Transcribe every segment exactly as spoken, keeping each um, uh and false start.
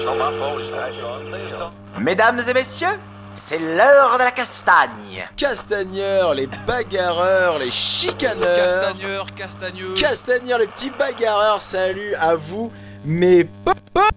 Mesdames et messieurs, c'est l'heure de la castagne. Castagneurs, les bagarreurs, les chicaneurs. Castagneurs, castagneuses. Castagneurs, les petits bagarreurs, salut à vous, mes potes.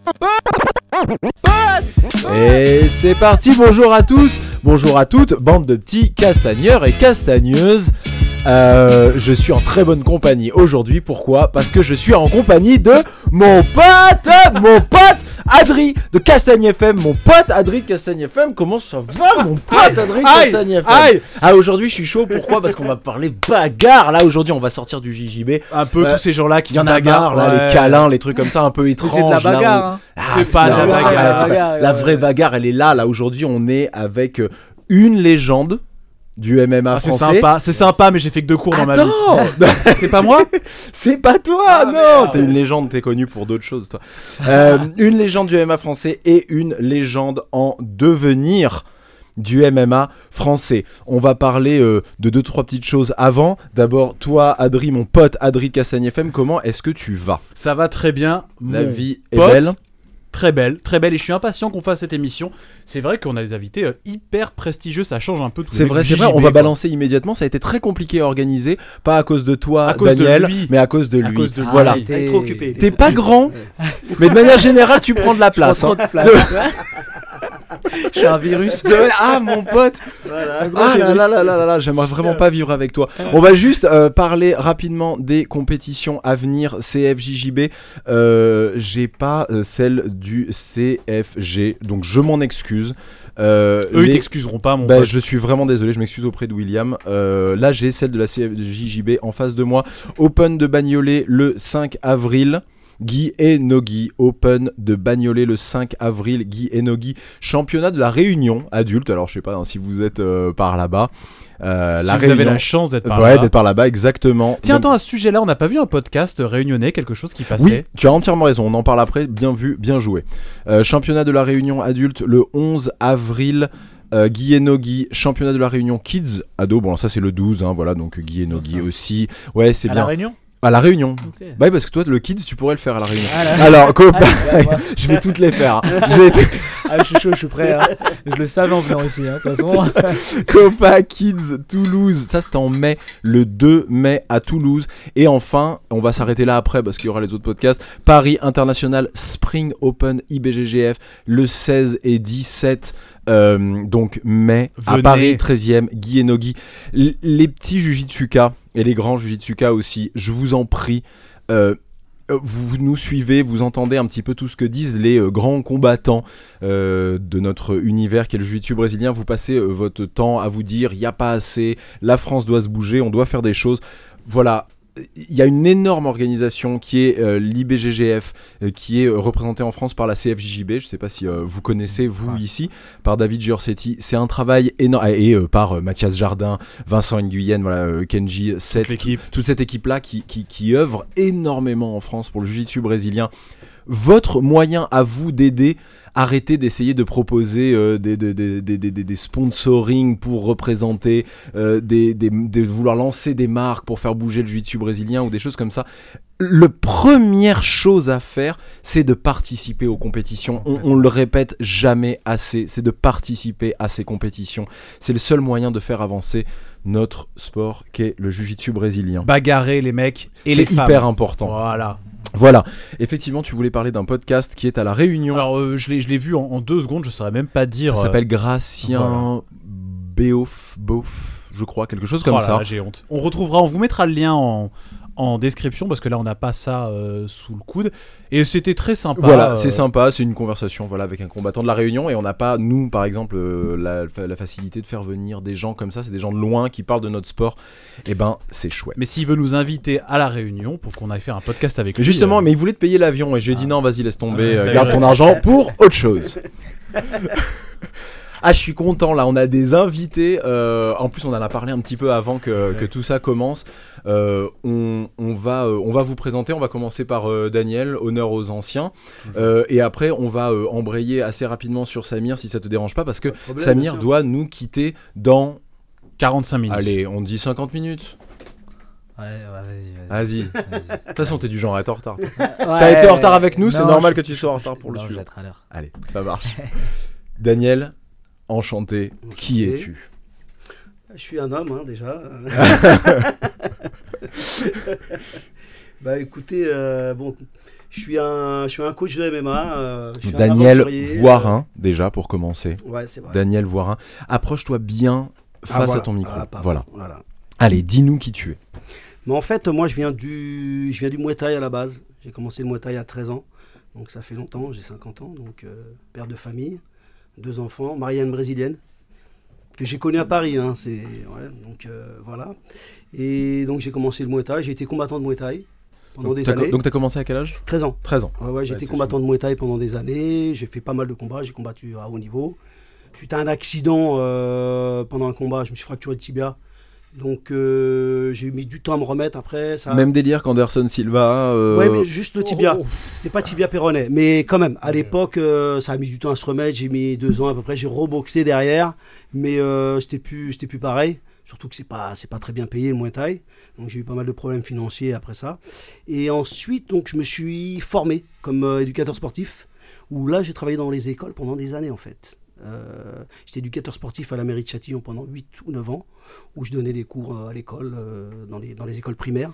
Et c'est parti, bonjour à tous, bonjour à toutes, bande de petits castagneurs et castagneuses. Euh, je suis en très bonne compagnie aujourd'hui, pourquoi ? Parce que je suis en compagnie de mon pote, mon pote Adri de Castagne F M, mon pote Adri de Castagne F M. Comment ça va, mon pote Adri de Castagne F M ? Aïe. Ah, aujourd'hui je suis chaud, pourquoi ? Parce qu'on va parler bagarre. Là aujourd'hui on va sortir du J J B. Un peu euh, tous ces gens-là qui y en a marre, là, ouais. Les câlins, les trucs comme ça un peu étranges. C'est de la bagarre. Là, hein. Ah, c'est, c'est pas de la bagarre. bagarre, la, bagarre, la vraie bagarre, elle est là. Là aujourd'hui on est avec une légende du M M A ah, français. C'est sympa, c'est sympa, mais j'ai fait que deux cours dans Attends ma vie. C'est pas moi ? C'est pas toi, ah, non merde. T'es une légende, t'es connu pour d'autres choses, toi. euh, une légende du M M A français et une légende en devenir du M M A français. On va parler euh, de deux, trois petites choses avant. D'abord, toi, Adri, mon pote Adri de Castagne F M, comment est-ce que tu vas ? Ça va très bien. La vie est pote. belle. Très belle, très belle, et je suis impatient qu'on fasse cette émission. C'est vrai qu'on a des invités euh, hyper prestigieux, ça change un peu tout. C'est vrai, c'est vrai, on va quoi. balancer immédiatement. Ça a été très compliqué à organiser, pas à cause de toi, à cause Daniel, de lui. mais à cause de lui. À cause de lui. Voilà. Ah, t'es trop occupé. T'es pas grand, mais de manière générale, tu prends de la place. Hein. De place. Je suis un virus. Ah, mon pote. Voilà, ah là là là là là là, j'aimerais vraiment pas vivre avec toi. On va juste euh, parler rapidement des compétitions à venir. C F J J B, euh, j'ai pas euh, celle du C F G, donc je m'en excuse. Euh, Eux les... ils t'excuseront pas, mon bah, pote. Je suis vraiment désolé, je m'excuse auprès de William. Euh, là, j'ai celle de la C F J J B en face de moi. Open de Bagnolet le cinq avril. Guy et Nogi, Open de Bagnolet le cinq avril, Guy et Nogi, championnat de la Réunion adulte. Alors je sais pas hein, si vous êtes euh, par là-bas. Euh, si la vous Réunion... avez la chance d'être par ouais, là-bas. d'être par là-bas, exactement. Tiens, donc... attends, à ce sujet-là, on n'a pas vu un podcast réunionnais, quelque chose qui passait ? Oui, tu as entièrement raison, on en parle après, bien vu, bien joué. Euh, championnat de la Réunion adulte le onze avril. Euh, Guy et Nogi, championnat de la Réunion Kids ado. Bon, ça c'est le douze, hein, voilà, donc Guy et Nogi aussi. Ouais, c'est à bien. La Réunion À la Réunion. Okay. Bah oui, parce que toi, le Kids, tu pourrais le faire à la Réunion. Ah, là. Alors, copain, ah, bah, je vais toutes les faire. Hein. Je vais t- ah, je suis chaud, je suis prêt. Hein. Je le savais en venant ici, hein, de toute façon. Copa Kids Toulouse, ça c'était en mai, le deux mai à Toulouse. Et enfin, on va s'arrêter là après parce qu'il y aura les autres podcasts. Paris International Spring Open I B G G F le seize et dix-sept euh, donc mai. Venez. À Paris treizième, Guy et Nogi. L- les petits Jujitsuka et les grands Jujitsuka aussi, je vous en prie, euh, vous nous suivez, vous entendez un petit peu tout ce que disent les euh, grands combattants euh, de notre univers qui est le jiu-jitsu brésilien. Vous passez euh, votre temps à vous dire il n'y a pas assez, la France doit se bouger, on doit faire des choses. Voilà. Il y a une énorme organisation qui est euh, l'I B G G F, euh, qui est euh, représentée en France par la C F J J B. Je ne sais pas si euh, vous connaissez, vous, ouais. ici, par David Giorsetti. C'est un travail énorme. Et euh, par euh, Mathias Jardin, Vincent Nguyen, voilà, euh, Kenji, Seth, toute, toute cette équipe-là qui, qui, qui œuvre énormément en France pour le jiu-jitsu brésilien. Votre moyen à vous d'aider, arrêtez d'essayer de proposer euh, des, des, des, des, des, des sponsoring pour représenter, euh, des, des, de vouloir lancer des marques pour faire bouger le jiu-jitsu brésilien ou des choses comme ça. La première chose à faire, c'est de participer aux compétitions. On, on le répète jamais assez, c'est de participer à ces compétitions. C'est le seul moyen de faire avancer notre sport qu'est le jiu-jitsu brésilien. Bagarrer les mecs et c'est les femmes. C'est hyper important. Voilà. Voilà, effectivement tu voulais parler d'un podcast qui est à la Réunion. Alors euh, je, l'ai, je l'ai vu en, en deux secondes, je saurais même pas dire. Ça s'appelle Gratien voilà. Béof, Beauf, je crois, quelque chose comme oh là ça. Là, j'ai honte. On retrouvera, on vous mettra le lien en, en description parce que là on n'a pas ça euh, sous le coude. Et c'était très sympa. Voilà, euh... c'est sympa, c'est une conversation voilà, avec un combattant de la Réunion et on n'a pas, nous par exemple, euh, la, la facilité de faire venir des gens comme ça, c'est des gens de loin qui parlent de notre sport. Et ben c'est chouette. Mais s'il veut nous inviter à la Réunion pour qu'on aille faire un podcast avec lui. Justement, euh... mais il voulait te payer l'avion et j'ai ah. dit non, vas-y, laisse tomber, ah, euh, garde ton argent pour autre chose. Ah, je suis content là, on a des invités. Euh, en plus, on en a parlé un petit peu avant que, ouais. que tout ça commence. Euh, on, on, va, euh, on va vous présenter. On va commencer par euh, Daniel, honneur aux anciens. Mmh. Euh, et après, on va euh, embrayer assez rapidement sur Samir si ça te dérange pas, parce que problème, Samir doit nous quitter dans quarante-cinq minutes. Allez, on dit cinquante minutes. Ouais, ouais, vas-y, vas-y. Vas-y. vas-y. De toute façon, t'es du genre à être en retard. toi. Ouais, T'as été en retard avec nous, c'est non, normal je- que tu sois en retard pour le non, je vais suivant. être à l'heure. Allez, ça marche. Daniel, enchanté. Qui Enchanté. es-tu? Je suis un homme, hein, déjà. Bah écoutez, euh, bon, je suis un, je suis un coach de M M A. euh, je suis un Daniel aventurier, Voirin, déjà pour commencer. euh, ouais, c'est vrai. Daniel Voirin. Approche-toi bien face Ah, voilà. à ton micro. Ah, pardon, voilà. voilà. Allez, dis-nous qui tu es. Mais en fait, moi, je viens du, je viens du Muay Thai à la base. J'ai commencé le Muay Thai à treize ans, donc ça fait longtemps. J'ai cinquante ans, donc euh, père de famille, deux enfants, marié à une brésilienne que j'ai connue à Paris. Hein, c'est, ouais, donc euh, voilà. Et donc j'ai commencé le Muay Thai. J'ai été combattant de Muay Thai pendant Donc des t'as, années. donc t'as commencé à quel âge? treize ans. treize ans. Ouais, ouais, j'ai Ouais, été c'est combattant de Muay Thai pendant des années. J'ai fait pas mal de combats. J'ai combattu à haut niveau. Suite à un accident euh, pendant un combat, je me suis fracturé le tibia. Donc euh, j'ai mis du temps à me remettre après. Ça... Même délire qu'Anderson Silva. euh, Ouais, mais juste le tibia. Oh. C'était pas tibia péroné. Mais quand même, à l'époque, euh, ça a mis du temps à se remettre. J'ai mis deux ans à peu près. J'ai reboxé derrière. Mais euh, c'était plus, c'était plus pareil. Surtout que c'est pas, c'est pas très bien payé le Muay Thai. Donc j'ai eu pas mal de problèmes financiers après ça. Et ensuite, donc, je me suis formé comme euh, éducateur sportif. Où là, j'ai travaillé dans les écoles pendant des années en fait. Euh, j'étais éducateur sportif à la mairie de Châtillon pendant huit ou neuf ans, où je donnais des cours euh, à l'école, euh, dans, les, dans les écoles primaires.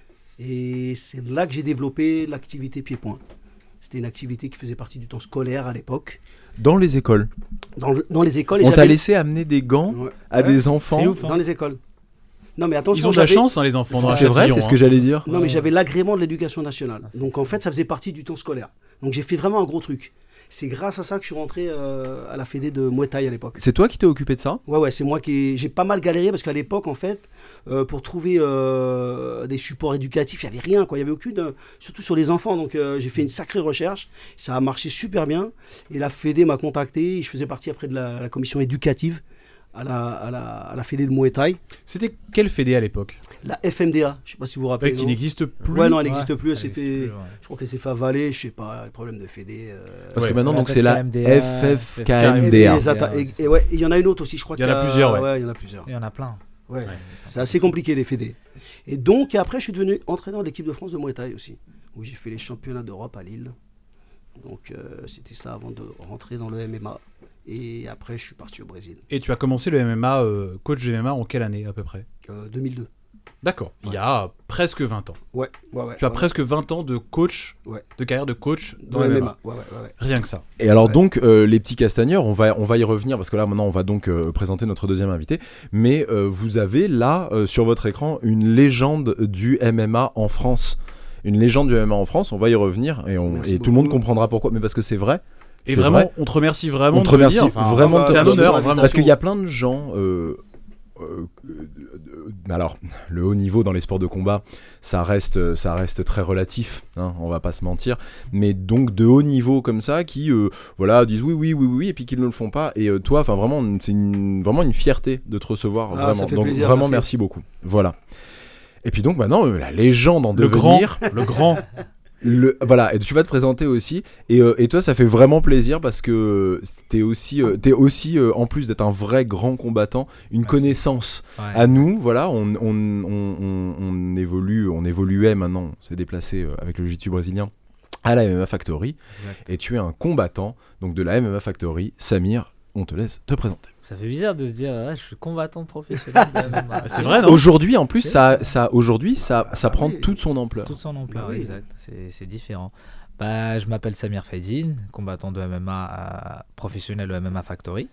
Et c'est là que j'ai développé l'activité pied-point. C'était une activité qui faisait partie du temps scolaire à l'époque. Dans les écoles. Dans, le- dans les écoles, et On t'a j'avais- laissé amener des gants Ouais. à Ouais, des enfants. C'est ouf, hein. dans les écoles. Non mais Ils attention, ont de la j'avais- chance, hein, les enfants. dans la C'est vrai, Châtillon, c'est ce hein. que j'allais dire. Non mais Ouais. j'avais l'agrément de l'éducation nationale. Ah, c'est Donc en fait, ça faisait partie du temps scolaire. Donc j'ai fait vraiment un gros truc. C'est grâce à ça que je suis rentré euh, à la fédé de Muay Thai à l'époque. C'est toi qui t'es occupé de ça? Ouais, ouais, c'est moi qui. J'ai pas mal galéré parce qu'à l'époque, en fait, euh, pour trouver euh, des supports éducatifs, il n'y avait rien, quoi. Il n'y avait aucune. euh, surtout sur les enfants. Donc, euh, j'ai fait une sacrée recherche. Ça a marché super bien. Et la Fédé m'a contacté. Je faisais partie après de la, la commission éducative à la, à la, à la Fédé de Muay Thai. C'était quelle fédé à l'époque? La F M D A, je sais pas si vous vous rappelez. Ouais, qui non n'existe plus. Ouais, non, elle Ouais, n'existe plus. Elle elle s'est existe fait- plus, ouais. Je crois qu'elle s'est fait avaler. Je sais pas, les problèmes de Fédé. euh, Parce Ouais. que maintenant, La donc c'est la F F K M D A, F F K M D Et, A. les atta- Ouais, et- c'est et ouais, il y en a une autre aussi, je crois Il y en a qu'il plusieurs, ouais. Ouais, il y en a plusieurs. Il y en a plein. Ouais. C'est assez compliqué les fédés. Et donc après je suis devenu entraîneur de l'équipe de France de Muay Thai aussi, où j'ai fait les championnats d'Europe à Lille. Donc euh, c'était ça avant de rentrer dans le M M A. Et après je suis parti au Brésil. Et tu as commencé le M M A, euh, coach de M M A en quelle année à peu près? Euh, deux mille deux. D'accord, il y a presque vingt ans. Ouais, ouais, ouais. Tu as ouais, presque vingt ans de coach, Ouais. de carrière de coach ouais. dans Dans le le M M A. Ouais, ouais, ouais, ouais. Rien que ça. Et alors Ouais. donc euh, les petits castagneurs, on va on va y revenir parce que là maintenant on va donc euh, présenter notre deuxième invité. Mais euh, vous avez là euh, sur votre écran une légende du M M A en France, une légende du M M A en France. On va y revenir et, on, Merci et tout le monde beaucoup. comprendra pourquoi. Mais parce que c'est vrai. Et C'est vraiment, vrai. on te remercie vraiment On de te le remercie dire. Enfin, vraiment de bah, te c'est un bah, honneur, bah, vraiment. Parce qu'il y a plein de gens. Euh, euh, euh, alors, le haut niveau dans les sports de combat, ça reste, ça reste très relatif, hein, on va pas se mentir. Mais donc de haut niveau comme ça, qui, euh, voilà, disent oui, oui, oui, oui, et puis qui ne le font pas. Et euh, toi, enfin vraiment, c'est une, vraiment une fierté de te recevoir, Ah, vraiment. ça fait Donc plaisir, vraiment, merci. merci beaucoup. Voilà. Et puis donc maintenant, euh, la légende en Le grand, devenir. le grand. Le, voilà, et tu vas te présenter aussi. Et, euh, et toi, ça fait vraiment plaisir parce que t'es aussi, euh, t'es aussi euh, en plus d'être un vrai grand combattant, une Merci. connaissance Ouais. à nous. Voilà, on, on, on, on, on évolue, on évoluait maintenant, on s'est déplacé euh, avec le jiu-jitsu brésilien à la M M A Factory. Exact. Et tu es un combattant donc de la M M A Factory. Samir, on te laisse te présenter. Ça fait bizarre de se dire, ah, je suis combattant professionnel. de M M A. C'est vrai, non Aujourd'hui, en plus, C'est ça, vrai. ça, aujourd'hui, ça, ça Ah prend oui. toute son ampleur. Toute son ampleur, Bah oui. exact. C'est c'est différent. Bah, je m'appelle Samir Faidine, combattant de M M A euh, professionnel au M M A Factory.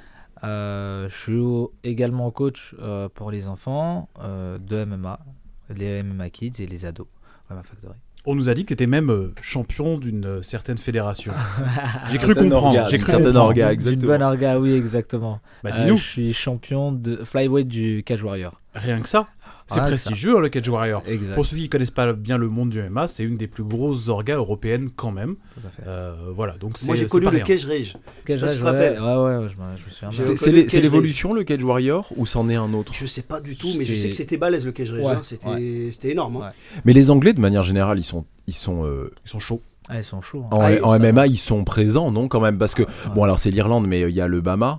Euh, je suis au- également coach euh, pour les enfants euh, de M M A, les M M A Kids et les ados au M M A Factory. On nous a dit que tu étais même euh, champion d'une euh, certaine fédération. J'ai cru Certaines comprendre. orgas, J'ai cru certaines comprendre. orgas. D'une- exactement. D'une bonne orga, oui, exactement. Bah Euh, dis-nous, je suis champion de flyweight du Cage Warrior. rien que ça. C'est Ah, prestigieux, hein, le Cage Warrior. Exact. Pour ceux qui connaissent pas bien le monde du M M A, c'est une des plus grosses orgas européennes quand même. Tout à fait. Euh, voilà, donc c'est Moi j'ai c'est connu pas le rien. Cage Rage. Cage sais pas si tu te ouais, rappelles. ouais, ouais, ouais, je, me- je me souviens. J'ai C'est reconnu c'est le l'é- Cage c'est Rage. l'évolution, le Cage Warrior, ou c'en est un autre? Je sais pas du tout, mais je C'est- sais que c'était balèze le Cage Rage. Ouais, hein. C'était ouais. c'était énorme. hein. Ouais. Mais les Anglais, de manière générale, ils sont, ils sont euh, Ils sont chauds. Ah, ils sont chauds. hein. en, Ah, en ça M M A, va. ils sont présents, non, quand même, parce que Ouais. bon, alors c'est l'Irlande, mais il y a le Bama.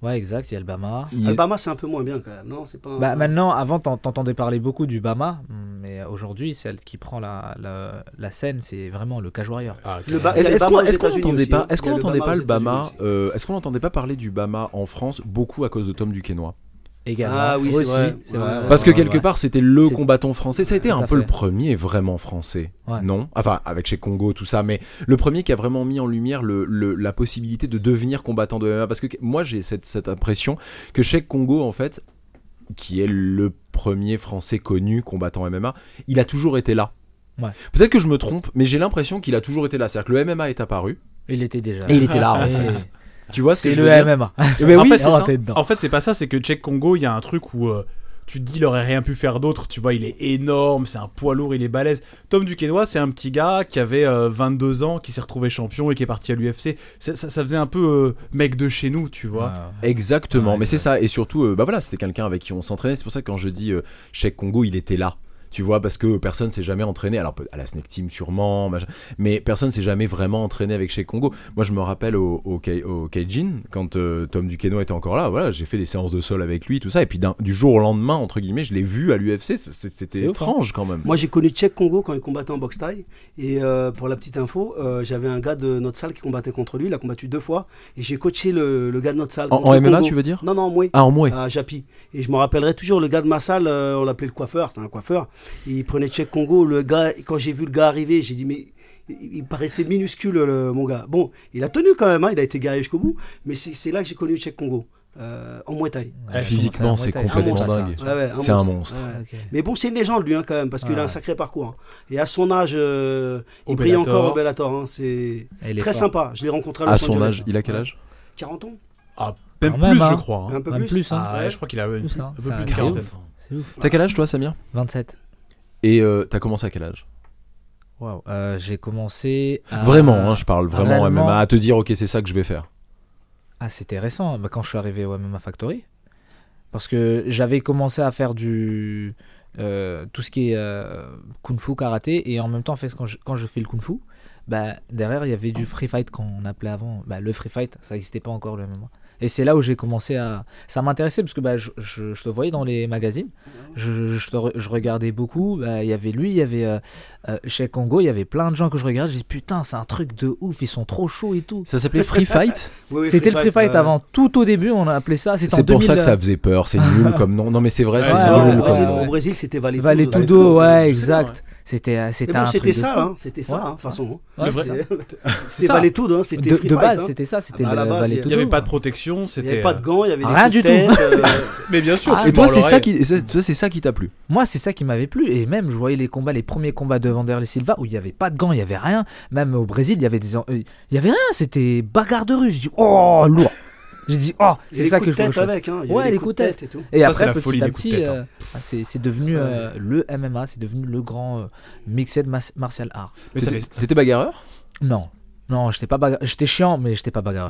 Ouais, exact, il y a le Bama. Il- Alabama, c'est un peu moins bien quand même, non? C'est pas un- Bah, maintenant, avant, t'en- t'entendais parler beaucoup du Bama, mais aujourd'hui, celle qui prend la, la, la scène, c'est vraiment le Cage Warrior. Ah, Le ba- Est-ce il y a le est-ce Bama qu'on aux est-ce qu'on États-Unis n'entendait aussi, pas, hein. est-ce Il y a qu'on le n'entendait Bama pas aux le Bama, États-Unis aussi. euh, est-ce qu'on n'entendait pas parler du Bama en France beaucoup à cause de Tom Duquesnoy? Également. Ah oui, c'est aussi, vrai. c'est vrai. Ouais. Parce que Ouais, quelque ouais. part, c'était le C'est- combattant français. Ça a été Tout un à peu le fait. premier vraiment français, Ouais. non? Enfin, avec chez Congo, tout ça, mais le premier qui a vraiment mis en lumière le, le- la possibilité de devenir combattant de M M A. Parce que moi, j'ai cette, cette impression que chez Congo, en fait, qui est le premier français connu combattant M M A, il a toujours été là. Ouais. Peut-être que je me trompe, mais j'ai l'impression qu'il a toujours été là. C'est-à-dire que le M M A est apparu Il était déjà. et il était là, en Et fait. Tu vois ce que C'est je le veux dire M M A. Eh ben En oui, fait, c'est c'est ça. ça. T'es dedans. En fait, c'est pas ça, c'est que Cheikh Congo, il y a un truc où euh, tu te dis, il aurait rien pu faire d'autre. Tu vois, il est énorme, c'est un poids lourd, il est balèze. Tom Duquesnoy, c'est un petit gars qui avait euh, vingt-deux ans, qui s'est retrouvé champion et qui est parti à l'U F C. Ça, ça, ça faisait un peu euh, mec de chez nous, tu vois. Ouais. Exactement, Ouais, mais c'est exact. ça, et surtout, euh, bah voilà, c'était quelqu'un avec qui on s'entraînait. C'est pour ça que quand je dis euh, Cheikh Congo, il était là. Tu vois, parce que personne s'est jamais entraîné. Alors, peut- à la Snake Team, sûrement, machin, mais personne s'est jamais vraiment entraîné avec Cheikh Congo. Moi, je me rappelle au, au, Kai- au Kaijin, quand euh, Tom Duquesnoy était encore là, voilà, j'ai fait des séances de sol avec lui, tout ça, et puis d'un- du jour au lendemain, entre guillemets, je l'ai vu à l'U F C. c- c- C'était C'est ouf, étrange quand même. Moi, j'ai connu Cheikh Congo quand il combattait en boxe thaï. Et euh, pour la petite info, euh, j'avais un gars de notre salle qui combattait contre lui. Il a combattu deux fois. Et j'ai coaché le, le gars de notre salle. En, contre en le M M A, Congo. tu veux dire? Non, non, moi. Ah, en mouet. À Japi. Et je me rappellerai toujours le gars de ma salle, euh, on l'appelait le coiffeur, c'était un coiffeur. Il prenait Cheikh Congo, le gars, quand j'ai vu le gars arriver, j'ai dit mais il il paraissait minuscule le, mon gars. Bon, il a tenu quand même, hein, il a été guerrier jusqu'au bout, mais c'est c'est là que j'ai connu Cheikh Congo, euh, en Muay Thai. Ouais, Physiquement, c'est un Muay Thai. complètement Un monstre, dingue. Ouais, ouais, C'est un monstre. Ouais. Ok. Mais bon, c'est une légende lui hein, quand même, parce qu'il Ouais. a un sacré parcours. hein. Et à son âge, euh, il Au brille Bellator. encore au Bellator. hein. C'est Et il est très fort. sympa. Je l'ai rencontré à Los À son Angeles. âge, il a quel âge? quarante ans. Ah, même Quand plus, même, je hein. crois. hein. Un peu Un plus. plus, hein. Ah ouais, je crois qu'il a une- Plus, hein. un peu Ça, plus de c'est quarantaine. ouf. C'est ouf. T'as quel âge, toi, Samir? vingt-sept. Et euh, t'as commencé à quel âge? Waouh. Euh, J'ai commencé. À... Vraiment, hein, je parle vraiment réellement- M M A, à te dire, ok, c'est ça que je vais faire. Ah, c'était récent, bah, quand je suis arrivé au M M A Factory. Parce que j'avais commencé à faire du. euh, tout ce qui est euh, Kung Fu, karaté, et en même temps, en fait, quand je, quand je fais le Kung Fu, bah, derrière, il y avait du free fight qu'on appelait avant. Bah, le free fight, ça n'existait pas encore le M M A. Et c'est là où j'ai commencé à. Ça m'intéressait parce que bah, je, je, je te voyais dans les magazines, je, je, te re- je regardais beaucoup. Bah, il y avait lui, il y avait euh, euh, chez Congo, il y avait plein de gens que je regardais. Je dis putain, c'est un truc de ouf, ils sont trop chauds et tout. Ça s'appelait Free Fight? Oui, oui, C'était le free fight ouais. avant, tout au début, on a appelé ça. C'était en C'est pour ça que deux mille, ça faisait peur, c'est nul comme nom. Non mais c'est vrai, Ouais, c'est Ouais, ouais, ouais, nul au comme Brésil, nom. au Brésil, c'était Vale Vale Tudo. Tudo, ouais, Je sais, exact. C'était euh, Mais c'était bon, un c'était truc de ça, fou. hein, c'était ça, Ouais. hein, de toute façon. Ouais, Le vrai- c'est ça. C'était ça. Vale Tudo, hein, c'était De, free de fight. base, hein. c'était ça, c'était Ah bah, à la le base, Vale il y Il Tudo. n'y avait pas de protection, Il n'y c'était. avait pas de gants, il y avait des Rien coups du de tête, euh, Mais bien sûr, Ah, tu Et toi, mords c'est ça l'oreille. qui, c'est toi, c'est ça qui t'a plu? Moi, c'est ça qui m'avait plu. Et même, je voyais les combats, les premiers combats de Vanderlei Silva où il n'y avait pas de gants, il n'y avait rien. Même au Brésil, il y avait des, en- euh, il y avait rien. C'était bagarre de rue. J'ai dit, oh, lourd. J'ai dit, oh, il y c'est avait ça des que coups je de veux tête chose. avec, hein, il y Ouais, avait les des coups de tête. et tout. Et Ça, après, c'est la petit folie à des coups de petit, tête, hein. euh, ah, c'est c'est devenu euh, le M M A, c'est devenu le grand euh, mixed mas- martial art. Mais ça T'étais fait- t'étais bagarreur? Non. Non, j'étais pas bagarre. J'étais chiant, mais j'étais pas bagarreur.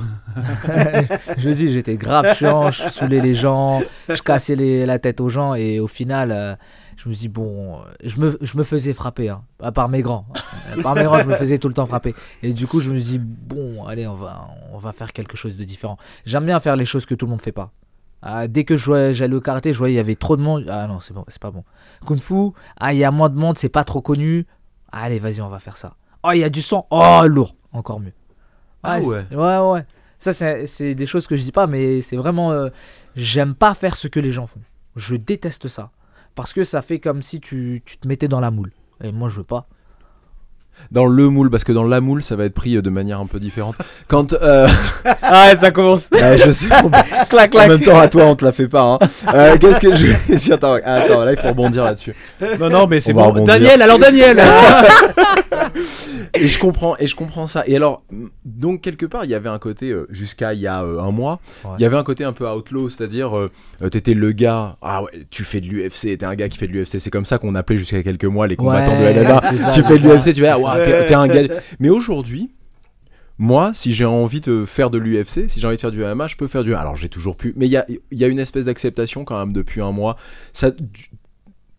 Je dis, j'étais grave chiant, je saoulais les gens, je cassais les- la tête aux gens, et au final, euh, je me dis, bon, euh, je me, je me faisais frapper, hein, à part mes grands. À part mes grands, je me faisais tout le temps frapper. Et du coup, je me dis, bon, allez, on va, on va faire quelque chose de différent. J'aime bien faire les choses que tout le monde fait pas. Ah, dès que je voyais- j'allais au karaté, je voyais il y avait trop de monde. Ah non, c'est bon, c'est pas bon. Kung Fu, ah, il y a moins de monde, c'est pas trop connu. Allez, vas-y, on va faire ça. Oh, il y a du sang. Oh, lourd. Encore mieux. Ah c'est- ouais. Ouais, ouais. Ça, c'est, c'est des choses que je dis pas, mais c'est vraiment. euh, j'aime pas faire ce que les gens font. Je déteste ça. Parce que ça fait comme si tu, tu te mettais dans la moule. Et moi, je veux pas. Dans le moule, parce que dans la moule, ça va être pris euh, de manière un peu différente. Quand, euh, Ah, ça commence. ouais, je sais, en clac, même temps, à toi, on te la fait pas, hein. Euh, qu'est-ce que je vais dire? Attends, attends, là, il faut rebondir là-dessus. Non, non, mais c'est On va bon. rebondir. Daniel, alors Daniel Et je comprends, et je comprends ça. Et alors, m- donc quelque part, il y avait un côté euh, jusqu'à il y a euh, un mois, il Ouais. y avait un côté un peu outlaw, c'est-à-dire euh, euh, t'étais le gars, ah ouais, tu fais de l'U F C, t'es un gars qui fait de l'U F C. C'est comme ça qu'on appelait jusqu'à quelques mois les combattants Ouais, de M M A. c'est ça, Tu c'est fais de ça. l'U F C, tu fais, ah ouais, t'es, t'es un gars. Mais aujourd'hui. Moi, si j'ai envie de faire de l'U F C, si j'ai envie de faire du M M A, je peux faire du. Alors, j'ai toujours pu. Mais il y a, il y a une espèce d'acceptation quand même depuis un mois. Ça, du-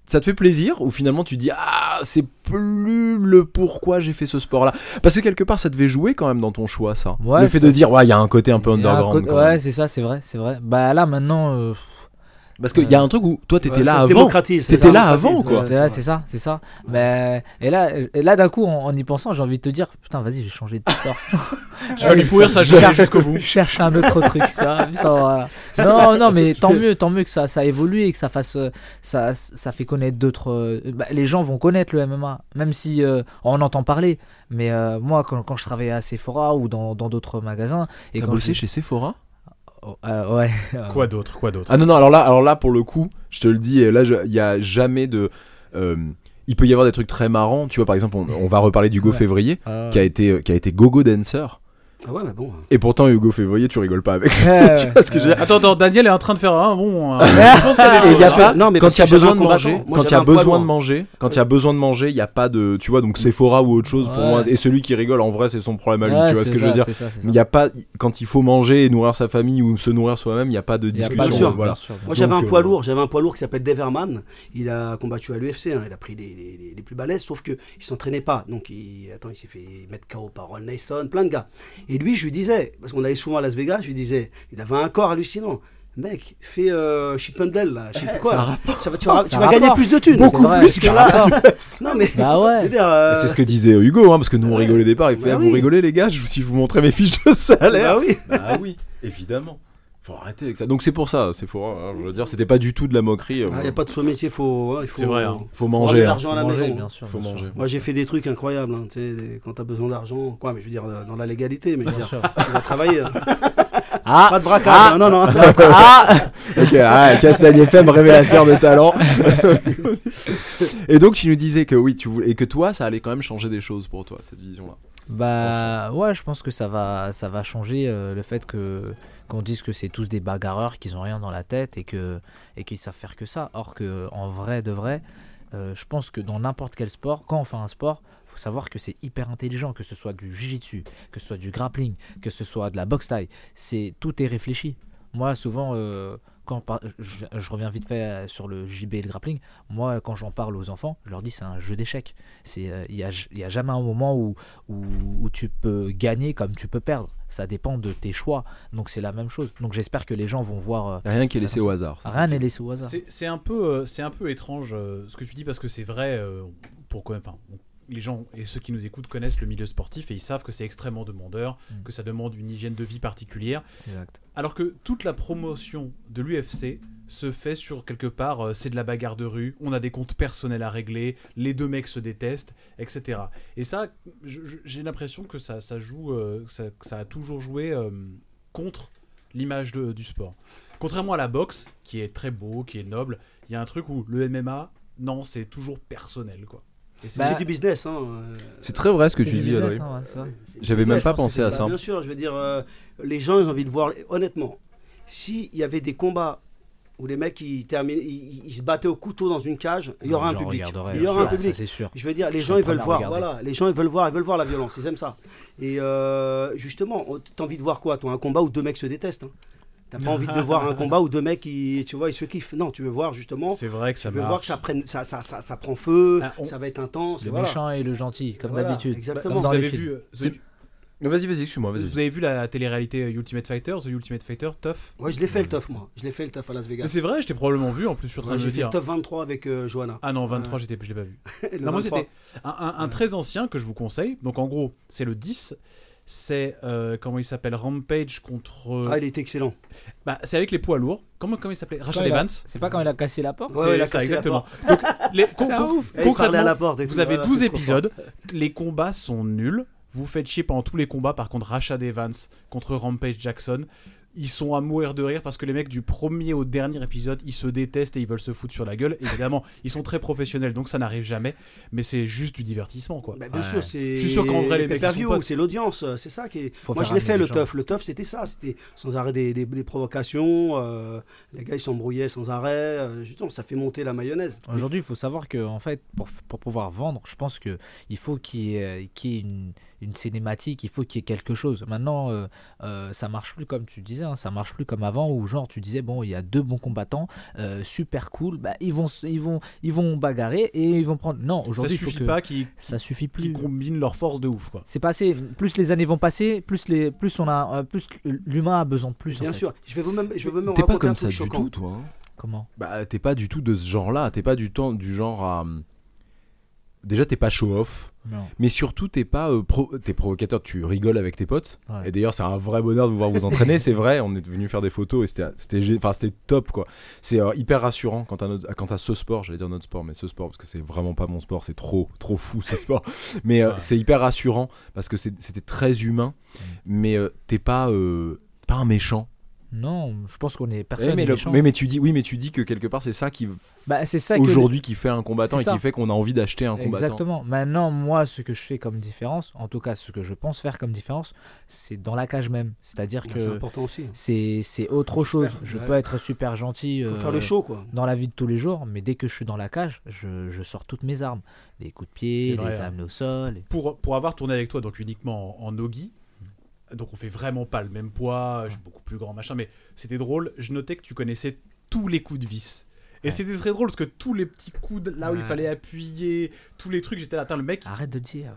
ça te fait plaisir ou finalement tu te dis ah c'est plus le pourquoi j'ai fait ce sport là parce que quelque part ça devait jouer quand même dans ton choix ça Ouais, le fait ça, de dire ouais il y a un côté un peu Il y a un underground co- quand ouais, même. c'est ça, c'est vrai, c'est vrai. Bah là maintenant, euh, Parce qu'il y a un truc où toi t'étais Ouais, là ça se avant démocratise, c'est t'étais ça, là démocratise, avant ouais, quoi j'étais là, vrai. c'est ça, c'est ça. Mais et là, et là d'un coup, en, en y pensant, j'ai envie de te dire, putain, vas-y, je vais changer de sport. Tu vas lui pourrir sa Je journée cherche- jusqu'au bout. Je cherche un autre truc. tu vois, putain, voilà. Non, non, mais tant mieux, tant mieux que ça, ça évolue et que ça fasse, euh, ça, ça fait connaître d'autres. euh, bah, les gens vont connaître le M M A, même si euh, on entend parler. Mais euh, moi, quand, quand je travaillais à Sephora ou dans dans d'autres magasins, et t'as quand bossé je- chez Sephora Oh, euh, ouais. euh, Quoi d'autre, quoi d'autre. ah non non alors là alors là pour le coup je te le dis et là je- il y a jamais de euh, il peut y avoir des trucs très marrants tu vois par exemple on, on va reparler d'Hugo Ouais. Février euh, qui a été qui a été gogo dancer Ah ouais, mais bon. et pourtant Hugo Février tu rigoles pas avec ouais, tu vois ce que je veux dire Attends, attends, Daniel est en train de faire un bon. euh, je pense qu'il y a des Et choses. y a hein. pas, Non, mais quand parce il y a que j'avais besoin un de combattant. manger, Moi, quand il y j'avais a un poids besoin lourd. de manger, quand il y a besoin de manger, il y a pas de, tu vois, donc Sephora ou autre chose pour Ouais. moi. Et celui qui rigole, en vrai, c'est son problème à lui. ouais, tu vois ce c'est que je veux ça, dire c'est ça, c'est ça. Mais il y a pas, quand il faut manger et nourrir sa famille ou se nourrir soi-même, il y a pas de Il y a discussion. pas sûr, de- voilà. bien sûr, bien Moi sûr. j'avais Donc, un poids euh, lourd, j'avais un poids lourd qui s'appelle Deverman. Il a combattu à l'U F C, hein, il a pris les, les, les- les plus balèzes, sauf que il s'entraînait pas. Donc il, attends, il s'est fait mettre K O par Ron Nelson, plein de gars. Et lui, je lui disais, parce qu'on allait souvent à Las Vegas, je lui disais, il avait un corps hallucinant. Mec, fais euh, Chippendale là, je sais plus quoi. Ça là. Ça va, tu vas, Ça tu vas rapporte. gagner plus de thunes. Beaucoup C'est vrai. plus Parce que là. là. Non mais. Bah je veux ouais. dire, euh, C'est ce que disait Hugo, hein, parce que nous on rigolait au départ. Il fait, Bah ah, oui. vous rigolez les gars, je- si je vous montrais mes fiches de salaire. Bah oui. Bah oui, évidemment. Faut arrêter avec ça. Donc c'est pour ça, c'est faux. Hein, je veux dire, c'était pas du tout de la moquerie. Il n'y a pas de sous-métier, faut, hein, il faut. C'est vrai, hein. Faut faut manger. ramener hein. l'argent à la Manger, maison. bien sûr. Faut bien manger. sûr. Moi j'ai fait des trucs incroyables, hein, tu sais, quand t'as besoin d'argent, quoi, mais je veux dire euh, dans la légalité, mais je veux Bien dire, sûr. tu vas travailler. hein. Ah, Pas de braquage, ah, hein, non, non. ah, Ok, ah, Castagne F M, révélateur de talent. Et donc tu nous disais que oui, tu voulais, et que toi, ça allait quand même changer des choses pour toi, cette vision-là. Bah ouais, je pense que ça va, ça va changer euh, le fait que qu'on dise que c'est tous des bagarreurs, qu'ils ont rien dans la tête et que et qu'ils savent faire que ça. Or que en vrai de vrai, euh, je pense que dans n'importe quel sport, quand on fait un sport, faut savoir que c'est hyper intelligent, que ce soit du jiu-jitsu, que ce soit du grappling, que ce soit de la boxe thaï, c'est tout est réfléchi. Moi, souvent, euh, quand par- je, je reviens vite fait euh, sur le J B et le grappling, moi, quand j'en parle aux enfants, je leur dis c'est un jeu d'échecs. C'est, euh, il y a, il y a jamais un moment où, où, où tu peux gagner comme tu peux perdre. Ça dépend de tes choix. Donc c'est la même chose. Donc j'espère que les gens vont voir. euh, Rien qui est ça laissé comme au ça. hasard. ça, Rien c'est- n'est laissé au hasard. C'est c'est un peu, euh, c'est un peu étrange euh, ce que tu dis parce que c'est vrai. euh, pour quoi, enfin, on- les gens et ceux qui nous écoutent connaissent le milieu sportif et ils savent que c'est extrêmement demandeur, Mm. que ça demande une hygiène de vie particulière. Exact. Alors que toute la promotion de l'U F C se fait sur quelque part, euh, c'est de la bagarre de rue, on a des comptes personnels à régler, les deux mecs se détestent, et cetera. Et ça, je- je- j'ai l'impression que ça, ça joue, euh, que ça, que ça a toujours joué euh, contre l'image de- du sport. Contrairement à la boxe, qui est très beau, qui est noble, il y a un truc où le M M A, non, c'est toujours personnel, quoi. Et c'est Bah, C'est du business, hein. euh, C'est très vrai ce que C'est tu du dis, business, Adrien. hein, ouais, c'est vrai. J'avais business, même pas hein, pensé c'est- à bah, ça. Bien sûr, je veux dire, euh, les gens, ils ont envie de voir, honnêtement, s'il y avait des combats où les mecs ils, terminent, ils, ils se battaient au couteau dans une cage, il y aura un J'en public. regarderai, Il y aura un ça, public. c'est sûr. Je veux dire, les Je gens serais ils veulent prêt à voir, regarder. voilà, les gens ils veulent voir, ils veulent voir la violence, ils aiment ça. Et euh, justement, on- t'as envie de voir quoi, toi, un combat où deux mecs se détestent. Hein. T'as pas envie de voir un combat où deux mecs ils, tu vois, ils se kiffent. Non, tu veux voir justement. c'est vrai que Tu ça veux marche. voir que ça prenne, ça, ça, ça, ça prend feu, Ah, on- ça va être intense. et Le voilà. méchant et le gentil, comme Voilà, d'habitude. exactement. Comme dans vous, les avez films. vu, euh, vous, C'est- avez, Vas-y, vas-y, excuse-moi, vas-y. vous avez vu la télé-réalité euh, Ultimate Fighter, The Ultimate Fighter, Tough. Ouais, je l'ai fait le tough moi. Je l'ai fait le tough à Las Mais Vegas. c'est vrai, je t'ai probablement vu, en plus je suis en train Ouais, de j'ai me fait le dire. top vingt-trois avec euh, Johanna. Ah non, vingt-trois, Ouais. j'étais, je l'ai pas vu. Le Non, moi vingt-trois. c'était un, un- un très ancien que je vous conseille. Donc en gros, c'est le dix. C'est, euh, comment il s'appelle, Rampage contre... Ah, il était excellent. Bah, c'est avec les poids lourds. Comment, comment il s'appelait, Rashad Quand il a- Evans. C'est pas quand il a cassé la porte Ouais, C'est ouais, il a ça, cassé la exactement. Donc, les, con- C'est un con- ouf. Et il parlait à la concrètement, porte et tout, vous avez voilà, douze c'est trop épisodes. Les combats sont nuls. Vous faites chier pendant tous les combats. Par contre, Rashad Evans contre Rampage Jackson, ils sont à mourir de rire parce que les mecs du premier au dernier épisode, ils se détestent et ils veulent se foutre sur la gueule. Évidemment, ils sont très professionnels, donc ça n'arrive jamais. Mais c'est juste du divertissement, quoi. Bah, bien Ouais. sûr, c'est. Je suis sûr qu'en vrai, les mecs, ils sont pay-per-view, potes. c'est l'audience, euh, c'est ça qui est. Faut Moi, faire je l'ai fait ramener le les gens. tough. Le tough, c'était ça. C'était sans arrêt des, des, des provocations. euh, les gars, ils s'embrouillaient sans arrêt. euh, justement, ça fait monter la mayonnaise. Aujourd'hui, il faut savoir que en fait, pour, pour pouvoir vendre, je pense que il faut qu'il y ait, qu'il y ait une, une cinématique, il faut qu'il y ait quelque chose. Maintenant, euh, euh, ça marche plus comme tu disais. hein, ça marche plus comme avant où genre tu disais bon il y a deux bons combattants euh, super cool, bah ils vont ils vont ils vont bagarrer et ils vont prendre. Non, Ça aujourd'hui il faut suffit que pas qu'ils ça suffit qu'ils plus. combinent leurs forces de ouf, quoi. C'est passé. Plus les années vont passer, plus les plus on a euh, plus l'humain a besoin de plus. Bien en fait. sûr. Je vais vous même, je vais vous même T'es pas raconter un comme ça truc du choquant. tout, toi. hein. Comment? Bah, t'es pas du tout de ce genre-là. T'es pas du, temps, du genre à. Déjà, t'es pas show-off. Non. Mais surtout, t'es pas euh, pro... t'es provocateur. Tu rigoles avec tes potes. Ouais. Et d'ailleurs, c'est un vrai bonheur de vous voir vous entraîner. C'est vrai. On est venu faire des photos et c'était, c'était, gé- enfin, c'était top, quoi. C'est euh, hyper rassurant quand t'as, notre... quand t'as ce sport. J'allais dire notre sport, mais ce sport parce que c'est vraiment pas mon sport. C'est trop, trop fou ce sport. Mais euh, Ouais. c'est hyper rassurant parce que c'est... c'était très humain. Mais euh, t'es pas, euh... pas un méchant. Non, je pense qu'on est personne Ouais, mais, n'est le- méchant. mais, mais tu dis, oui, mais tu dis que quelque part, c'est ça qui Bah, c'est ça que aujourd'hui qui fait un combattant C'est et ça. qui fait qu'on a envie d'acheter un combattant. Exactement. Maintenant, moi, ce que je fais comme différence, en tout cas, ce que je pense faire comme différence, c'est dans la cage même. C'est-à-dire C'est que important aussi. c'est c'est autre chose. Je Ouais. peux être super gentil Faut euh, faire le show, quoi. dans la vie de tous les jours, mais dès que je suis dans la cage, je, je sors toutes mes armes. Les coups de pied, C'est vrai, les hein. amener au sol. et- Pour, pour avoir tourné avec toi, donc uniquement en, en nogi, donc on fait vraiment pas le même poids, je suis beaucoup plus grand, machin, mais c'était drôle. Je notais que tu connaissais tous les coups de vis. Et Ouais. c'était très drôle parce que tous les petits coups de- là où il Ouais. fallait appuyer, tous les trucs, j'étais là, attends, le mec. Arrête de dire.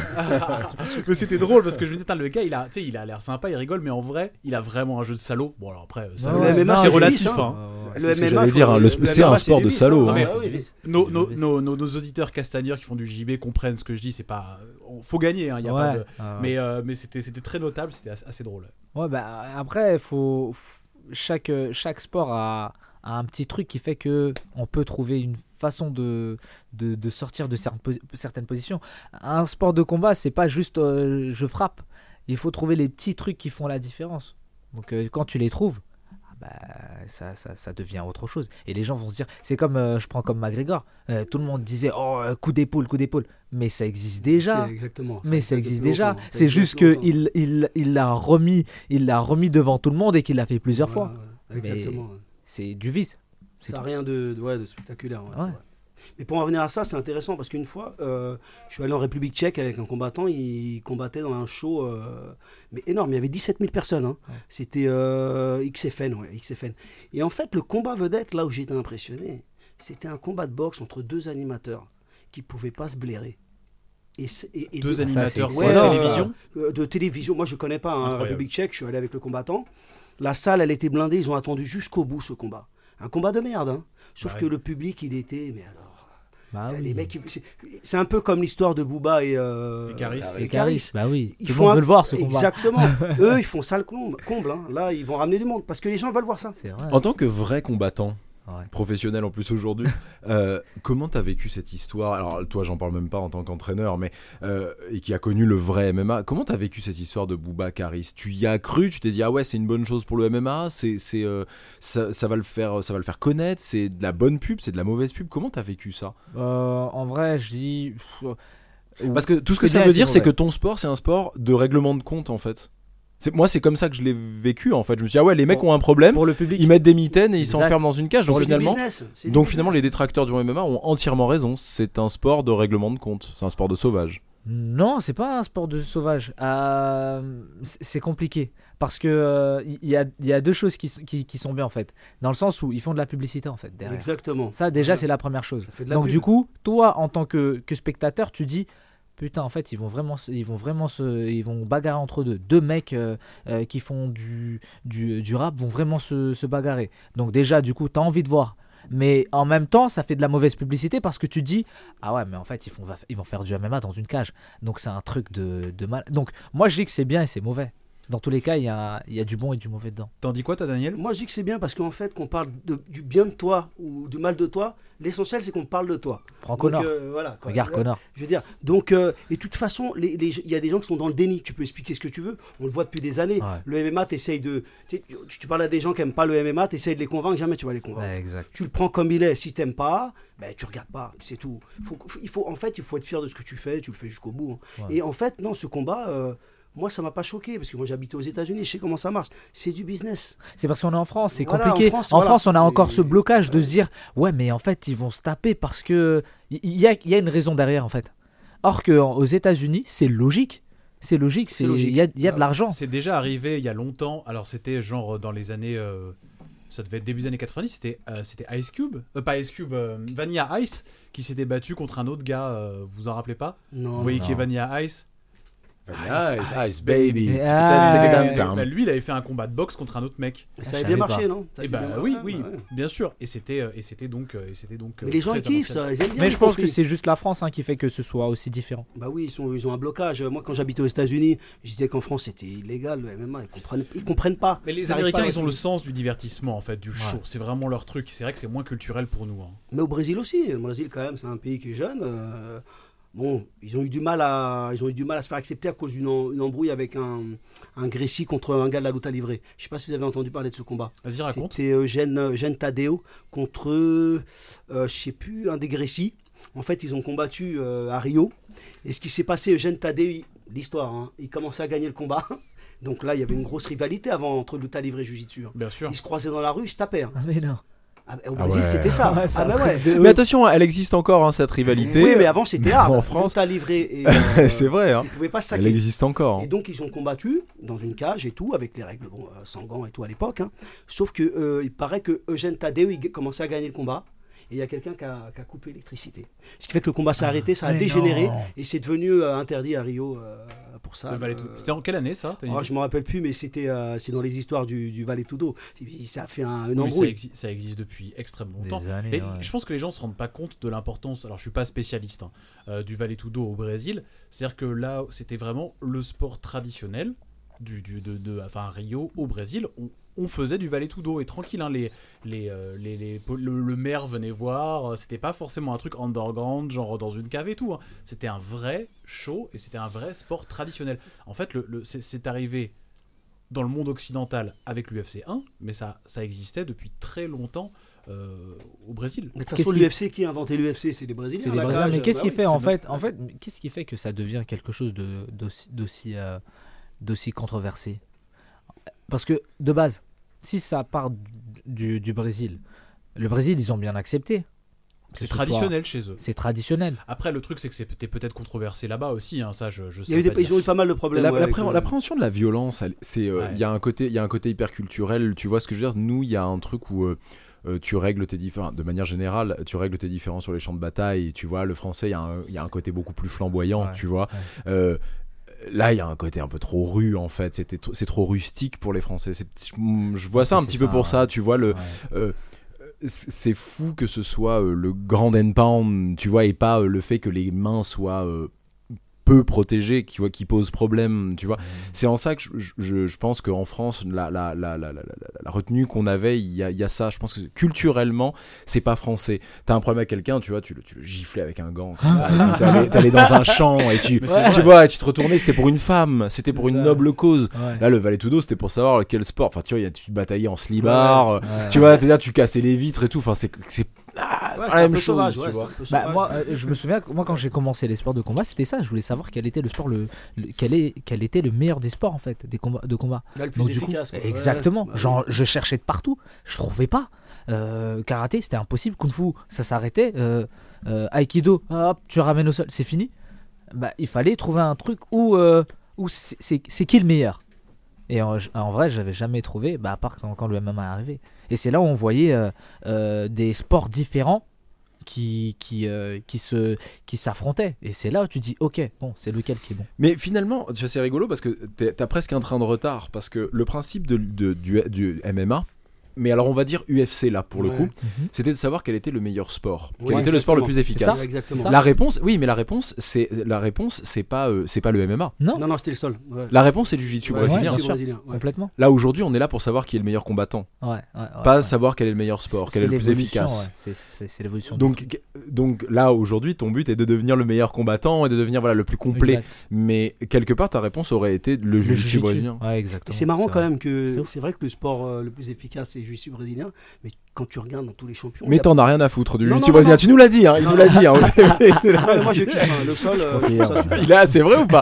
Mais c'était drôle parce que je me disais, attends, le gars, il a, tu sais, il a l'air sympa, il rigole, mais en vrai, il a vraiment un jeu de salaud. Bon, alors après, ça, Le M M A, c'est c'est relatif. lisse, Hein. Le C'est ce que M M A, j'allais faut- dire, hein, le- le c'est M M A, un sport des de vis, salaud, hein. hein. Ah oui. Nos, nos, nos, nos, nos auditeurs castagneurs qui font du J B comprennent ce que je dis, c'est pas. Faut gagner, hein, y a Ouais. pas de. Ah ouais. Mais, euh, mais c'était, c'était très notable, c'était assez, assez drôle. Ouais, bah après, faut, f- chaque, euh, chaque sport a, a un petit truc qui fait que on peut trouver une façon de, de, de sortir de certaines, posi- certaines positions. Un sport de combat, c'est pas juste euh, je frappe. Il faut trouver les petits trucs qui font la différence. Donc euh, quand tu les trouves, ah bah, ça, ça, ça devient autre chose. Et les gens vont se dire, c'est comme, euh, je prends comme McGregor. Euh, tout le monde disait, oh, euh, coup d'épaule, coup d'épaule. Mais ça existe déjà. C'est exactement. Mais ça existe depuis déjà. longtemps, ça C'est existe juste depuis que il, il, il l'a remis, il l'a remis devant tout le monde et qu'il l'a fait plusieurs longtemps. fois. Ouais, ouais, exactement. C'est du vice. C'est Ça n'a tout. rien de, de, ouais, de spectaculaire. ouais, c'est Ouais. vrai. Mais pour en revenir à ça, c'est intéressant parce qu'une fois, euh, je suis allé en République tchèque avec un combattant. Il combattait dans un show euh, mais énorme. Il y avait dix-sept mille personnes. hein. Ouais. C'était euh, X F N, ouais, X F N. Et en fait, le combat vedette, là où j'étais impressionné, c'était un combat de boxe entre deux animateurs qui ne pouvaient pas se blairer. Et, c'est- et- et Deux le- animateurs c'est quoi, excellent, télévision. euh, de télévision. Moi, je connais pas un Incroyable. République tchèque. Je suis allé avec le combattant. La salle, elle était blindée. Ils ont attendu jusqu'au bout ce combat. Un combat de merde. hein. Sauf Bah que ouais. le public, il était. Mais alors. Bah les oui. mecs, ils- c'est, c'est un peu comme l'histoire de Booba et. Euh, Et Caris. et Les Caris, bah oui. Ils Tout le font monde un- veut le voir ce combat. Exactement. Eux, ils font ça le comble. comble hein. Là, ils vont ramener du monde parce que les gens veulent voir ça. C'est vrai. En tant que vrai combattant, Ouais. professionnel en plus aujourd'hui, euh, comment t'as vécu cette histoire? Alors toi, j'en parle même pas en tant qu'entraîneur, mais euh, et qui a connu le vrai M M A. Comment t'as vécu cette histoire de Booba Caris? Tu y as cru? Tu t'es dit ah ouais, c'est une bonne chose pour le M M A? C'est, c'est, euh, ça, ça va le faire, ça va le faire connaître? C'est de la bonne pub? C'est de la mauvaise pub? Comment t'as vécu ça? Euh, en vrai, je dis. pff, Parce que tout ce que c'est ça bien, veut c'est dire, c'est mauvais. que ton sport, c'est un sport de règlement de compte en fait. C'est, moi, c'est comme ça que je l'ai vécu en fait. Je me suis dit ah ouais, les mecs Pour- ont un problème, Pour le public. ils mettent des mitaines et ils Exact. s'enferment dans une cage. Donc C'est du finalement. business, c'est du Donc business. finalement, les détracteurs du M M A ont entièrement raison. C'est un sport de règlement de compte. C'est un sport de sauvage. Non, c'est pas un sport de sauvage. Euh, c'est c'est compliqué. Parce que euh, il y, a, il y a deux choses qui, s- qui, qui sont bien en fait. Dans le sens où ils font de la publicité en fait derrière. Exactement. Ça déjà Voilà. c'est la première chose. Ça fait de la Donc pub. du coup, toi en tant que, que spectateur, tu dis putain en fait ils vont vraiment se- ils vont vraiment se ils vont bagarrer entre deux. Deux mecs euh, euh, qui font du, du, du rap vont vraiment se, se bagarrer. Donc déjà du coup, tu as envie de voir. Mais en même temps, ça fait de la mauvaise publicité parce que tu dis ah ouais mais en fait ils, font, ils vont faire du M M A dans une cage. Donc c'est un truc de, de mal. Donc moi je dis que c'est bien et c'est mauvais. Dans tous les cas, il y a, il y a du bon et du mauvais dedans. T'en dis quoi, toi, Daniel? Moi, je dis que c'est bien parce qu'en fait, qu'on parle de- du bien de toi ou du mal de toi, l'essentiel, c'est qu'on parle de toi. Prends Donc, Connor. euh, voilà, quoi. Regarde Euh, Connor. Je veux dire, donc, euh, et de toute façon, les- les- il y a des gens qui sont dans le déni. Tu peux expliquer ce que tu veux. On le voit depuis des années. Ouais. Le M M A, t'essayes de. Tu, tu- tu parles à des gens qui n'aiment pas le M M A, t'essayes de les convaincre, jamais tu vas les convaincre. Ouais, exact. Tu le prends comme il est. Si t'aimes pas, ben tu regardes pas. C'est tout. Faut, il faut, en fait, il faut être fier de ce que tu fais. Tu le fais jusqu'au bout. hein. Ouais. Et en fait, non, ce combat. euh, moi, ça m'a pas choqué parce que moi j'habitais aux États-Unis, je sais comment ça marche. C'est du business. C'est parce qu'on est en France, c'est Voilà, compliqué. en France, en voilà. France, on a C'est- encore ce blocage de se dire ouais, mais en fait, ils vont se taper parce que il y, y a, il y a une raison derrière en fait. Or que en- aux États-Unis, c'est logique. c'est logique, C'est c'est logique. il y a, il y a de l'argent. C'est déjà arrivé il y a longtemps. Alors c'était genre dans les années, euh, ça devait être début des années quatre-vingt-dix. C'était euh, c'était Ice Cube, euh, pas Ice Cube, euh, Vanilla Ice qui s'était battu contre un autre gars. Euh, vous vous en rappelez pas? Non, Vous voyez non. qui est Vanilla Ice? Ice, Ice, ice, baby. Mais, ah, Et, ouais. bah, lui, il avait fait un combat de boxe contre un autre mec. Mais Je ça avait savais bien pas. marché, non? Ça a Et dû bah bien- oui, ouais, oui, ouais. bien sûr. Et c'était, euh, et c'était donc, euh, et c'était donc. Mais euh, les gens très ils kiffent à l'ancienne. ça, ils aiment bien. Mais les je pense que conflits. c'est juste la France hein, qui fait que ce soit aussi différent. Bah oui, ils, sont, ils ont un blocage. Moi, quand j'habitais aux États-Unis, je disais qu'en France c'était illégal, le M M A. Ils comprennent, ils comprennent pas. Mais les Ils arrivent Américains, pas à ils ont le retenir. sens du divertissement, en fait, du show. C'est vraiment leur truc. C'est vrai que c'est moins culturel pour nous. hein. Mais au Brésil aussi. Le Brésil, quand même, c'est un pays qui est jeune. euh, Bon, ils ont eu du mal à, ils ont eu du mal à se faire accepter à cause d'une en- une embrouille avec un, un Grécy contre un gars de la lutte à livrer. Je sais pas si vous avez entendu parler de ce combat. Vas-y, raconte. C'était Eugène, Eugène Tadeo contre, euh, je sais plus, un des Grécy. En fait, ils ont combattu euh, à Rio. Et ce qui s'est passé, Eugène Tadeo, il- l'histoire, hein, il commençait à gagner le combat. Donc là, il y avait une grosse rivalité avant entre lutte à livrer et jiu-jitsu. hein. Bien sûr. Ils se croisaient dans la rue, ils se tapaient. hein. Ah mais non. Ah, au Ah Brésil, ouais. c'était ça. Ouais, c'est ah un bah truc ouais. de Mais ouf. attention, elle existe encore, hein, cette rivalité. Oui, mais avant, c'était hard. En France. Lutte à livrer et, euh, C'est vrai, hein. ils pouvaient pas se Elle saquer. existe encore. Et hein. donc ils ont combattu dans une cage et tout, avec les règles bon, euh, sans gants et tout à l'époque. hein. Sauf que euh, il paraît que Eugène Tadeo il g- commençait à gagner le combat. Et il y a quelqu'un qui a, qui a coupé l'électricité. Ce qui fait que le combat s'est arrêté, ça a mais dégénéré. non. Et c'est devenu euh, interdit à Rio euh, pour ça. Le Valet Euh, Tudo. C'était en quelle année ça T'as une oh, idée je me rappelle plus, mais c'était euh, c'est dans les histoires du, du Valet Tudo. Il- Ça a fait un, une Oui, ça, embrouille. exi- ça existe depuis extrêmement longtemps. Des années, Et ouais. je pense que les gens se rendent pas compte de l'importance. Alors, je suis pas spécialiste hein, euh, du Valet Tudo au Brésil. C'est-à-dire que là, c'était vraiment le sport traditionnel du, du de, de, enfin à Rio au Brésil. On, on faisait du Valet Tudo et tranquille. Hein, les, les, euh, les, les- le, le maire venait voir. euh, C'était pas forcément un truc underground, genre dans une cave et tout. hein. C'était un vrai show et c'était un vrai sport traditionnel. En fait, le, le- c'est, c'est arrivé dans le monde occidental avec l'U F C un, mais ça, ça existait depuis très longtemps euh, au Brésil. Mais de toute Qu'est-ce façon, qui- l'U F C qui a inventé l'U F C, c'est les Brésiliens. C'est les la Brésiliens. cage, Mais qu'est-ce bah qui oui, fait en c'est- fait, en fait, qu'est-ce qui fait que ça devient quelque chose de d'aussi d'aussi euh, d'aussi controversé? Parce que de base, si ça part du, du Brésil, le Brésil ils ont bien accepté. Que C'est ce soit- traditionnel chez eux. C'est traditionnel. Après, le truc, c'est que c'était peut-être controversé là-bas aussi. Hein, ça, je, je sais Il y a eu des- pas ils ont eu pas mal de problèmes. La- ouais, avec, l'appré- euh, L'appréhension de la violence, elle- c'est, euh, il Ouais. y a un côté, il y a un côté hyper culturel. Tu vois ce que je veux dire? Nous, il y a un truc où euh, euh, tu règles tes différends. De manière générale, tu règles tes différends sur les champs de bataille. Tu vois, le français, il y a un, il y a un côté beaucoup plus flamboyant. Ouais, Tu vois. ouais. Euh, Là, il y a un côté un peu trop ru en fait. C'était, tr- c'est trop rustique pour les Français. C'est- je vois ça un c'est petit peu ça, pour ouais. ça. Tu vois le. Ouais. euh, c- c'est fou que ce soit euh, le grand and pound, tu vois, et pas euh, le fait que les mains soient euh, peu protégées, qui, vois, qui pose problème, tu vois. C'est en ça que je, je, je pense qu'en France, la, la, la, la, la, la- la retenue qu'on avait, il y a, il y a ça. Je pense que culturellement, c'est pas français. T'as un problème avec quelqu'un, tu vois, tu le, tu le giflais avec un gant, comme ça, et puis t'allais, t'allais dans un champ, et tu, Mais c'est tu vois, et tu te retournais, c'était pour une femme, c'était pour C'est une ça. noble cause. Ouais. Là, le Valet Tudo, c'était pour savoir quel sport. Enfin, tu vois, il y a, tu te bataillais en slibard, euh, Ouais. tu vois, c'est-à-dire tu cassais les vitres et tout. Enfin, c'est c'est ah, Ouais, la c'était un même peu chose, sauvage, tu ouais, vois. c'était un peu Bah, sauvage. moi, euh, je me souviens, que moi quand j'ai commencé les sports de combat, c'était ça. Je voulais savoir quel était le sport, le, le- quel, est, quel était le meilleur des sports en fait, des combats, de combat. Là, le plus Donc du coup, efficace. quoi. exactement. Ouais, bah Genre, je cherchais de partout, je trouvais pas. Euh, karaté, c'était impossible. Kung Fu, ça s'arrêtait. Euh, euh, Aikido, hop, tu ramènes au sol, c'est fini. Bah, il fallait trouver un truc où, euh, où c'est, c'est, c'est qui le meilleur. Et en, en vrai, j'avais jamais trouvé, bah, à part quand, quand le M M A est arrivé. Et c'est là où on voyait euh, euh, des sports différents qui, qui, euh, qui, se, qui s'affrontaient. Et c'est là où tu dis, ok, bon, c'est lequel qui est bon. Mais finalement, tu vois, c'est rigolo parce que t'es- t'as presque un train de retard. Parce que le principe de, de- du, du M M A, mais alors on va dire U F C là pour le Ouais. coup, c'était de savoir quel était le meilleur sport. Oui, quel était le sport le exactement. plus C'est efficace. ça. Exactement. Ça. La réponse, oui, mais la réponse, c'est la réponse, c'est pas, euh, c'est pas le M M A. Non, Non, non, c'était le sol. Ouais. La réponse, c'est le jiu-jitsu Ouais, brésilien. bien c'est sûr. brésilien, ouais. complètement. Là aujourd'hui, on est là pour savoir qui est le meilleur combattant, Ouais, ouais, ouais, pas ouais. savoir quel est le meilleur sport, C'est- quel est le c'est plus l'évolution, efficace. ouais. C'est, c'est, c'est l'évolution. Donc, que- donc là aujourd'hui, ton but est de devenir le meilleur combattant et de devenir voilà le plus complet. Exact. Mais quelque part, ta réponse aurait été le Le jiu-jitsu jiu-jitsu. brésilien. Ouais, exactement. Et c'est marrant quand vrai. même que C'est c'est ouf. vrai que le sport euh, le plus efficace c'est jiu-jitsu brésilien, mais quand tu regardes dans tous les champions. Mais il y a- t'en as rien à foutre du Non, jiu-jitsu non, brésilien. non. Tu nous l'as dit, hein, il Non, nous non. l'a dit. Hein. Non, mais moi je kiffe, hein, le sol, euh, je trouve ça super. Il a, c'est vrai ou pas?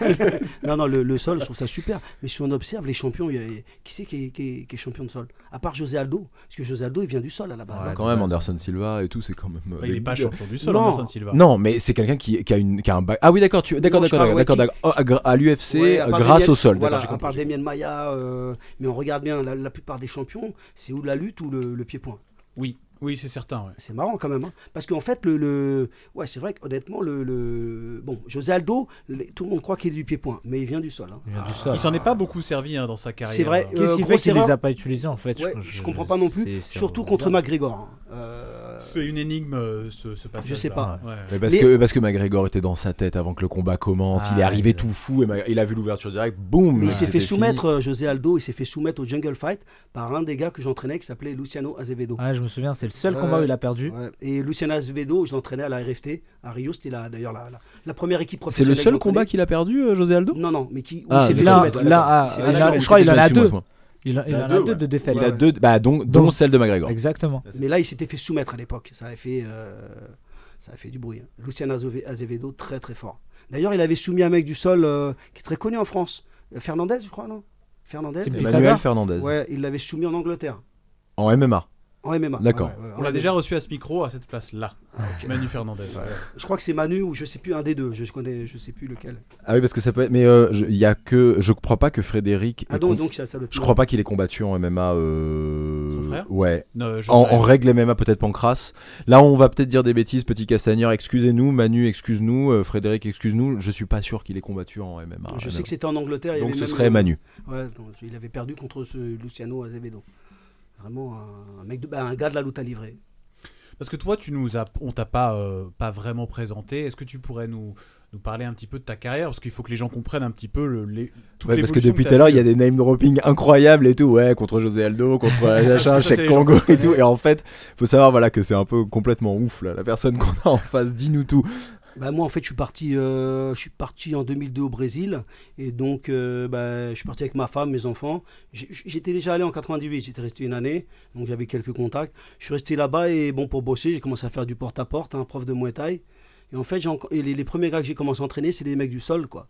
Non, non, le, le sol, je trouve ça super. Mais si on observe les champions, il y a- qui c'est qui est, qui, est, qui est champion de sol? À part José Aldo, parce que José Aldo, il vient du sol à la base. Ouais, hein. Quand même, Anderson Silva et tout, c'est quand même. euh, Bah, il des est pas leaders. champion du sol, Non. Anderson Silva. Non, mais c'est quelqu'un qui, qui a une, qui a un bac. Ah oui, d'accord, tu, d'accord, Non, je d'accord, parle, d'accord, ouais, d'accord. Oh, à, gra- à l'U F C, Ouais, à part grâce Damien- au sol. Voilà, D'accord, j'ai à part compris. Damien Maya, euh, mais on regarde bien, la, la plupart des champions, c'est ou la lutte ou le, le pied-point. Oui, oui, c'est certain. Ouais. C'est marrant quand même, hein. Parce qu'en fait, le, le... ouais, c'est vrai qu'honnêtement, le, le... bon, José Aldo, les- tout le monde croit qu'il est du pied-point, mais il vient du sol. hein. Il vient du sol. Il s'en est pas beaucoup servi hein, dans sa carrière. C'est vrai. Qu'est-ce Euh, qui fait grosse qu'il erreur. les a pas utilisés en fait Ouais, je, comprends pas non plus, c'est- c'est surtout un- contre bizarre. McGregor. hein. Euh, C'est une énigme euh, ce, ce passage. Je sais pas. Ouais. Mais parce, Mais- que, parce que McGregor était dans sa tête avant que le combat commence. Ah, il est arrivé ouais. tout fou et Ma- il a vu l'ouverture directe. Boum. Mais il s'est c'était fait fini. soumettre, euh, José Aldo, il s'est fait soumettre au Jungle Fight par un des gars que j'entraînais qui s'appelait Luciano Azevedo. Ouais, je me souviens, c'est le seul Ouais. combat où il a perdu. Ouais. Et Luciano Azevedo, je l'entraînais à la R F T, à Rio, c'était la- d'ailleurs la, la, la première équipe C'est professionnelle. le que seul j'entraînais. combat qu'il a perdu, euh, José Aldo? Non, non, mais qui où Ah, il s'est fait là, soumettre. là, ah, Il s'est il fait a- soumettre. je crois qu'il en a Excuse-moi, deux. excuse-moi. Il, a- il Il en a a deux, deux ouais. de défaites. Il a deux, bah, dont, dont Donc- celle de McGregor. Exactement. Mais là, il s'était fait soumettre à l'époque. Ça avait fait, euh, ça avait fait du bruit. hein. Luciano Azove- Azevedo, très très fort. D'ailleurs, il avait soumis un mec du sol euh, qui est très connu en France. Euh, Fernandez, je crois, non Fernandez. C'est C'est Pitana. Emmanuel Fernandez. Ouais, il l'avait soumis en Angleterre, En M M A. en M M A. D'accord. Ouais, ouais, ouais, On en l'a M M A. déjà reçu à ce micro, à cette place-là. Manu Fernandez. ouais. Je crois que c'est Manu ou je sais plus un des deux. Je connais, je sais plus lequel. Ah oui, parce que ça peut être. Mais euh, je- il y a que. Je crois pas que Frédéric. Ah ait donc, com- donc ça, ça doit être- Je crois pas qu'il ait combattu en M M A. Euh... Son frère Ouais. Non, je En, sais. en règle M M A, peut-être Pancras. Là, on va peut-être dire des bêtises, petit Castagneur. Excusez-nous, Manu, excuse-nous, euh, Frédéric, excuse-nous. Je suis pas sûr qu'il ait combattu en M M A. Je sais que c'était en Angleterre. il y Donc avait ce même, serait euh, Manu. Ouais, donc, il avait perdu contre ce Luciano Azevedo. Vraiment un, un mec, de, bah, un gars de la lutte à livrer. Parce que toi, tu nous as, on t'a pas, euh, pas vraiment présenté. Est-ce que tu pourrais nous, nous parler un petit peu de ta carrière? Parce qu'il faut que les gens comprennent un petit peu le, les, toute Ouais, parce que l'évolution depuis t'as tout à l'heure, il y eue. a des name dropping incroyables et tout. Ouais, contre José Aldo, contre Parce Jachin, que ça, c'est Cheikh les gens Congo qui et tout. Et en fait, faut savoir voilà, que c'est un peu complètement ouf. Là. La personne qu'on a en face, dis-nous tout. Bah, moi, en fait, je suis parti, euh, je suis parti en deux mille deux au Brésil. Et donc, euh, bah, je suis parti avec ma femme, mes enfants. J'ai- J'étais déjà allé en quatre-vingt-dix-huit, j'étais resté une année. Donc, j'avais quelques contacts. Je suis resté là-bas et bon, pour bosser, j'ai commencé à faire du porte-à-porte, un prof de Muay Thai. Et en fait, j'ai enco- et les, les premiers gars que j'ai commencé à entraîner, c'est des mecs du sol, quoi.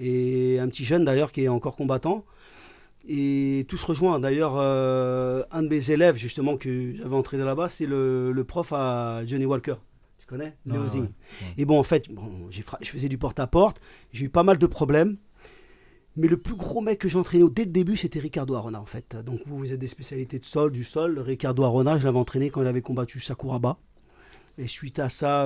Et un petit jeune, d'ailleurs, qui est encore combattant. Et tout se rejoint. D'ailleurs, euh, un de mes élèves, justement, que j'avais entraîné là-bas, c'est le, le prof à Johnny Walker. Tu connais Non, Léo Zing. ouais. Et bon, en fait, bon, j'ai fra- je faisais du porte-à-porte. J'ai eu pas mal de problèmes. Mais le plus gros mec que j'ai entraîné dès le début, c'était Ricardo Arona, en fait. Donc, vous, vous êtes des spécialités de sol, du sol. Ricardo Arona, je l'avais entraîné quand il avait combattu Sakuraba. Et suite à ça,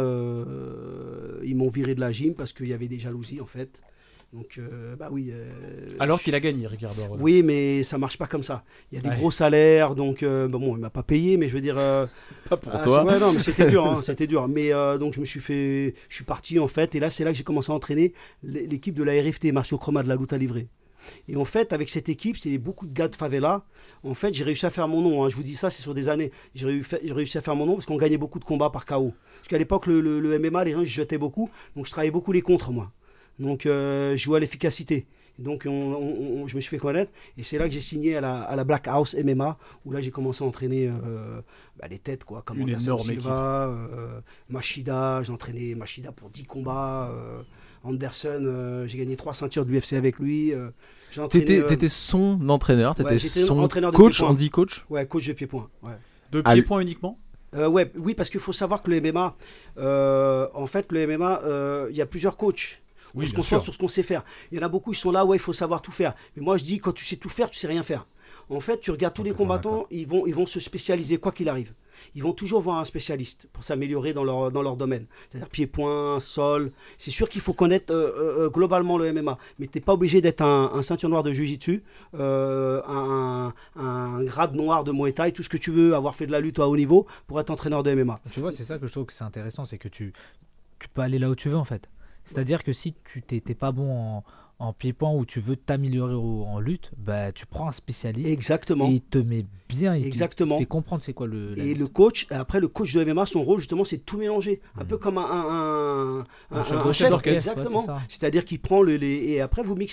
euh, ils m'ont viré de la gym parce qu'il y avait des jalousies, en fait. Donc, euh, bah oui. euh, Alors je- qu'il a gagné, Ricardo Arona. Oui, mais ça marche pas comme ça. Il y a des Ouais. gros salaires, donc euh, bah bon, il m'a pas payé, mais je veux dire. euh, Pas pour ah, toi. c'est- ouais, non, mais c'était dur, hein, c'était dur. Mais euh, donc je me suis fait, je suis parti en fait, et là c'est là que j'ai commencé à entraîner l'é- l'équipe de la R F T, Marcio Chroma de la lutte à livrer. Et en fait, avec cette équipe, c'est beaucoup de gars de favela. En fait, j'ai réussi à faire mon nom. hein. Je vous dis ça, c'est sur des années. J'ai réussi, j'ai réussi à faire mon nom parce qu'on gagnait beaucoup de combats par K O. Parce qu'à l'époque, le, le- le M M A, les gens ils se jetaient beaucoup, donc je travaillais beaucoup les contres, moi. Donc euh, je jouais à l'efficacité. Donc on- on- on- je me suis fait connaître et c'est là que j'ai signé à la, à la Black House M M A où là j'ai commencé à entraîner euh, bah, les têtes quoi, comme Une Anderson énorme Silva, euh, Machida, j'ai entraîné Machida pour dix combats, euh, Anderson, euh, j'ai gagné trois ceintures de l'U F C avec lui. euh, j'ai entraîné, T'étais euh, t'étais son entraîneur, t'étais ouais, j'étais son entraîneur de coach, pied-point. on dit coach. ouais, coach de pied-point. Ouais. De Ah, pied-point uniquement? Euh, ouais, oui, parce qu'il faut savoir que le M M A, euh, en fait, le M M A, euh, il y a plusieurs coachs. Oui, on se bien concentre sûr. sur ce qu'on sait faire. Il y en a beaucoup, ils sont là, ouais, il faut savoir tout faire. Mais moi, je dis, quand tu sais tout faire, tu sais rien faire. En fait, tu regardes tous les Complètement combattants, ils vont, ils vont se spécialiser, quoi qu'il arrive. Ils vont toujours voir un spécialiste pour s'améliorer dans leur, dans leur domaine. C'est-à-dire pied-point, sol. C'est sûr qu'il faut connaître euh, euh, globalement le M M A. Mais tu n'es pas obligé d'être un, un ceinture noire de Jiu-Jitsu, euh, un, un grade noir de Muay Thai, tout ce que tu veux, avoir fait de la lutte à haut niveau pour être entraîneur de M M A. Tu vois, c'est ça que je trouve que c'est intéressant, c'est que tu, tu peux aller là où tu veux en fait. C'est-à-dire que si tu t'es t'es pas bon en, en pied-point ou tu veux t'améliorer au- en lutte, bah, tu prends un spécialiste Exactement. et il te met bien, il te- Exactement. il te fait comprendre c'est quoi le. la Et lutte. le coach, après le coach de M M A, son rôle justement, c'est de tout mélanger. Un Mm. peu comme un, un, un, Un un- chef un d'orchestre, chef, ouais, exactement. c'est ça. C'est-à-dire qu'il prend le, les, et après vous mixez.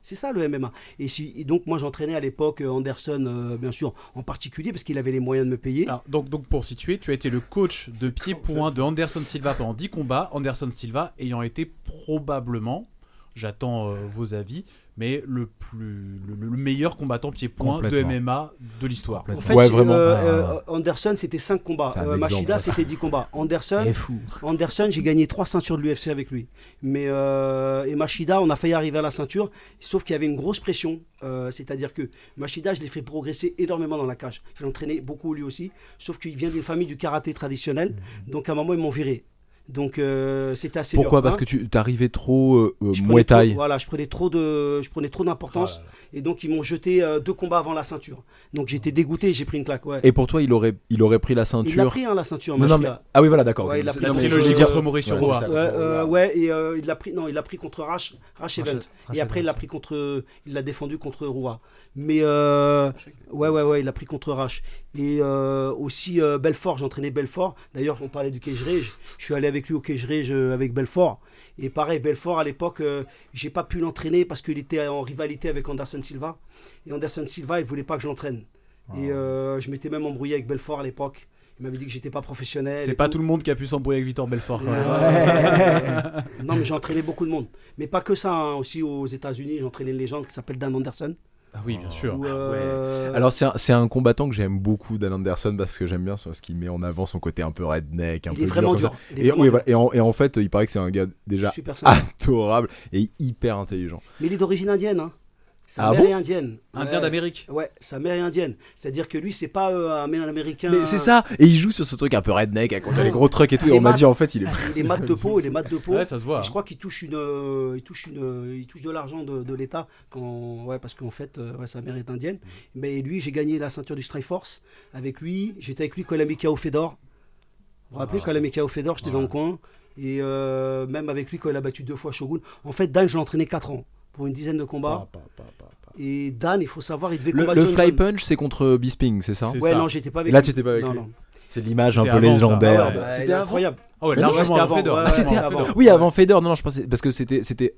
C'est ça le M M A. Et, si, et donc moi j'entraînais à l'époque euh, Anderson, euh, bien sûr, en particulier, parce qu'il avait les moyens de me payer. Alors, donc, donc pour situer, tu as été le coach de pied-point de Anderson Silva pendant dix combats. Anderson Silva ayant été probablement, j'attends euh, vos avis, mais le plus le, le meilleur combattant pied-point de M M A de l'histoire. En fait, Ouais, c'est, vraiment. euh, Ah. euh, Anderson c'était cinq combats, C'est un euh, exemple. Machida c'était dix combats. Anderson, Il est fou. Anderson j'ai gagné trois ceintures de l'U F C avec lui. Mais euh, et Machida on a failli arriver à la ceinture, sauf qu'il y avait une grosse pression. Euh, c'est-à-dire que Machida je l'ai fait progresser énormément dans la cage. Je l'ai entraîné beaucoup lui aussi, sauf qu'il vient d'une famille du karaté traditionnel, donc à un moment ils m'ont viré. Donc euh, c'était assez Pourquoi dur. Parce hein. que tu t'arrivais trop euh, euh, Je prenais Muay trop- Thai. Voilà, je prenais trop de, je prenais trop d'importance Ah là là. et donc ils m'ont jeté euh, deux combats avant la ceinture. Donc j'étais dégoûté, et j'ai pris une claque. Ouais. Et pour toi, il aurait, il aurait pris la Il l'a ceinture. pris hein, la ceinture. Non, non, mais- Machida. Ah oui, voilà, d'accord. Ouais, ok. il a C'est- pris La non, mais trilogie je veux dire- contre Maurice Ouais, Roy. c'est ça. Ouais, euh, ouais, et euh, il l'a pris, non, il l'a pris contre Rash, Rash Event. Rash Et après, il Event. l'a pris contre, il l'a défendu contre Roua. Mais euh, ouais, ouais, ouais, il l'a pris contre Rash. Et euh, aussi euh, Belfort, j'ai entraîné Belfort. D'ailleurs, on parlait du Cage Rage. Je suis allé avec lui au Cage Rage euh, avec Belfort. Et pareil, Belfort à l'époque, euh, j'ai pas pu l'entraîner parce qu'il était en rivalité avec Anderson Silva. Et Anderson Silva, il voulait pas que je l'entraîne. Et euh, je m'étais même embrouillé avec Belfort à l'époque. Il m'avait dit que j'étais pas professionnel. C'est et pas tout. tout le monde qui a pu s'embrouiller avec Victor Belfort quand même. Ouais. Non, mais j'ai entraîné beaucoup de monde. Mais pas que ça, hein. Aussi aux États-Unis, j'ai entraîné une légende qui s'appelle Dan Anderson. Ah oui, bien sûr. Où, euh, Alors c'est un, c'est un combattant que j'aime beaucoup, Dan Anderson, parce que j'aime bien ce qu'il met en avant son côté un peu redneck, un il peu est vraiment dur dur. comme ça. Il est Et, vraiment oui, dur. voilà. et, en, et en fait, il paraît que c'est un gars déjà Super sympa. adorable et hyper intelligent. Mais il est d'origine indienne. Hein. Sa Ah mère bon est indienne. Indien Ouais. d'Amérique. Ouais, sa mère est indienne. C'est-à-dire que lui, c'est pas euh, un un américain. Mais c'est ça, et il joue sur ce truc un peu redneck, avec les gros trucs et tout, et Les on m'a maths. dit en fait il est... Il est mat de peau, il est mat de peau. Ouais, ça se voit. Et je crois qu'il touche une, euh, il touche une, euh, il touche de l'argent de, de l'État quand, ouais, parce qu'en fait, euh, ouais, sa mère est indienne. Mais lui, j'ai gagné la ceinture du Strikeforce avec lui. J'étais avec lui quand il a mis K O Fedor. Vous vous rappelez quand il a mis K O Fedor, j'étais dans le coin. Et euh, même avec lui quand il a battu deux fois Shogun. En fait, Dan, je l'ai entraîné quatre ans pour une dizaine de combats. Pa, pa, pa, pa, pa. Et Dan, il faut savoir, il devait Le, combattre le John fly John. punch, c'est contre Bisping, c'est ça C'est Ouais, ça. non, j'étais pas avec Là, lui. tu étais pas avec non, lui. non. C'est l'image un C'était peu avant, ça. légendaire. Ah ouais, bah, C'était il est avant incroyable. Ah ouais, Mais non, largement c'était avant avant, Fedor. ouais, Ah, c'était ouais, avant. avant. Oui, avant Fedor. Non, non, je pensais parce que c'était c'était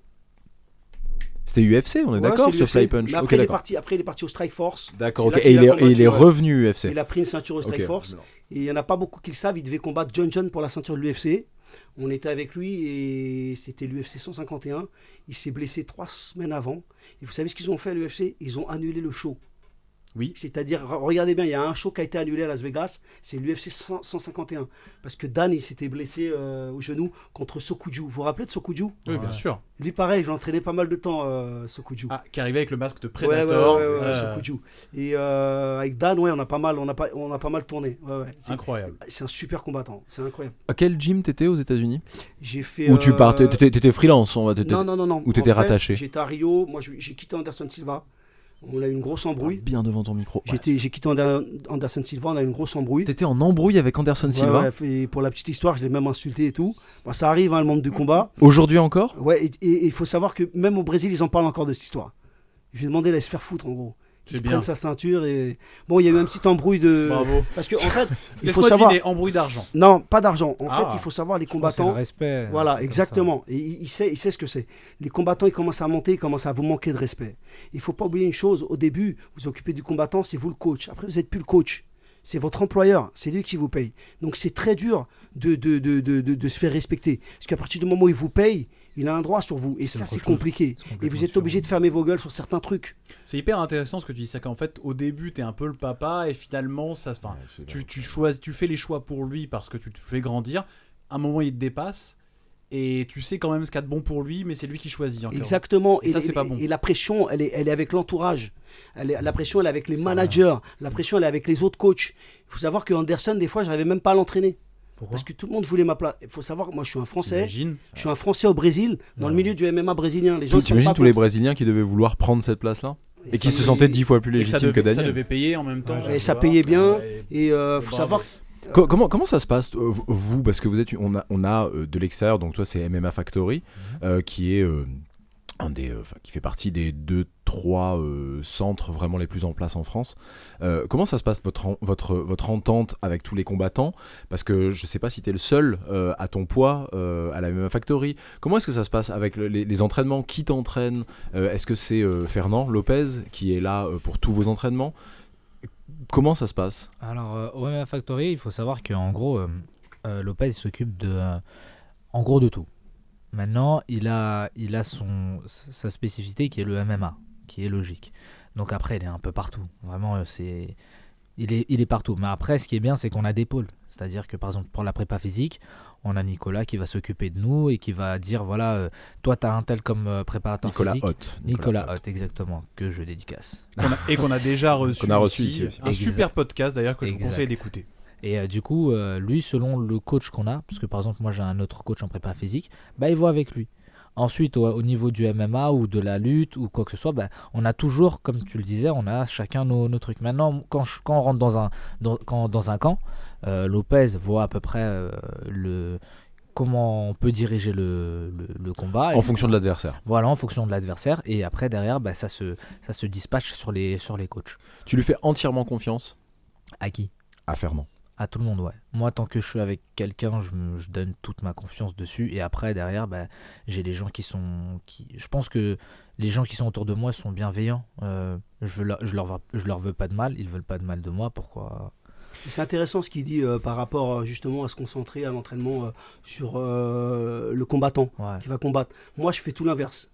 c'était U F C, on est Ouais, d'accord, c'était ce l'U F C. fly punch. Mais Ok, après, il est d'accord. parti, après, il est parti au Strike Force. D'accord, C'est ok. là Et il qu'il a est, et combattu, il est ouais. revenu U F C. Il a pris une ceinture au Strike Ok. Force. Et il n'y en a pas beaucoup qui le savent. Il devait combattre John John pour la ceinture de l'U F C. On était avec lui et c'était l'U F C cent cinquante et un. Il s'est blessé trois semaines avant. Et vous savez ce qu'ils ont fait à l'U F C? Ils ont annulé le show. Oui. C'est-à-dire, re- regardez bien, il y a un show qui a été annulé à Las Vegas, c'est l'U F C cent cinquante et un. Parce que Dan, il s'était blessé euh, au genou contre Sokuju. Vous vous rappelez de Sokuju? Oui, bien sûr. Lui, pareil, j'ai entraîné pas mal de temps, euh, Sokuju. Ah, qui arrivait avec le masque de Ouais, ouais, Predator. ouais, ouais, ouais, Euh, Sokuju. Et euh, avec Dan, ouais, on a pas mal, on a pas, on a pas mal tourné. Ouais, ouais. C'est, Incroyable. c'est un super combattant, c'est incroyable. À quel gym t'étais aux États-Unis? J'ai fait. Ou tu euh, partais, t'étais t'étais freelance, on va. t'étais- Non, non, non, non. Ou t'étais En fait, rattaché? J'étais à Rio. Moi, je- j'ai quitté Anderson Silva. On a eu une grosse embrouille. Bien devant ton micro. Ouais. J'étais, j'ai quitté Ander- Anderson Silva. On a eu une grosse embrouille. T'étais en embrouille avec Anderson Ouais, Silva. ouais, et pour la petite histoire, je l'ai même insulté et tout. Bon, ça arrive, hein, le monde du combat. Aujourd'hui encore? Ouais, et il faut savoir que même au Brésil, ils en parlent encore de cette histoire. Je lui ai demandé d'aller se faire foutre, en gros. Qu'il C'est bien. prenne sa ceinture et. Bon, il y a eu un petit embrouille de. Bravo. Parce que, en fait, il faut Laisse-moi savoir. deviner, embrouille d'argent. Non, pas d'argent. En Ah. fait, il faut savoir les Je pense que c'est le combattants. respect. un Voilà, truc comme exactement. Et il, il sait, il sait ce que c'est. Les combattants, ils commencent à monter, ils commencent à vous manquer de respect. Il faut pas oublier une chose. Au début, vous vous occupez du combattant, c'est vous le coach. Après, vous n'êtes plus le coach. C'est votre employeur, c'est lui qui vous paye. Donc c'est très dur de, de, de, de, de, de se faire respecter. Parce qu'à partir du moment où il vous paye, il a un droit sur vous. Et ça, autre c'est chose. compliqué. C'est Et complètement vous êtes différent. obligé de fermer vos gueules sur certains trucs. C'est hyper intéressant ce que tu dis, c'est qu'en fait au début t'es un peu le papa et finalement ça, enfin, tu, tu choisis, tu fais les choix pour lui parce que tu te fais grandir. À un moment il te dépasse et tu sais quand même ce qu'il y a de bon pour lui, mais c'est lui qui choisit. Encore. Exactement. Et ça, c'est et, pas bon. et la pression, elle est, elle est avec l'entourage. Elle est- la pression, elle est avec les managers. La pression, elle est avec les autres coachs. Il faut savoir que Anderson, des fois, je n'arrivais même pas à l'entraîner. Pourquoi Parce que tout le monde voulait ma place. Il faut savoir que moi, je suis un Français. T'imagines Je suis un Français au Brésil, dans le milieu du M M A brésilien. Les gens Tu ne sont t'imagines pas tous les contre. Brésiliens qui devaient vouloir prendre cette place-là? Et qui ça se me- sentaient dix fois plus Et que ça légitimes que devait, ça Daniel? devait payer en même temps. Ouais, Et tu ça vois. payait bien. Ouais. Et euh, faut Bravo. savoir. Co- Comment, comment ça se passe, euh, vous, parce que vous êtes, une- on a, on a euh, de l'extérieur, donc toi c'est M M A Factory, euh, qui est euh, un des, euh, enfin, qui fait partie des deux, trois trois euh, centres vraiment les plus en place en France. Euh, comment ça se passe votre, en- votre, votre entente avec tous les combattants? Parce que je sais pas si tu es le seul euh, à ton poids euh, à la M M A Factory. Comment est-ce que ça se passe avec le- les, les entraînements? Qui t'entraîne? Euh, Est-ce que c'est euh, Fernand Lopez qui est là euh, pour tous vos entraînements? Comment ça se passe? Alors, euh, au M M A Factory, il faut savoir qu'en gros, euh, euh, Lopez il s'occupe de, euh, en gros de tout. Maintenant, il a, il a son, sa spécificité qui est le M M A, qui est logique. Donc après, il est un peu partout. Vraiment, euh, c'est, il est, il est partout. Mais après, ce qui est bien, c'est qu'on a des pôles. C'est-à-dire que, par exemple, pour la prépa physique, on a Nicolas qui va s'occuper de nous et qui va dire, voilà, euh, toi, tu as un tel comme euh, préparateur Nicolas physique. Hott. Nicolas Hott, exactement, que je dédicace. Qu'on a- et qu'on a déjà reçu, Qu'on a reçu ici. ici aussi. Un Exact. super podcast d'ailleurs que je vous Exact. conseille d'écouter. Et euh, du coup, euh, lui, selon le coach qu'on a, parce que par exemple, moi j'ai un autre coach en prépa physique, bah, il voit avec lui. Ensuite, au, au niveau du M M A ou de la lutte ou quoi que ce soit, bah, on a toujours, comme tu le disais, on a chacun nos, nos trucs. Maintenant, quand, je- quand on rentre dans un, dans, quand, dans un camp, euh, Lopez voit à peu près euh, le, comment on peut diriger le, le, le combat. En Et fonction de l'adversaire. Voilà, en fonction de l'adversaire. Et après, derrière, bah, ça, se, ça se dispatche sur les, sur les coachs. Tu lui fais entièrement confiance? À qui? À Fernand. À tout le monde, ouais. Moi, tant que je suis avec quelqu'un, je, me- je donne toute ma confiance dessus. Et après, derrière, bah, j'ai les gens qui sont... Qui... Je pense que les gens qui sont autour de moi sont bienveillants. Euh, je, leur, je, leur, veux- je leur veux pas de mal. Ils veulent pas de mal de moi. Pourquoi? C'est intéressant ce qu'il dit euh, par rapport euh, justement à se concentrer à l'entraînement euh, sur euh, le combattant Ouais. qui va combattre. Moi, je fais tout l'inverse.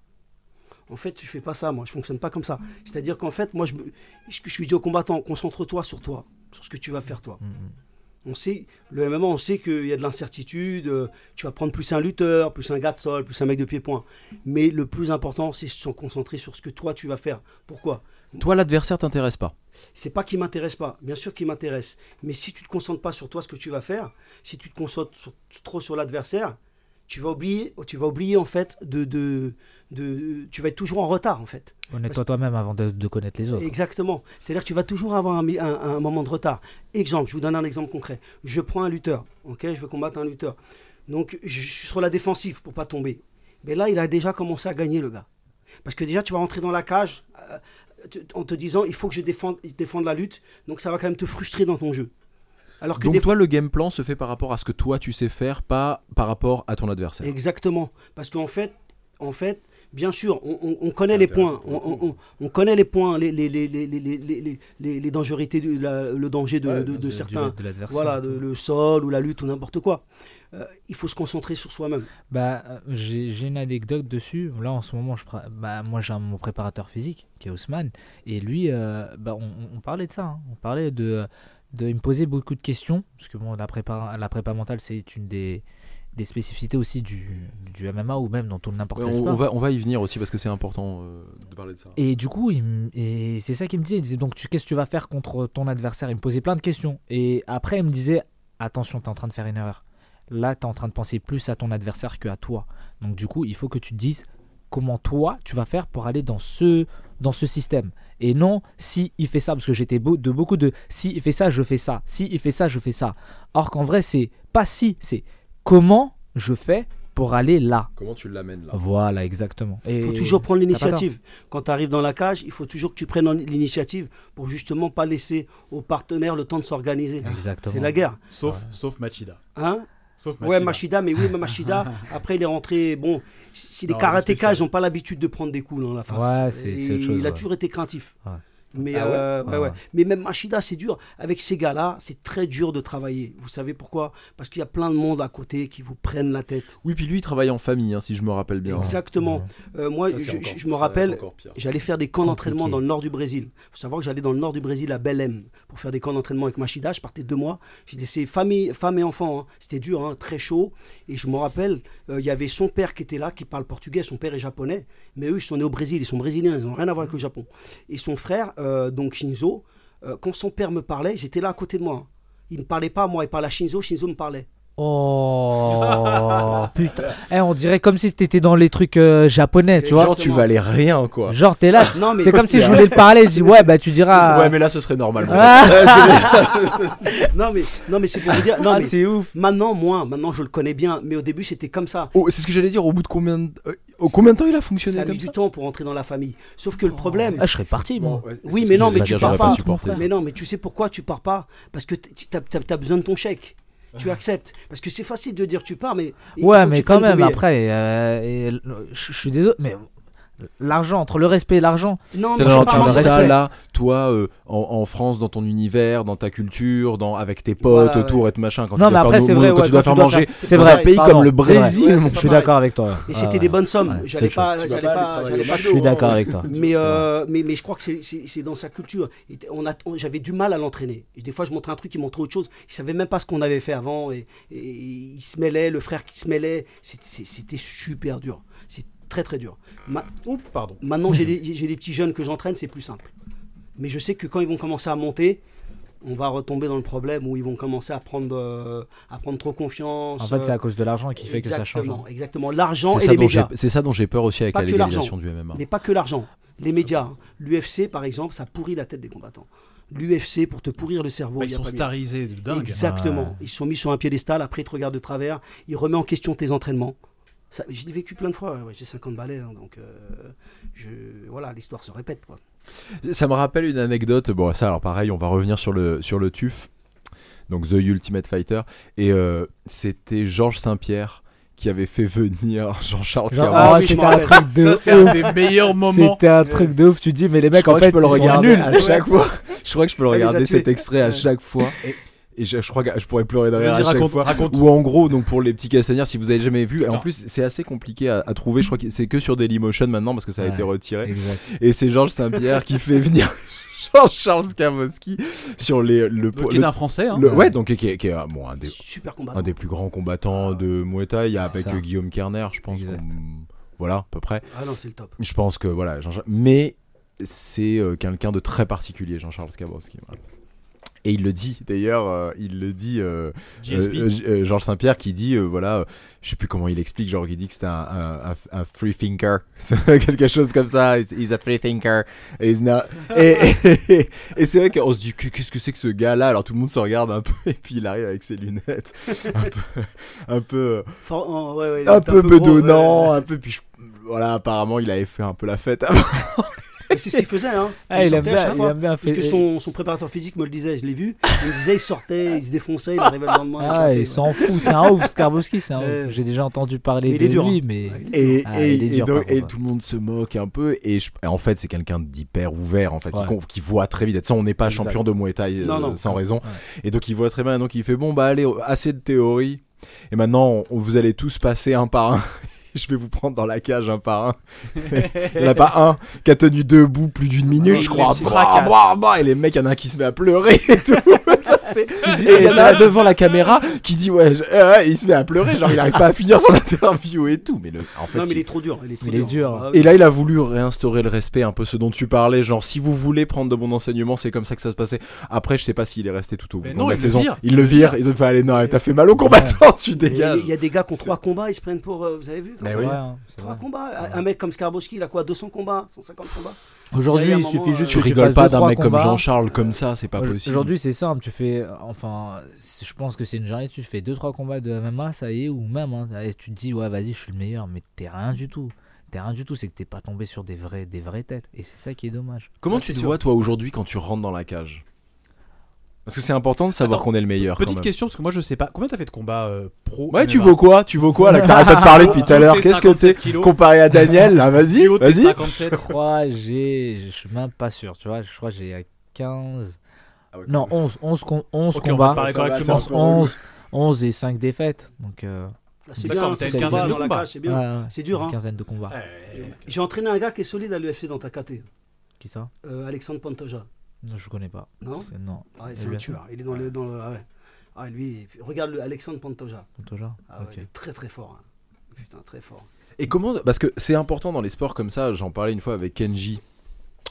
En fait, je fais pas ça, moi, je fonctionne pas comme ça. C'est-à-dire qu'en fait, moi, je, me- je, je lui dis au combattant, concentre-toi sur toi, sur ce que tu vas faire toi. Mhm. On sait, le M M A, on sait qu'il y a de l'incertitude, euh, tu vas prendre plus un lutteur, plus un gars de sol, plus un mec de pied-point. Mais le plus important, c'est se concentrer sur ce que toi, tu vas faire. Pourquoi? Toi, l'adversaire t'intéresse pas? C'est pas qu'il m'intéresse pas, bien sûr qu'il m'intéresse. Mais si tu te concentres pas sur toi, ce que tu vas faire, si tu te concentres sur- trop sur l'adversaire, tu vas oublier, tu vas oublier en fait de, de, de, tu vas être toujours en retard en fait. Connais-toi toi-même avant de, de connaître les autres. Exactement. C'est-à-dire que tu vas toujours avoir un, mi- un- un moment de retard. Exemple, je vous donne un exemple concret. Je prends un lutteur, ok, je veux combattre un lutteur. Donc je suis sur la défensive pour pas tomber. Mais là, il a déjà commencé à gagner le gars. Parce que déjà, tu vas rentrer dans la cage euh, tu- en te disant, il faut que je défende, défende la lutte. Donc ça va quand même te frustrer dans ton jeu. Alors que Donc des toi, le game plan se fait par rapport à ce que toi tu sais faire, pas par rapport à ton adversaire. Exactement. Parce qu'en fait, en fait, bien sûr, on, on- on connaît C'est les intéressant points. pour On, le coup. on- on- on connaît les points, les, les, les, les, les, les, les, les- les dangerosités, de la- le danger de, Ouais, de, de Du- certains. de l'adversaire. Voilà, de- le sol ou la lutte ou n'importe quoi. Euh, il faut se concentrer sur soi-même. Bah, euh, j'ai j'ai une anecdote dessus. Là, en ce moment, je, pré- bah, moi, j'ai un- mon préparateur physique, qui est Haussmann. Et lui, euh, bah, on, on- on parlait de ça. hein. On parlait de, de... Il me posait beaucoup de questions. Parce que bon, la prépa, la prépa mentale, c'est une des, des spécificités aussi du, du M M A ou même dans tout n'importe Ouais, quel on, sport. on va, on va y venir aussi parce que c'est important euh, de parler de ça. Et du coup, il m- et c'est ça qu'il me disait. Il disait, donc, tu- qu'est-ce que tu vas faire contre ton adversaire? Il me posait plein de questions. Et après, il me disait, attention, tu es en train de faire une erreur. Là, tu es en train de penser plus à ton adversaire que à toi. Donc, du coup, il faut que tu te dises comment toi, tu vas faire pour aller dans ce, dans ce système. Et non, si il fait ça, parce que j'étais beau, de beaucoup de si il fait ça, je fais ça. Si il fait ça, je fais ça. Or qu'en vrai, c'est pas si, c'est comment je fais pour aller là. Comment tu l'amènes là? Voilà, exactement. Il Et faut toujours prendre t'as pas l'initiative. Quand tu arrives dans la cage, il faut toujours que tu prennes l'initiative pour justement pas laisser aux partenaires le temps de s'organiser. Exactement. C'est la guerre. Sauf, Ouais. sauf Machida. Hein? Sauf Ouais, Machida. Machida, mais oui, mais Machida, après il est rentré. Bon, si les Non, karatékas, spécial. ils n'ont pas l'habitude de prendre des coups dans la face. Ouais, c'est- Et c'est autre chose, Il a ouais. toujours été craintif. Ouais. Mais, Ah ouais euh, ouais, Ah ouais. ouais. Mais même Machida, c'est dur. Avec ces gars-là, c'est très dur de travailler. Vous savez pourquoi? Parce qu'il y a plein de monde à côté qui vous prennent la tête. Oui, puis lui il travaille en famille, hein, si je me rappelle bien. Exactement. Euh, moi, Ça, c'est je, encore- je me ça va être rappelle, encore pire. j'allais faire des camps Compliqué. d'entraînement dans le nord du Brésil. Il faut savoir que j'allais dans le nord du Brésil à Belém pour faire des camps d'entraînement avec Machida. Je partais deux mois. J'ai laissé famille, femmes et enfants. hein. C'était dur, hein, très chaud. Et je me rappelle, euh, il y avait son père qui était là, qui parle portugais. Son père est japonais. Mais eux, ils sont nés au Brésil. Ils sont brésiliens. Ils n'ont rien à voir avec le Japon. Et son frère, euh, donc Shinzo, euh, quand son père me parlait, j'étais là à côté de moi. hein. Il ne me parlait pas à moi. Il parlait à Shinzo. Shinzo me parlait. Oh putain. Eh, on dirait comme si t'étais dans les trucs euh, japonais, tu vois. Genre, tu valais rien, quoi. Genre, t'es là. Non, mais C'est comme si je voulais le parler. Je dis, ouais, bah tu diras. Ouais, mais là, ce serait normal. Ah, non, mais, non, mais c'est pour vous dire. Non, ah, mais c'est ouf. maintenant, moins. Maintenant, je le connais bien. Mais au début, c'était comme ça. Oh, c'est ce que j'allais dire. Au bout de combien de, euh, au combien de temps il a fonctionné Ça a mis comme du ça temps pour entrer dans la famille. Sauf que le problème. Ah, je serais parti, moi. Oui, mais non, mais tu pars pas. Supporter. Mais non, mais tu sais pourquoi tu pars pas? Parce que tu as besoin de ton chèque. Tu acceptes. Parce que c'est facile de dire tu pars, mais. il Ouais, faut que mais tu quand prennes ton même, billet. après, euh, et, je je suis désolé, mais l'argent, entre le respect et l'argent. Non, mais Non, c'est non, pas tu un dis respect. ça là, toi, euh, en, en France, dans ton univers, dans ta culture, dans, avec tes potes Voilà, autour ouais. et tout machin. Quand Non, tu mais dois après, faire c'est nos- vrai, quand ouais, tu dois quand faire tu dois manger faire- c'est dans vrai, un pays pardon, comme le c'est vrai. Brésil, Ouais, mon c'est Je pas suis pareil. d'accord avec toi. Et Ouais, c'était ouais. des bonnes sommes. Ouais, J'allais c'est pas, Tu vas j'allais pas aller pas, travailler j'allais au pas. McDo, Je suis d'accord avec toi. Mais, euh, mais, mais je crois que c'est, c'est, c'est dans sa culture. Et t- on a, on- j'avais du mal à l'entraîner. Et des fois, je montrais un truc, il montrait autre chose. Il savait même pas ce qu'on avait fait avant. Et, et il se mêlait, le frère qui se mêlait. C'était, c'est- c'était super dur. C'est très très dur. Ma- Oups, pardon. Maintenant, j'ai des, j'ai des petits jeunes que j'entraîne, c'est plus simple. Mais je sais que quand ils vont commencer à monter, on va retomber dans le problème où ils vont commencer à prendre, euh, à prendre trop confiance. En fait, c'est euh, à cause de l'argent qui fait que ça change. Exactement, exactement. L'argent C'est et ça, les dont j'ai, médias. c'est ça dont j'ai peur aussi avec Pas la que légalisation l'argent. du M M A. Mais pas que l'argent. Les médias. hein. L'U F C, par exemple, ça pourrit la tête des combattants. L'U F C, pour te pourrir le cerveau, Bah, il ils y a sont pas mieux. starisés de dingue. Exactement. Ouais. Ils sont mis sur un piédestal, après ils te regardent de travers, ils remettent en question tes entraînements. Ça, je l'ai vécu plein de fois, ouais, j'ai cinquante balais, hein, donc euh, je, voilà, l'histoire se répète. Quoi. Ça me rappelle une anecdote. Bon, ça, alors pareil, on va revenir sur le, sur le T U F, donc The Ultimate Fighter. Et euh, c'était Georges Saint-Pierre qui avait fait venir Jean-Charles Genre, Carras. ah, oui, je c'était m'en un rappelle. truc de Ça, c'est ouf. un des meilleurs moments. C'était un truc de ouf. Tu dis, mais les Je mecs, crois en que fait, je peux le ils sont regarder nuls. à chaque fois. Je crois que je peux le Ouais, les regarder a tués. cet extrait à Ouais. chaque fois. Et, et je, je crois que je pourrais pleurer de rire à Vas-y, chaque raconte, fois. raconte. Ou en gros, donc pour les petits castagnards, si vous avez jamais vu, et en Putain. plus c'est assez compliqué à, à trouver. Je crois que c'est que sur Dailymotion maintenant parce que ça a Ouais. été retiré. Exact. Et c'est Georges Saint-Pierre qui fait venir Jean-Charles Kamoski sur les le, Qui est un français. Hein. le- ouais donc qui est, qui est, bon, un des Super combat. un des plus grands combattants de Muay Thai, il y a avec ça. euh, Guillaume Kerner, je pense. Exact. on- voilà, à peu près. Ah non, c'est le top. Je pense que voilà, Jean- mais c'est euh, quelqu'un de très particulier, Jean-Charles Kamoski. Voilà. Et il le dit d'ailleurs, euh, il le dit euh, J S P. euh, euh, euh, Georges Saint-Pierre qui dit euh, voilà, euh, je sais plus comment il explique, genre il dit que c'était un, un, un, un free thinker, quelque chose comme ça. He's, he's a free thinker. He's not... et et, et, et c'est vrai qu'on se dit que- qu'est-ce que c'est que ce gars-là. Alors tout le monde se regarde un peu et puis il arrive avec ses lunettes, un peu, un peu, For- oh, ouais, ouais, il un était peu gros, bedonnant, ouais. un peu. Puis je- voilà, apparemment il avait fait un peu la fête avant. Et c'est ce qu'il faisait, hein. Ah, il aime sortait à bien, chaque il fois. aime bien Parce fait- que son, son préparateur physique me le disait, je l'ai vu. Il me disait, il sortait, il se défonçait, il arrivait le lendemain. Ah, éclaté, il s'en fout. C'est un ouf, Skarbowski, c'est un Euh, ouf. J'ai déjà entendu parler mais il de est dur, lui, hein. mais. Ouais, il est Et, Ah, et, il est et dur, donc- par contre, et ouais. tout le monde se moque un peu. Et, je- et en fait, c'est quelqu'un d'hyper ouvert, en fait, Ouais. qui, con- qui voit très vite. Ça, on n'est pas Exact. champion de Muay Thai euh, Non, non. sans raison. Ouais. Et donc, il voit très bien. Donc, il fait bon, bah allez, assez de théorie. Et maintenant, on- vous allez tous passer un par un. Je vais vous prendre dans la cage un par un. Il n'y en a pas un qui a tenu debout plus d'une minute, Ouais, je il crois. les Bah, fracasse. bah, bah, et les mecs, il y en a un qui se met à pleurer et tout. Ça, c'est- et il y en a un devant la caméra qui dit ouais, je- euh, ouais, il se met à pleurer, genre il n'arrive pas à finir son interview et tout. Mais le, en fait, Non, mais il il- est trop dur. Il est, trop Il est dur. Ah, oui. et là, il a voulu réinstaurer le respect, un peu ce dont tu parlais, genre si vous voulez prendre de bons enseignements, c'est comme ça que ça se passait. Après, je sais pas s'il est resté tout au bout Mais de non, la il le saison. vire. Il le vire. Ils ont fait allez, non, t'as fait mal au combattant, tu Et dégages. Il y a des gars qui ont trois combats, ils se prennent pour. euh, vous avez vu Mais comme oui. ça Ouais, hein, c'est Trois vrai. combats. Un mec comme Skarbowski, il a quoi, deux cents combats, cent cinquante combats. Aujourd'hui, Il y a un il suffit moment, juste euh, Tu que rigoles fasses pas deux, d'un trois mec comme combats. Jean-Charles comme ça, c'est pas Aujourd- possible. Aujourd'hui, c'est simple. Tu fais, enfin, c'est- je pense que c'est une journée. Tu fais deux trois combats de M M A, ça y est, ou même. Hein, et tu te dis, ouais, vas-y, je suis le meilleur, mais t'es rien du tout. T'es rien du tout. C'est que t'es pas tombé sur des vrais, des vraies têtes. Et c'est ça qui est dommage. Comment Ouais, tu c'est te sûr. vois toi aujourd'hui quand tu rentres dans la cage? Parce que c'est important de savoir Attends, qu'on est le meilleur. quand Petite même. question, parce que moi je sais pas. Combien t'as fait de combats euh, pro Ouais, tu M M A? vaux quoi? Tu vaux quoi là que t'arrêtes pas de parler depuis tout à l'heure? Tes Qu'est-ce que t'es cinquante-sept kilos. comparé à Daniel là? Vas-y, Plus haut de tes vas-y. cinquante-sept. Je crois, j'ai, je suis même pas sûr. Tu vois, je crois que j'ai quinze. Ah ouais, Non, onze, onze, com- onze Ok, on va combats. parler Ça va, correctement. c'est un peu relou. onze, onze et cinq défaites. Donc, euh, Ah, C'est D'accord, bien, mais t'as c'est une combats quinzaine de dans la combats. cage, c'est bien. ouais, ouais, C'est dur, une hein. quinzaine de combats. Ouais. J'ai entraîné un gars qui est solide à l'U F C dans ta caté, Qui ça euh, Alexandre Pantoja. Non, je connais pas. Non C'est- Non. Ah ouais, c'est Lui un a fait tueur. Il est dans le. Dans le ah ouais. Ah, lui, regarde le Alexandre Pantoja. Pantoja Ah ouais, Ok. il est très très fort. hein. Putain, très fort. Et comment? Parce que c'est important dans les sports comme ça. J'en parlais une fois avec Kenji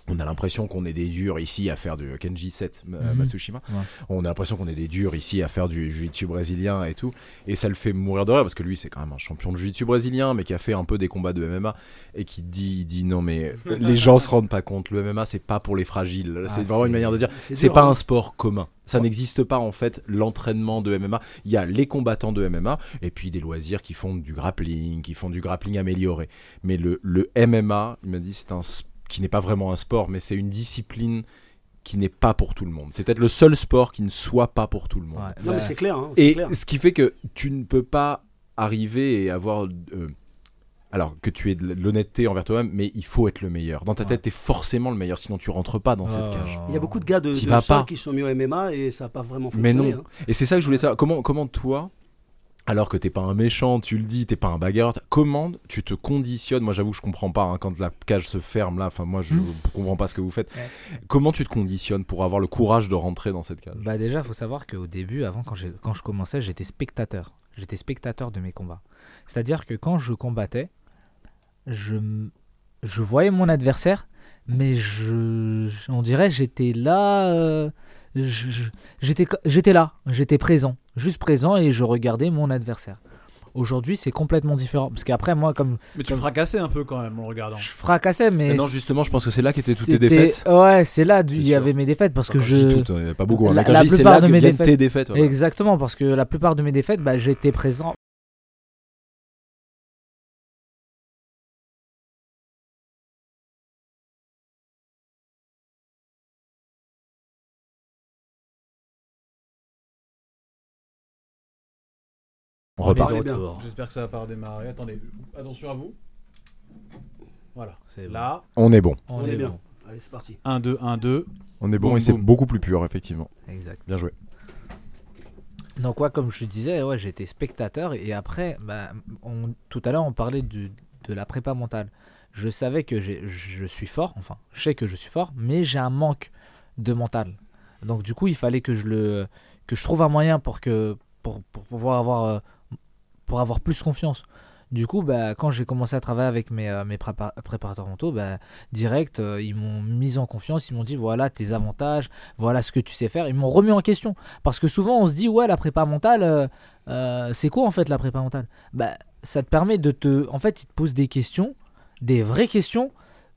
On a l'impression qu'on est des durs ici à faire du Kenji sept euh, Mhm. Matsushima. Ouais. On a l'impression qu'on est des durs ici à faire du jiu-jitsu brésilien et tout. Et ça le fait mourir de rire parce que lui, c'est quand même un champion de jiu-jitsu brésilien, mais qui a fait un peu des combats de M M A et qui dit, il dit non, mais les gens se rendent pas compte. Le M M A, c'est pas pour les fragiles. Ah, c'est vraiment c'est- une manière de dire. C'est C'est dur, pas hein. un sport commun. Ça n'existe pas en fait l'entraînement de M M A. Il y a les combattants de M M A et puis des loisirs qui font du grappling, qui font du grappling amélioré. Mais le, le M M A, il m'a dit, c'est un sport qui n'est pas vraiment un sport, mais c'est une discipline qui n'est pas pour tout le monde. C'est peut-être le seul sport qui ne soit pas pour tout le monde. Ouais, Non, bah, mais c'est clair. Hein, c'est Et clair. ce qui fait que tu ne peux pas arriver et avoir... euh, alors que tu aies de l'honnêteté envers toi-même, mais il faut être le meilleur. Dans ta Ouais. tête, tu es forcément le meilleur, sinon tu rentres pas dans cette euh, cage. Il y a beaucoup de gars de, T'y de vas sol pas. qui sont mis au M M A et ça n'a pas vraiment Mais fonctionné. non. hein. Et c'est ça que je voulais savoir. Comment, comment toi, alors que t'es pas un méchant, tu le dis, t'es pas un bagarreur, comment tu te conditionnes? Moi, j'avoue, je comprends pas hein, quand la cage se ferme là. Enfin, moi, je Hmm. comprends pas ce que vous faites. Ouais. Comment tu te conditionnes pour avoir le courage de rentrer dans cette cage? Bah déjà, faut savoir qu'au début, avant, quand, j'ai- quand je commençais, j'étais spectateur. J'étais spectateur de mes combats. C'est-à-dire que quand je combattais, je, m- je voyais mon adversaire, mais je, je- on dirait j'étais là, euh, je- je- j'étais, co- j'étais là, j'étais présent, juste présent et je regardais mon adversaire. Aujourd'hui, c'est complètement différent. Parce qu'après, moi, comme Mais tu fracassais un peu quand même en le regardant. je fracassais, mais. Mais non, justement, je pense que c'est là qu'étaient toutes tes c'était- défaites. Ouais, c'est là, du- C'est il y sûr. avait mes défaites parce que Quand je. dis toutes, il y a pas beaucoup. hein. La- Mais quand la je dis, c'est plupart là de que mes viennent défaites. tes défaites. voilà. Exactement, parce que la plupart de mes défaites, bah, j'étais présent. On On est repart. de est bien. retour. J'espère que ça va pas redémarrer. Attendez, attention à vous. Voilà. C'est bon. Là, On est bon. On, On est, est bien. bon. Allez, c'est parti. un, deux, un, deux. On est bon Boum, et c'est boum. beaucoup plus pur, effectivement. Exact. Bien joué. Donc, ouais, comme je te disais, ouais, j'étais spectateur. Et après, bah, on- tout à l'heure, on parlait du- de la prépa mentale. Je savais que j'ai- je suis fort, enfin, je sais que je suis fort, mais j'ai un manque de mental. Donc, du coup, il fallait que je, le, que je trouve un moyen pour, que, pour, pour pouvoir avoir, euh, pour avoir plus confiance. Du coup, bah, quand j'ai commencé à travailler avec mes, euh, mes prépa- préparateurs mentaux, bah, direct, euh, ils m'ont mis en confiance, ils m'ont dit voilà tes avantages, voilà ce que tu sais faire. Ils m'ont remis en question. Parce que souvent, on se dit ouais, la prépa mentale, euh, euh, c'est quoi en fait la prépa mentale? Bah, ça te permet de te. En fait, ils te posent des questions, des vraies questions,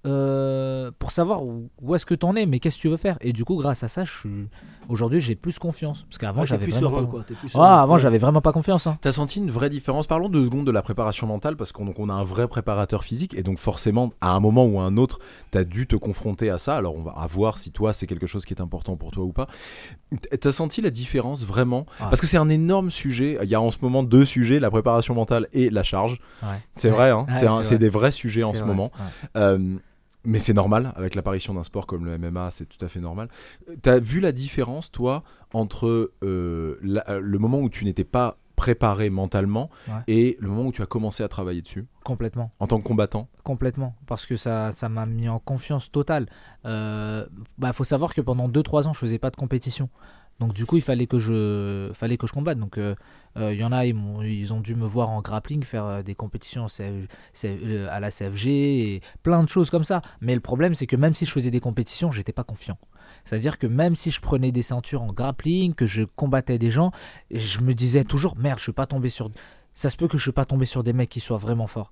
euh, pour savoir où, où est-ce que tu en es, mais qu'est-ce que tu veux faire. Et du coup, grâce à ça, je suis... aujourd'hui, j'ai plus confiance. Parce qu'avant, Ouais, t'es j'avais plus vraiment serein, pas. quoi. T'es plus Ah, serein. avant, Ouais. j'avais vraiment pas confiance. Hein. T'as senti une vraie différence? Parlons deux secondes de la préparation mentale parce qu'on donc, on a un vrai préparateur physique et donc forcément à un moment ou à un autre t'as dû te confronter à ça. Alors on va voir si toi c'est quelque chose qui est important pour toi ou pas. T'as senti la différence vraiment? Ouais. Parce que c'est un énorme sujet. Il y a en ce moment deux sujets, la préparation mentale et la charge. Ouais. C'est vrai, hein, Ouais, c'est, un- c'est c'est vrai. des vrais sujets en C'est ce vrai, moment. ouais. Euh, mais c'est normal, avec l'apparition d'un sport comme le M M A, c'est tout à fait normal. T'as vu la différence, toi, entre euh, la- le moment où tu n'étais pas préparé mentalement Ouais. et le moment où tu as commencé à travailler dessus, Complètement. en tant que combattant? Complètement, parce que ça, ça m'a mis en confiance totale. Euh, bah, faut savoir que pendant deux trois ans, je faisais pas de compétition. Donc du coup, il fallait que je, fallait que je combatte. Donc il euh, euh, y en a, ils, m'ont- ils ont dû me voir en grappling faire euh, des compétitions C F C F euh, à la C F G et plein de choses comme ça. Mais le problème, c'est que même si je faisais des compétitions, j'étais pas confiant. C'est-à-dire que même si je prenais des ceintures en grappling, que je combattais des gens, je me disais toujours merde, je suis pas tombé sur. Ça se peut que je suis pas tombé sur des mecs qui soient vraiment forts.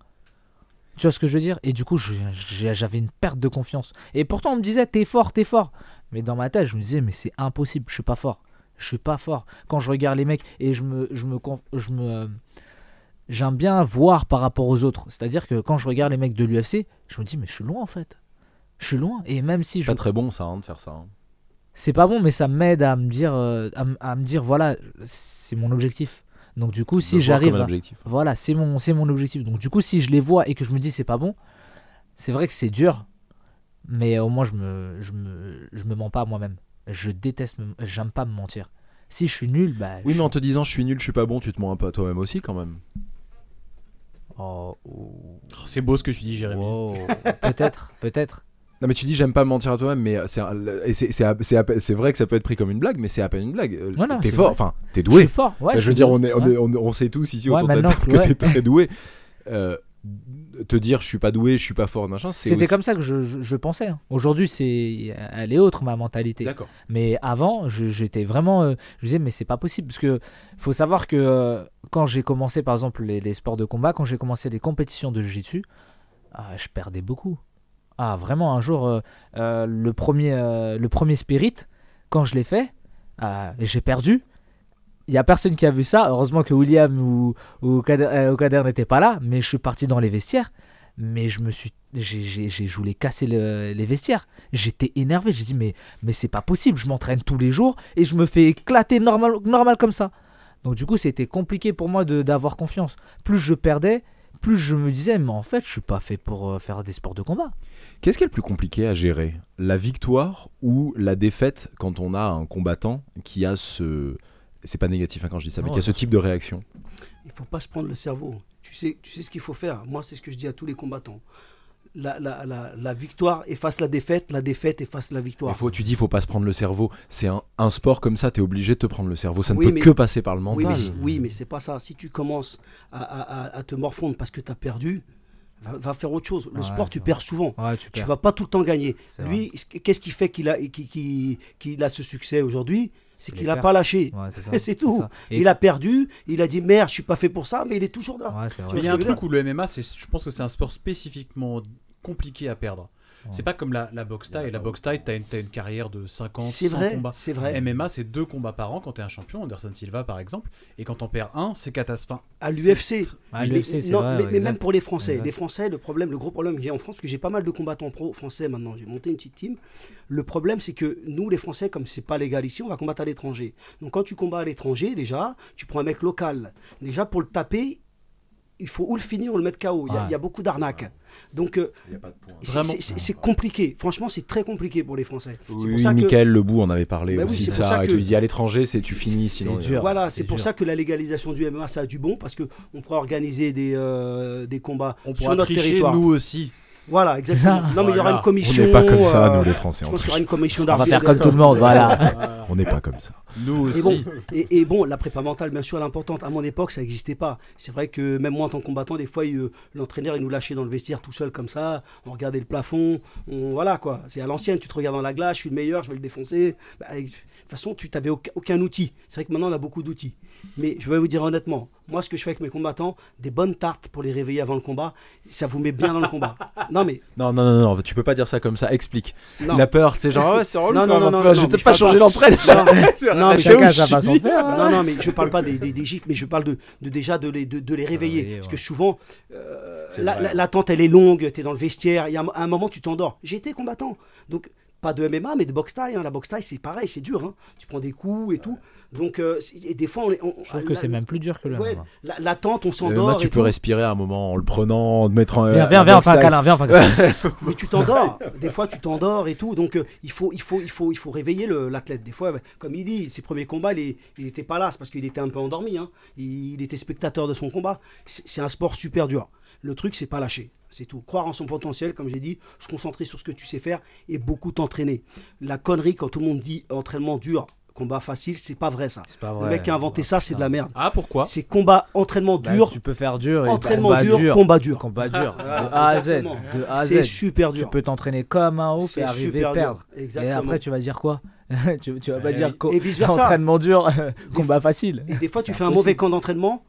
Tu vois ce que je veux dire? Et du coup, je- j'ai- j'avais une perte de confiance. Et pourtant, on me disait, t'es fort, t'es fort. Mais dans ma tête, je me disais, mais c'est impossible, je suis pas fort. Je suis pas fort. Quand je regarde les mecs et je me, je me, conf- je me, euh, j'aime bien voir par rapport aux autres. C'est-à-dire que quand je regarde les mecs de l'U F C, je me dis, mais je suis loin en fait. Je suis loin. Et même si C'est je, pas très bon ça, hein, de faire ça. hein. c'est pas bon, mais ça m'aide à me dire, euh, à, m- à me dire, voilà, c'est mon objectif. Donc du coup, De si voir j'arrive, comme un à- objectif. voilà, c'est mon, c'est mon objectif. Donc du coup, si je les vois et que je me dis c'est pas bon, c'est vrai que c'est dur, mais au moins je me, je me, je me mens pas à moi-même. Je déteste, me- j'aime pas me mentir. Si je suis nul, bah. Oui, je mais en suis- te disant je suis nul, je suis pas bon, tu te mens un peu à toi-même aussi quand même. Oh, oh, Oh, c'est beau ce que tu dis, Jérémy. wow. peut-être, peut-être. Non mais tu dis j'aime pas me mentir à toi-même, mais c'est, un- et c'est, c'est, c'est, à peine- c'est vrai que ça peut être pris comme une blague, mais c'est à peine une blague. Euh, Ouais, non, t'es c'est fort, vrai. enfin t'es Je doué. suis fort. Ouais, je suis veux dire, doué. on, est, on, Ouais. est- on, on sait tous ici Ouais, autour de la maintenant, table que ouais. t'es très doué. Euh, te dire je suis pas doué, je suis pas fort, machin. C'est C'était aussi... comme ça que je, je, je pensais. hein. Aujourd'hui, c'est, elle est autre ma mentalité. D'accord. Mais avant, je, j'étais vraiment. euh, je me disais, mais c'est pas possible. Parce que faut savoir que euh, quand j'ai commencé, par exemple, les, les sports de combat, quand j'ai commencé les compétitions de jiu-jitsu, ah, je perdais beaucoup. Ah, vraiment, un jour, euh, euh, le, premier, euh, le premier spirit, quand je l'ai fait, euh, j'ai perdu. Il n'y a personne qui a vu ça. Heureusement que William ou, ou Kader, euh, ou Kader n'étaient pas là. Mais je suis parti dans les vestiaires. Mais je me suis, j'ai, j'ai, j'ai, je voulais casser le, les vestiaires. J'étais énervé. J'ai dit, mais, mais c'est pas possible. Je m'entraîne tous les jours et je me fais éclater normal, normal comme ça. Donc, du coup, c'était compliqué pour moi de, d'avoir confiance. Plus je perdais, plus je me disais, mais en fait, je suis pas fait pour euh, faire des sports de combat. Qu'est-ce qui est le plus compliqué à gérer ? La victoire ou la défaite quand on a un combattant qui a ce... C'est pas négatif hein, quand je dis ça, mais Non, qui a ce type de réaction. Il faut pas se prendre le cerveau. Tu sais, tu sais ce qu'il faut faire. Moi, c'est ce que je dis à tous les combattants. La, la, la, la victoire efface la défaite, la défaite efface la victoire. Il faut, tu dis, faut pas se prendre le cerveau. C'est un, un sport comme ça, tu es obligé de te prendre le cerveau. Ça ne Oui, peut mais- que passer par le Oui, mental. mais, oui, mais c'est pas ça. Si tu commences à, à- à- à te morfondre parce que tu as perdu, va, va faire autre chose. Le Ouais, sport, c'est tu vrai. perds souvent. Ouais, tu Tu perds. vas pas tout le temps gagner. C'est Lui, qu'est-ce qui fait qu'il a, qu'il, qu'il- qu'il a ce succès aujourd'hui ? C'est Il qu'il est n'a perd. pas lâché. Ouais, c'est ça. Et c'est tout. ça. Et- Il a perdu, il a dit merde, je suis pas fait pour ça, mais il est toujours là. Ouais, c'est vrai. Mais il y ce a un que je veux truc où le M M A, c'est, je pense que c'est un sport spécifiquement compliqué à perdre. C'est pas comme la, la boxe taille. La boxe taille, t'as une, t'as une carrière de cinquante, C'est cent vrai, combats. c'est vrai. M M A, c'est deux combats par an quand t'es un champion, Anderson Silva par exemple. Et quand t'en perds un, c'est catastrophique. À l'U F C. Ah, Mais- l'U F C, c'est non, vrai, mais, ouais, mais exact. même pour les Français, Exact. les Français, le problème, le gros problème que j'ai en France, parce que j'ai pas mal de combattants pro français maintenant, j'ai monté une petite team. Le problème, c'est que nous, les Français, comme c'est pas légal ici, on va combattre à l'étranger. Donc quand tu combats à l'étranger, déjà, tu prends un mec local. Déjà pour le taper, il faut ou le finir ou le mettre K O. Il y a, Ouais. il y a beaucoup d'arnaques. Donc euh, c'est- Vraiment. c'est- c'est c'est compliqué. Franchement, c'est très compliqué pour les Français. C'est pour Oui, ça que- Michael Lebou en avait parlé Bah oui, aussi c'est de pour ça. ça Et que- tu lui dis à l'étranger, c'est tu finis c'est sinon. dur. Voilà, c'est c'est pour dur. ça que la légalisation du M M A, ça a du bon, parce qu'on pourra organiser des, euh, des combats On sur pourra notre tricher, territoire. nous aussi. Voilà, exactement. Non, mais il y aura Voilà. une commission. On n'est pas comme ça, euh, nous les Français. Je on pense qu'il y triche. aura une commission On va d'arbitre. faire comme tout le monde, voilà. On n'est pas comme ça. Nous aussi. Et bon, et, et bon, la prépa mentale, bien sûr, elle est importante. À mon époque, ça n'existait pas. C'est vrai que même moi, en tant que combattant, des fois, il, euh, l'entraîneur, il nous lâchait dans le vestiaire tout seul comme ça. On regardait le plafond. On, voilà quoi. C'est à l'ancienne. Tu te regardes dans la glace. Je suis le meilleur. Je vais le défoncer. Bah, de toute façon, tu n'avais aucun, aucun outil. C'est vrai que maintenant, on a beaucoup d'outils. Mais je vais vous dire honnêtement, moi, ce que je fais avec mes combattants, des bonnes tartes pour les réveiller avant le combat, ça vous met bien dans le combat. Non mais Non, non, non, non, tu peux pas dire ça comme ça. Explique. non. La peur, c'est genre, ouais, c'est relou Non, quand non, même, non, un peu. non, Je non, vais mais peut-être je pas parle changer pas- l'entraîne. Non, non, mais Chacun je- a sa façon de faire. hein. Non, non, mais je parle pas des, des, des gifs, mais je parle de, de déjà de les, de, de les réveiller. réveiller, Parce ouais. que souvent, euh, C'est la- vrai. la- l'attente, elle est longue, tu es dans le vestiaire, il y a un, à un moment, tu t'endors. J'ai été combattant. Donc, pas de M M A, mais de boxe taille. Hein. La boxe taille, c'est pareil, c'est dur. Hein. Tu prends des coups et tout. Donc, euh, c'est- et des fois, on, est- on- Je trouve que la- c'est même plus dur que le ouais, M M A. la- l'attente, on Euh, s'endort. Moi, tu et peux tout. respirer à un moment en le prenant, de mettre en. Viens, euh, viens, en viens, boxe enfin, taille. câlin, viens, enfin, câlin. Mais tu t'endors. Des fois, tu t'endors et tout. Donc, euh, il, faut, il, faut, il, faut, il faut réveiller le- l'athlète. Des fois, ouais, comme il dit, ses premiers combats, il n'était pas là. C'est parce qu'il était un peu endormi. Hein. Il, il était spectateur de son combat. C'est c'est un sport super dur. Le truc, c'est pas lâcher. C'est tout. Croire en son potentiel, comme j'ai dit, se concentrer sur ce que tu sais faire et beaucoup t'entraîner. La connerie, quand tout le monde dit entraînement dur, combat facile, c'est pas vrai ça. C'est pas Le vrai. mec qui a inventé ça, c'est de la merde. Ah, pourquoi? C'est combat, entraînement Bah, dur, tu peux faire dur et entraînement combat dur, combat dur. Combat dur. De Voilà, A à Z. exactement. De A à C'est Z. super Tu dur. peux t'entraîner comme un ouf C'est et arriver super à dur. perdre. Exactement. Et après, tu vas dire quoi? tu, tu vas pas Eh dire oui. co- Et vice-versa. entraînement dur, combat facile. Et des fois, tu C'est fais un impossible. mauvais camp d'entraînement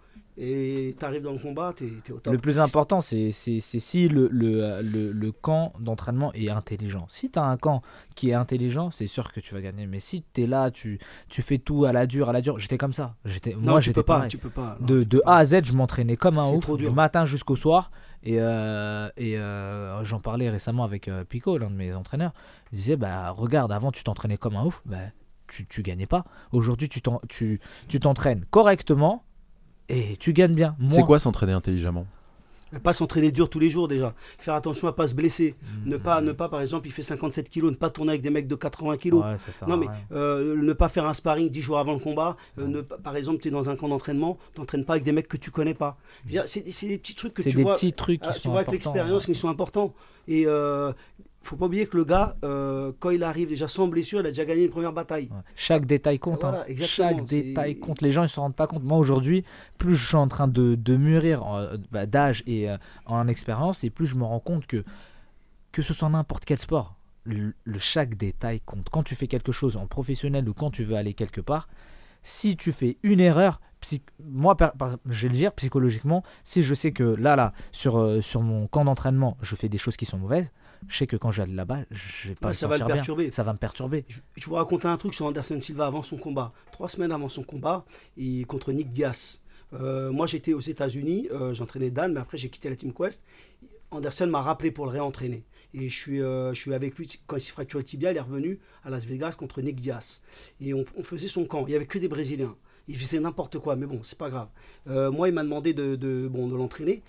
et tu arrives dans le combat, tu es, au top. Le plus important, c'est c'est- c'est si le, le, le, le camp d'entraînement est intelligent. Si tu as un camp qui est intelligent, c'est sûr que tu vas gagner. Mais si tu es là, tu, tu fais tout à la dure, à la dure. J'étais comme ça. J'étais, Non, moi, tu j'étais peux pas, pareil. tu peux pas. non, De, tu de peux pas. A à Z, je m'entraînais comme un C'est ouf, trop dur. du matin jusqu'au soir. Et, euh, et euh, j'en parlais récemment avec euh, Pico, l'un de mes entraîneurs. Il disait, bah, regarde, avant tu t'entraînais comme un ouf, bah, tu, tu gagnais pas. Aujourd'hui, tu, t'en- tu, tu t'entraînes correctement et tu gagnes bien. C'est Moi- quoi s'entraîner intelligemment? Ne pas s'entraîner dur tous les jours déjà. Faire attention à pas se blesser. Mmh. Ne pas, ne pas, par exemple, il fait cinquante-sept kilos, ne pas tourner avec des mecs de quatre-vingts kilos. Ouais, ça sert Non à mais rien. euh, ne pas faire un sparring dix jours avant le combat. Euh, ne pas- par exemple, tu es dans un camp d'entraînement, t'entraînes pas avec des mecs que tu connais pas. Je veux dire, c'est, c'est des petits trucs que C'est tu des vois. petits trucs qui Ah, sont tu vois avec importants. l'expérience, mais ils sont importants. Et euh, faut pas oublier que le gars, euh, quand il arrive déjà sans blessure, il a déjà gagné une première bataille. Ouais. Chaque détail compte. Voilà, hein. exactement, Chaque c'est- détail compte. Les gens ils se rendent pas compte. Moi aujourd'hui, plus je suis en train de, de mûrir en, bah, d'âge et euh, en expérience, et plus je me rends compte que que ce soit n'importe quel sport, le, le chaque détail compte. Quand tu fais quelque chose en professionnel ou quand tu veux aller quelque part, si tu fais une erreur, psy- moi par- par- je vais le dire psychologiquement, si je sais que là là sur euh, sur mon camp d'entraînement, je fais des choses qui sont mauvaises, je sais que quand j'allais là-bas, je vais pas Ouais, me ça va le sentir bien. perturber. Ça va me perturber. Je, je vous raconter un truc sur Anderson Silva avant son combat. Trois semaines avant son combat, et contre Nick Diaz. Euh, moi, j'étais aux États-Unis, euh, j'entraînais Dan, mais après j'ai quitté la Team Quest. Anderson m'a rappelé pour le réentraîner. Et je suis, euh, je suis avec lui quand il s'est fracturé le tibia, il est revenu à Las Vegas contre Nick Diaz. Et on, on faisait son camp. Il n'y avait que des Brésiliens. Il faisait n'importe quoi, mais bon, c'est pas grave. Euh, moi, il m'a demandé de, de, bon, de l'entraîner.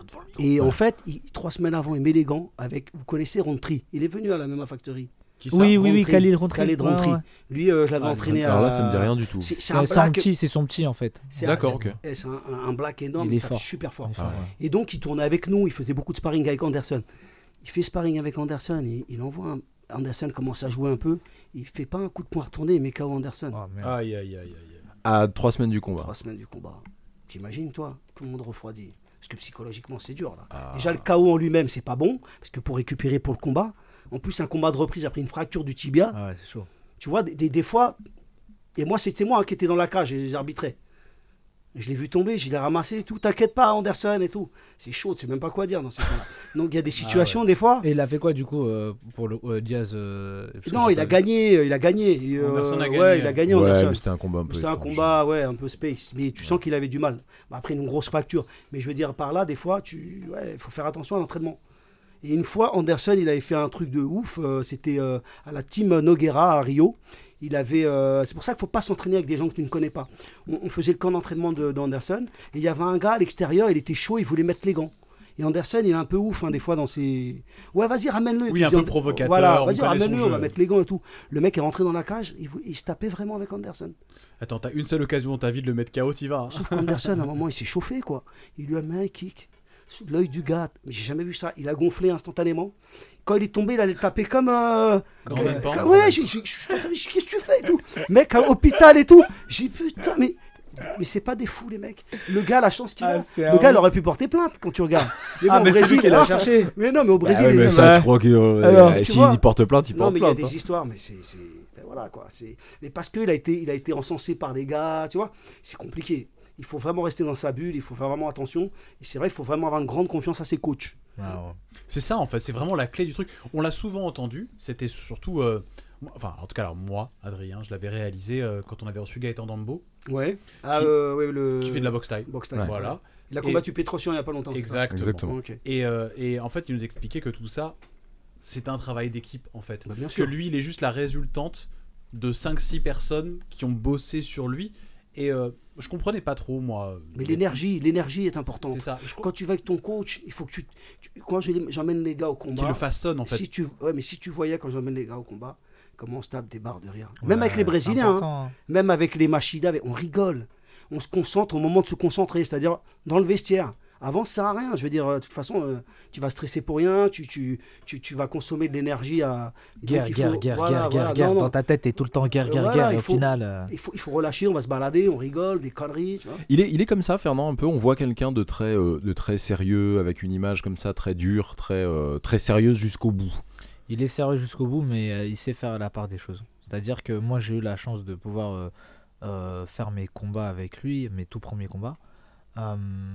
Et en fait, il- trois semaines avant, il met les gants avec, vous connaissez Rontry. Il est venu à la même Factory. Qui ça Oui, oui, oui, Rontry. Khalil Rontry. Khalid Ouais, Rontry. ouais. Lui, euh, je l'avais Ah, entraîné à. Alors là, ça me dit rien du tout. C'est, c'est C'est un son black. petit, c'est son petit en fait. c'est un- D'accord, c'est- ok. eh, C'est un, un, un black énorme, Il est tape fort. super fort. Il est fort, Ah ouais. Et donc, il tournait avec nous, il faisait beaucoup de sparring avec Anderson. Il fait sparring avec Anderson, et il envoie un- Anderson commence à jouer un peu. Il fait pas un coup de poing retourné, il met K O Anderson. Oh, merde. Aïe, aïe, aïe, aïe. À trois semaines du combat. Trois semaines du combat. T'imagines, toi, tout le monde refroidit. Parce que psychologiquement, c'est dur, là. Ah. Déjà, le K O en lui-même, c'est pas bon, parce que pour récupérer pour le combat, en plus, un combat de reprise après une fracture du tibia, Ah ouais, c'est chaud. tu vois, des, des, des fois, et moi, c'est c'est moi hein, qui étais dans la cage et les arbitrais. Je l'ai vu tomber, je l'ai ramassé, tout, t'inquiète pas, Anderson et tout. C'est chaud, tu sais même pas quoi dire dans ces cas-là. Donc, il y a des situations, des fois. Et il a fait quoi du coup euh, pour le euh, Diaz euh, parce que Non, j'ai il pas a vu. gagné, euh, il a gagné. Et, euh, Anderson a gagné. Ouais, il a gagné, Ouais, Anderson. mais c'était un combat un peu C'était un étrange. combat, ouais, un peu space. Mais tu sens qu'il avait du mal. Bah, après, une grosse fracture. Mais je veux dire, par là, des fois, tu, ouais, il faut faire attention à l'entraînement. Et une fois, Anderson, il avait fait un truc de ouf. euh, C'était euh, à la team Nogueira à Rio. Il avait, euh, c'est pour ça qu'il ne faut pas s'entraîner avec des gens que tu ne connais pas. On, on faisait le camp d'entraînement de- d'Anderson. Et il y avait un gars à l'extérieur, il était chaud, il voulait mettre les gants. Et Anderson, il est un peu ouf, hein, des fois, dans ses. Ouais, vas-y, ramène-le. Oui, Tu un dis, peu And- provocateur, Voilà, on vas-y, connaît son ramène-le, on va jeu. mettre les gants et tout. Le mec est rentré dans la cage, il, vou- il se tapait vraiment avec Anderson. Attends, t'as une seule occasion dans ta vie de le mettre K O, t'y vas. hein. Sauf qu'Anderson, à un moment, il s'est chauffé, quoi. Il lui a mis un kick sous l'œil du gars. Mais j'ai jamais vu ça. Il a gonflé instantanément. Quand il est tombé, il allait le taper comme. Euh... Grand même pas. Ouais, j'ai- j'ai- je suis entendu, j'ai dit, qu'est-ce que tu fais et tout. Mec, à l'hôpital et tout. J'ai dit, putain, mais. Mais c'est pas des fous, les mecs. Le gars, la chance qu'il Ah, a. c'est Le un gars, il ouf. aurait pu porter plainte quand tu regardes. Mais Ah, bon, mais au c'est lui Brésil, qui l'a ah, cherché. Mais non, mais au Bah Brésil. ouais, mais il- ça, Ouais. tu crois qu'il. Alors, tu S'il vois. y porte plainte, il Non, porte mais il y a plainte. des histoires, mais c'est. c'est- ben voilà, quoi. C'est... Mais parce qu'il a été, il a été encensé par des gars, tu vois. C'est compliqué. Il faut vraiment rester dans sa bulle, il faut faire vraiment attention. Et c'est vrai, il faut vraiment avoir une grande confiance à ses coachs. Ah ouais. C'est ça en fait, c'est vraiment la clé du truc. On l'a souvent entendu, c'était surtout. euh, moi- Enfin, en tout cas, alors moi, Adrien, je l'avais réalisé euh, quand on avait reçu Gaëtan Dambo, Ouais. Ah, Qui- euh, ouais, le. qui fait de la boxe taille. boxe taille. Ouais. Voilà. Il a Et- combattu Petrosian il n'y a pas longtemps. c'est ça Exactement. Exactement. Ok. Et, euh, et en fait, il nous expliquait que tout ça, c'est un travail d'équipe en fait. Bah, bien Que sûr. lui, il est juste la résultante de cinq six personnes qui ont bossé sur lui. Et euh, je comprenais pas trop, moi. Mais l'énergie, l'énergie est importante. C'est ça. Je crois Quand tu vas avec ton coach, il faut que tu. tu- quand je- j'emmène les gars au qu'il combat. le façonne en fait. Si tu, ouais, mais si tu voyais quand j'emmène les gars au combat, comment on se tape des barres de rire. Ouais, Même avec les c'est Brésiliens, hein. important, hein. Même avec les Machida, on rigole. On se concentre au moment de se concentrer, c'est-à-dire dans le vestiaire. Avant, ça sert à rien. Je veux dire, euh, de toute façon, euh, tu vas stresser pour rien, tu, tu, tu, tu vas consommer de l'énergie à. Donc, Guerre, il guerre, faut- guerre, voilà, guerre, voilà. guerre, guerre. Non, non. Dans ta tête, t'es tout le temps guerre, Euh, guerre, voilà, guerre. Et il au faut- final. euh, Il faut, il faut relâcher, on va se balader, on rigole, des conneries, tu vois. Il est, il est comme ça, Fernand, un peu. On voit quelqu'un de très, euh, de très sérieux, avec une image comme ça, très dure, très, euh, très sérieuse jusqu'au bout. Il est sérieux jusqu'au bout, mais euh, il sait faire la part des choses. C'est-à-dire que moi, j'ai eu la chance de pouvoir euh, euh, faire mes combats avec lui, mes tout premiers combats. Euh,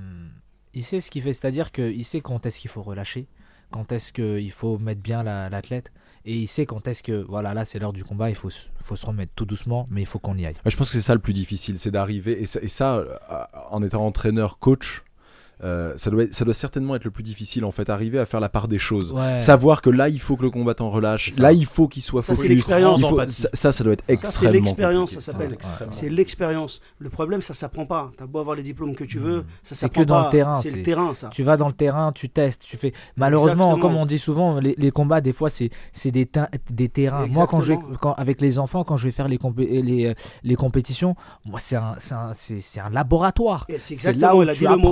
il sait ce qu'il fait, c'est-à-dire qu'il sait quand est-ce qu'il faut relâcher, quand est-ce qu'il faut mettre bien la- l'athlète, et il sait quand est-ce que, voilà, là c'est l'heure du combat, il faut, se- faut se remettre tout doucement, mais il faut qu'on y aille. Ouais, Je pense que c'est ça le plus difficile, c'est d'arriver. Et ça, et ça, euh, en étant entraîneur, coach, euh, ça, doit être- ça doit certainement être le plus difficile, en fait, arriver à faire la part des choses. Ouais. Savoir que là, il faut que le combattant relâche, C'est ça. là, il faut qu'il soit Ça, c'est focus. l'expérience. Il faut- Empathie. ça, ça, ça doit être Ça, c'est extrêmement l'expérience, compliqué. ça s'appelle. Ouais. Extrêmement. C'est l'expérience. Le problème, ça s'apprend pas. T'as beau avoir les diplômes que tu veux, ça C'est s'apprend que dans pas. le terrain, C'est c'est- le terrain, ça. Tu vas dans le terrain, tu testes, tu fais. Malheureusement, Exactement. comme on dit souvent, les, les combats, des fois, c'est c'est des, tein- des terrains. Moi, quand je vais, Exactement. quand, avec les enfants, quand je vais faire les, compé- les, les compétitions, moi, c'est un, c'est un, c'est- c'est un laboratoire. Et c'est C'est exactement, là où il a tu dit le mot. apprends. C'est un Et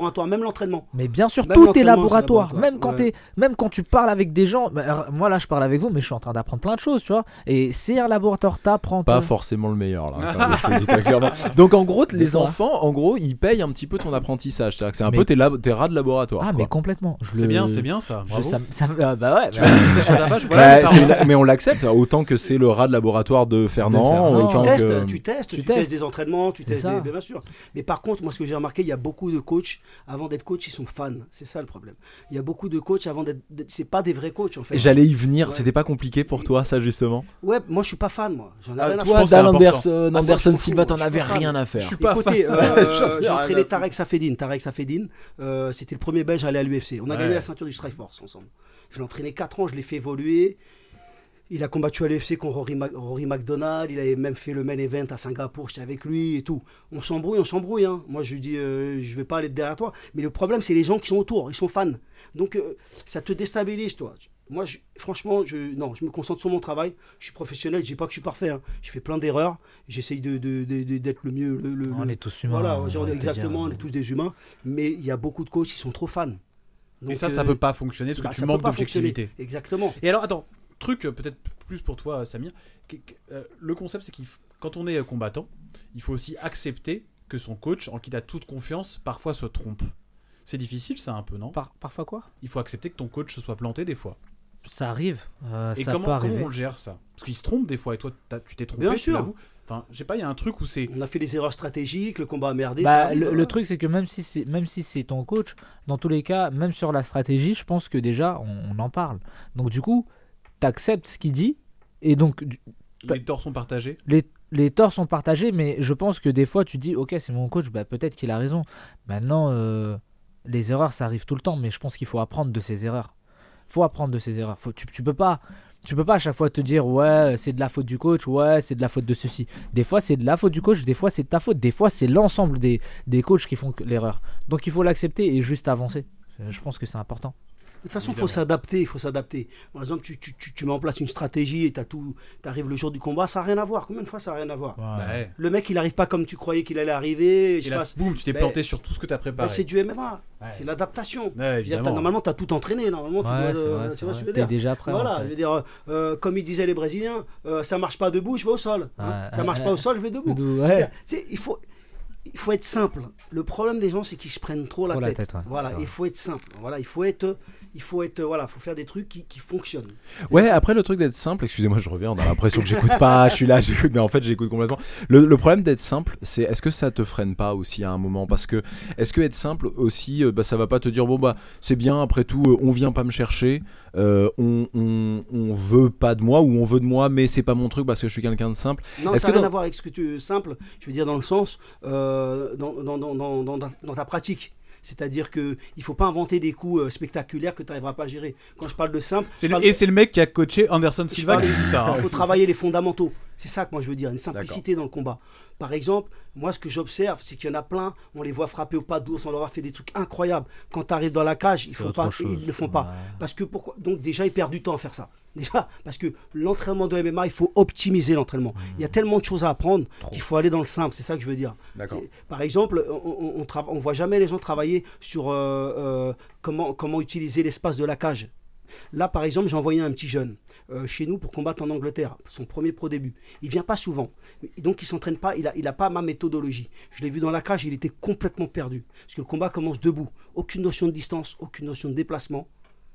laboratoire, même l'entraînement. Mais bien sûr, Même tout est l'entraînement, laboratoire. c'est laboratoire. Même quand Ouais. t'es, même quand tu parles avec des gens. bah, moi là, je parle avec vous, mais je suis en train d'apprendre plein de choses, tu vois. Et c'est un laboratoire, t'apprends. Pas toi. forcément le meilleur là. quand même, je te le dis très clairement. Donc en gros, les D'accord. enfants, en gros, ils payent un petit peu ton apprentissage. C'est-à-dire que c'est un Mais- peu tes, lab- tes rats de laboratoire. Ah, quoi. mais complètement. Je C'est le- bien, c'est bien ça. je- Bravo. ça, ça, ah, bah ouais. Tu bah- as mis ça sur ta page, Bah, voilà, les c'est parents. une- mais on l'accepte autant que c'est le rat de laboratoire de Fernand. Fernand. Tu autant testes, que- tu testes, tu, Tu testes testes. des entraînements, tu C'est testes ça. des... Bien sûr. Mais par contre, moi, ce que j'ai remarqué, il y a beaucoup de coachs, avant d'être coach, ils sont fans. C'est ça le problème. Il y a beaucoup de coachs, avant d'être... d'être- C'est pas des vrais coachs, en fait. J'allais y venir. Ouais. C'était pas compliqué pour toi, ça justement. Ouais, moi, je suis pas fan, moi. J'en ai Ah, rien à toi, pense que c'est Dan important. Anderson, Ah, ça, Anderson je m'en Silva, fous, t'en je suis avais pas fan. rien à Je faire. suis pas Écoutez, fan. euh, J'en ai j'ai rien à entraîné foutre. Tarek Safedine. Tarek Safedine, euh, c'était le premier belge à aller à l'U F C. On a Ouais. gagné la ceinture du Strikeforce ensemble. Je l'ai entraîné quatre ans, je l'ai fait évoluer. Il a combattu à l'U F C contre Rory, Mac- Rory McDonald. Il avait même fait le main event à Singapour. J'étais avec lui et tout. On s'embrouille, on s'embrouille. Hein. Moi, je lui dis, euh, je vais pas aller derrière toi. Mais le problème, c'est les gens qui sont autour. Ils sont fans. Donc, euh, ça te déstabilise, toi. Moi, je- franchement, je, non, je me concentre sur mon travail. Je suis professionnel. Je dis pas que je suis parfait. Hein. Je fais plein d'erreurs. J'essaye de, de- de- de- d'être le mieux. Le, le- On le- est tous humains. voilà, hein, genre, on va te exactement, dire. on est tous des humains, mais il y a beaucoup de coachs qui sont trop fans. Et Donc, ça, ça euh, peut pas fonctionner parce que bah, tu ça peut manques pas fonctionner. d'objectivité. Exactement. Et alors, attends, truc euh, peut-être plus pour toi, euh, Samir. Que- que- euh, le concept, c'est qu'il f- quand on est euh, combattant, il faut aussi accepter que son coach, en qui tu as toute confiance, parfois se trompe. C'est difficile, ça, un peu, non? Par- parfois quoi Il faut accepter que ton coach se soit planté des fois. Ça arrive. euh, Et ça comment, peut comment arriver. on le gère ça? Parce qu'il se trompe des fois, et toi, t'as- tu t'es trompé, Bien tu sûr. l'avoues. Enfin, je sais pas, il y a un truc où c'est. On a fait des erreurs stratégiques, le combat a merdé. ça Bah, arrive, le, voilà. le truc, c'est que même si c'est même si c'est ton coach, dans tous les cas, même sur la stratégie, je pense que déjà on, on en parle. Donc du coup, t'acceptes ce qu'il dit et donc du- Les torts sont partagés. les, les torts sont partagés, mais je pense que des fois tu dis ok c'est mon coach, bah peut-être qu'il a raison. Maintenant, euh, les erreurs ça arrive tout le temps, mais je pense qu'il faut apprendre de ses erreurs. Faut apprendre de ses erreurs. Faut, tu, tu peux pas. Tu peux pas à chaque fois te dire ouais c'est de la faute du coach, ouais c'est de la faute de ceci. Des fois c'est de la faute du coach, des fois c'est de ta faute, des fois c'est l'ensemble des, des coachs qui font que- l'erreur. Donc il faut l'accepter et juste avancer. Euh, Je pense que c'est important. De toute façon, il faut Évidemment. s'adapter, il faut s'adapter. Par exemple, tu, tu, tu, tu mets en place une stratégie et tu arrives le jour du combat, ça n'a rien à voir. Combien de fois ça n'a rien à voir Bah ouais. Le mec, il n'arrive pas comme tu croyais qu'il allait arriver. il Et se là, passe- boum, tu t'es Ben, planté sur tout ce que t'as Ben, préparé. c'est du M M A, Ouais. c'est l'adaptation. Ouais, Je veux dire, t'as- évidemment. Normalement, tu as tout entraîné. Normalement, tu Ouais, dois, c'est euh, vrai, tu c'est vois ce vrai. que je veux T'es dire. déjà prêt. Voilà, en fait. je veux dire, euh, comme ils disaient les Brésiliens, euh, ça marche pas debout, je vais au sol. hein. Ouais, ça ouais, marche ouais. pas au sol, je vais debout. Ouais. Tu sais, il faut, il faut être simple. Le problème des gens, c'est qu'ils se prennent trop la Trop la tête. tête, ouais, Voilà, c'est vrai. il faut être simple. Voilà, il faut être, il faut être, voilà, faut faire des trucs qui, qui fonctionnent. Ouais, après le truc d'être simple, excusez-moi, je reviens, on a l'impression que j'écoute pas, je suis là, j'écoute, mais en fait j'écoute complètement. Le, le problème d'être simple, c'est est-ce que ça te freine pas aussi à un moment? Parce que est-ce que être simple aussi, euh, bah, ça va pas te dire bon bah c'est bien, après tout, euh, on vient pas me chercher, euh, on, on, on veut pas de moi ou on veut de moi, mais c'est pas mon truc parce que je suis quelqu'un de simple. Non, Est-ce ça n'a que rien dans- à voir avec ce que tu simple. Je veux dire dans le sens, euh, dans, dans, dans, dans, dans, dans ta pratique. C'est-à-dire qu'il ne faut pas inventer des coups euh, spectaculaires que tu n'arriveras pas à gérer. Quand je parle de simple, C'est je le- parle- Et c'est le mec qui a coaché Anderson je Silva parle- qui dit ça. hein. il faut travailler les fondamentaux. C'est ça que moi je veux dire, une simplicité dans le combat. Par exemple, moi ce que j'observe, c'est qu'il y en a plein, on les voit frapper au pas d'ours, on leur a fait des trucs incroyables. Quand tu arrives dans la cage, ils C'est font autre pas, chose. ils ne le font pas. Ouais. Parce que pourquoi Donc déjà, ils perdent du temps à faire ça. Déjà, parce que l'entraînement de M M A, il faut optimiser l'entraînement. Il y a tellement de choses à apprendre qu'il faut aller dans le simple. C'est ça que je veux dire. D'accord. C'est- Par exemple, on, on, on, trava- on voit jamais les gens travailler sur euh, euh, comment, comment utiliser l'espace de la cage. Là, par exemple, j'ai envoyé un petit jeune euh, chez nous pour combattre en Angleterre, son premier pro début. Il vient pas souvent, Et donc il s'entraîne pas. Il a, il a pas ma méthodologie. Je l'ai vu dans la cage, il était complètement perdu parce que le combat commence debout. Aucune notion de distance, aucune notion de déplacement.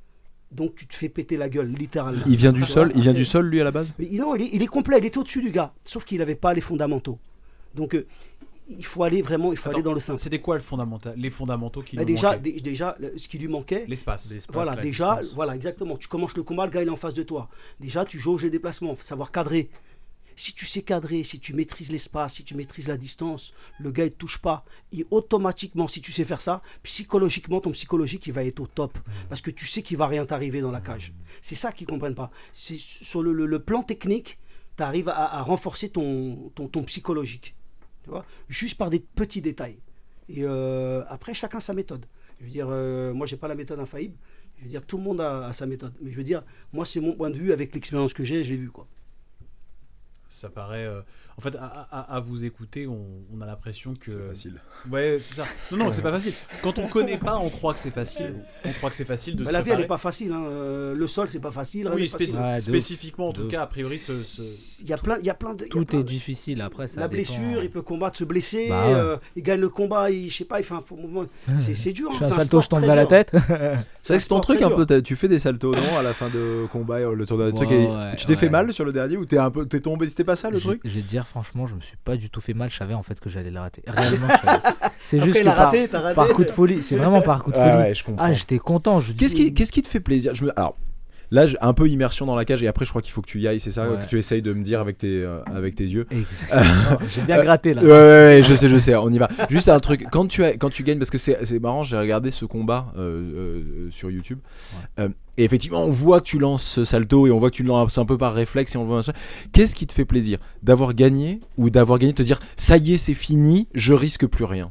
Donc tu te fais péter la gueule, littéralement. Il vient du Tu sol, vois, il vient c'est- du sol lui à la base? Mais non, il est, il est complet, il était au-dessus du gars, sauf qu'il n'avait pas les fondamentaux. Donc euh, il faut aller vraiment, il faut Attends, aller dans le simple. C'était quoi le fondamental, les fondamentaux qui Bah, lui déjà, manquaient dé- déjà, le- ce qui lui manquait, L'espace. L'espace, voilà, la déjà, distance. voilà, exactement. Tu commences le combat, le gars il est en face de toi. Déjà, tu jauges les déplacements, faut savoir cadrer. Si tu sais cadrer, si tu maîtrises l'espace, si tu maîtrises la distance, le gars il te touche pas. Et automatiquement, si tu sais faire ça, psychologiquement, ton psychologique il va être au top. Parce que tu sais qu'il va rien t'arriver dans la cage. C'est ça qu'ils comprennent pas. C'est sur le, le- le plan technique, tu arrives à, à renforcer ton, ton, ton psychologique. Tu vois, juste par des petits détails. Et euh, après, chacun sa méthode. Je veux dire, euh, moi, j'ai pas la méthode infaillible. Je veux dire, tout le monde a, a sa méthode. Mais je veux dire, moi, c'est mon point de vue avec l'expérience que j'ai, je l'ai vu, quoi. Ça paraît. euh, En fait, à, à- à vous écouter, on, on a l'impression que. C'est facile. Ouais, c'est ça. Non, non, c'est pas facile. Quand on connaît pas, on croit que c'est facile. On croit que c'est facile de Bah, se la vie, elle préparer. n'est pas facile. Hein. Euh, le sol, c'est pas facile. rien Oui, n'est facile. spéci- Ouais, de ouf. spécifiquement, en De tout ouf. cas, a priori, ce. ce- Il y a plein, il y a plein de. il y a Tout plein est de- difficile après, ça La dépend. blessure, il peut combattre, se blesser. Bah ouais. euh, il gagne le combat, il, je sais pas, il fait un faux mouvement. C'est, c'est dur. Je hein, fais un c'est salto, sport je tombe très à la dur. tête. C'est vrai que c'est ton sport truc très un dur. peu. t'as- Tu fais des saltos, non, à la fin de combat, euh, le tour de truc. Ouais, et ouais, tu t'es fait ouais. mal sur le dernier ou t'es un peu, t'es tombé, c'était pas ça le Je truc? je vais te dire, franchement, je me suis pas du tout fait mal. Je savais en fait que j'allais le rater. Réellement, je savais. C'est Après, juste il que a par, raté, t'as raté. par coup de folie. C'est vraiment par coup de folie. Ah ouais, je comprends. Ah, j'étais content. Je Qu'est-ce dis- qui, qu'est-ce qui te fait plaisir? Je me... Alors, là, je- un peu immersion dans la cage et après, je crois qu'il faut que tu y ailles. C'est ça Ouais. que tu essayes de me dire avec tes, euh, avec tes yeux. Exactement. J'ai bien gratté là. Ouais, ouais, ouais, je sais, je sais, on y va. Juste un truc, quand tu, as, quand tu gagnes, parce que c'est, c'est marrant, j'ai regardé ce combat euh, euh, sur YouTube. Euh, et effectivement, on voit que tu lances ce salto et on voit que tu le lances un peu par réflexe et on le voit machin. Qu'est-ce qui te fait plaisir? D'avoir gagné ou d'avoir gagné, de te dire ça y est, c'est fini, je risque plus rien?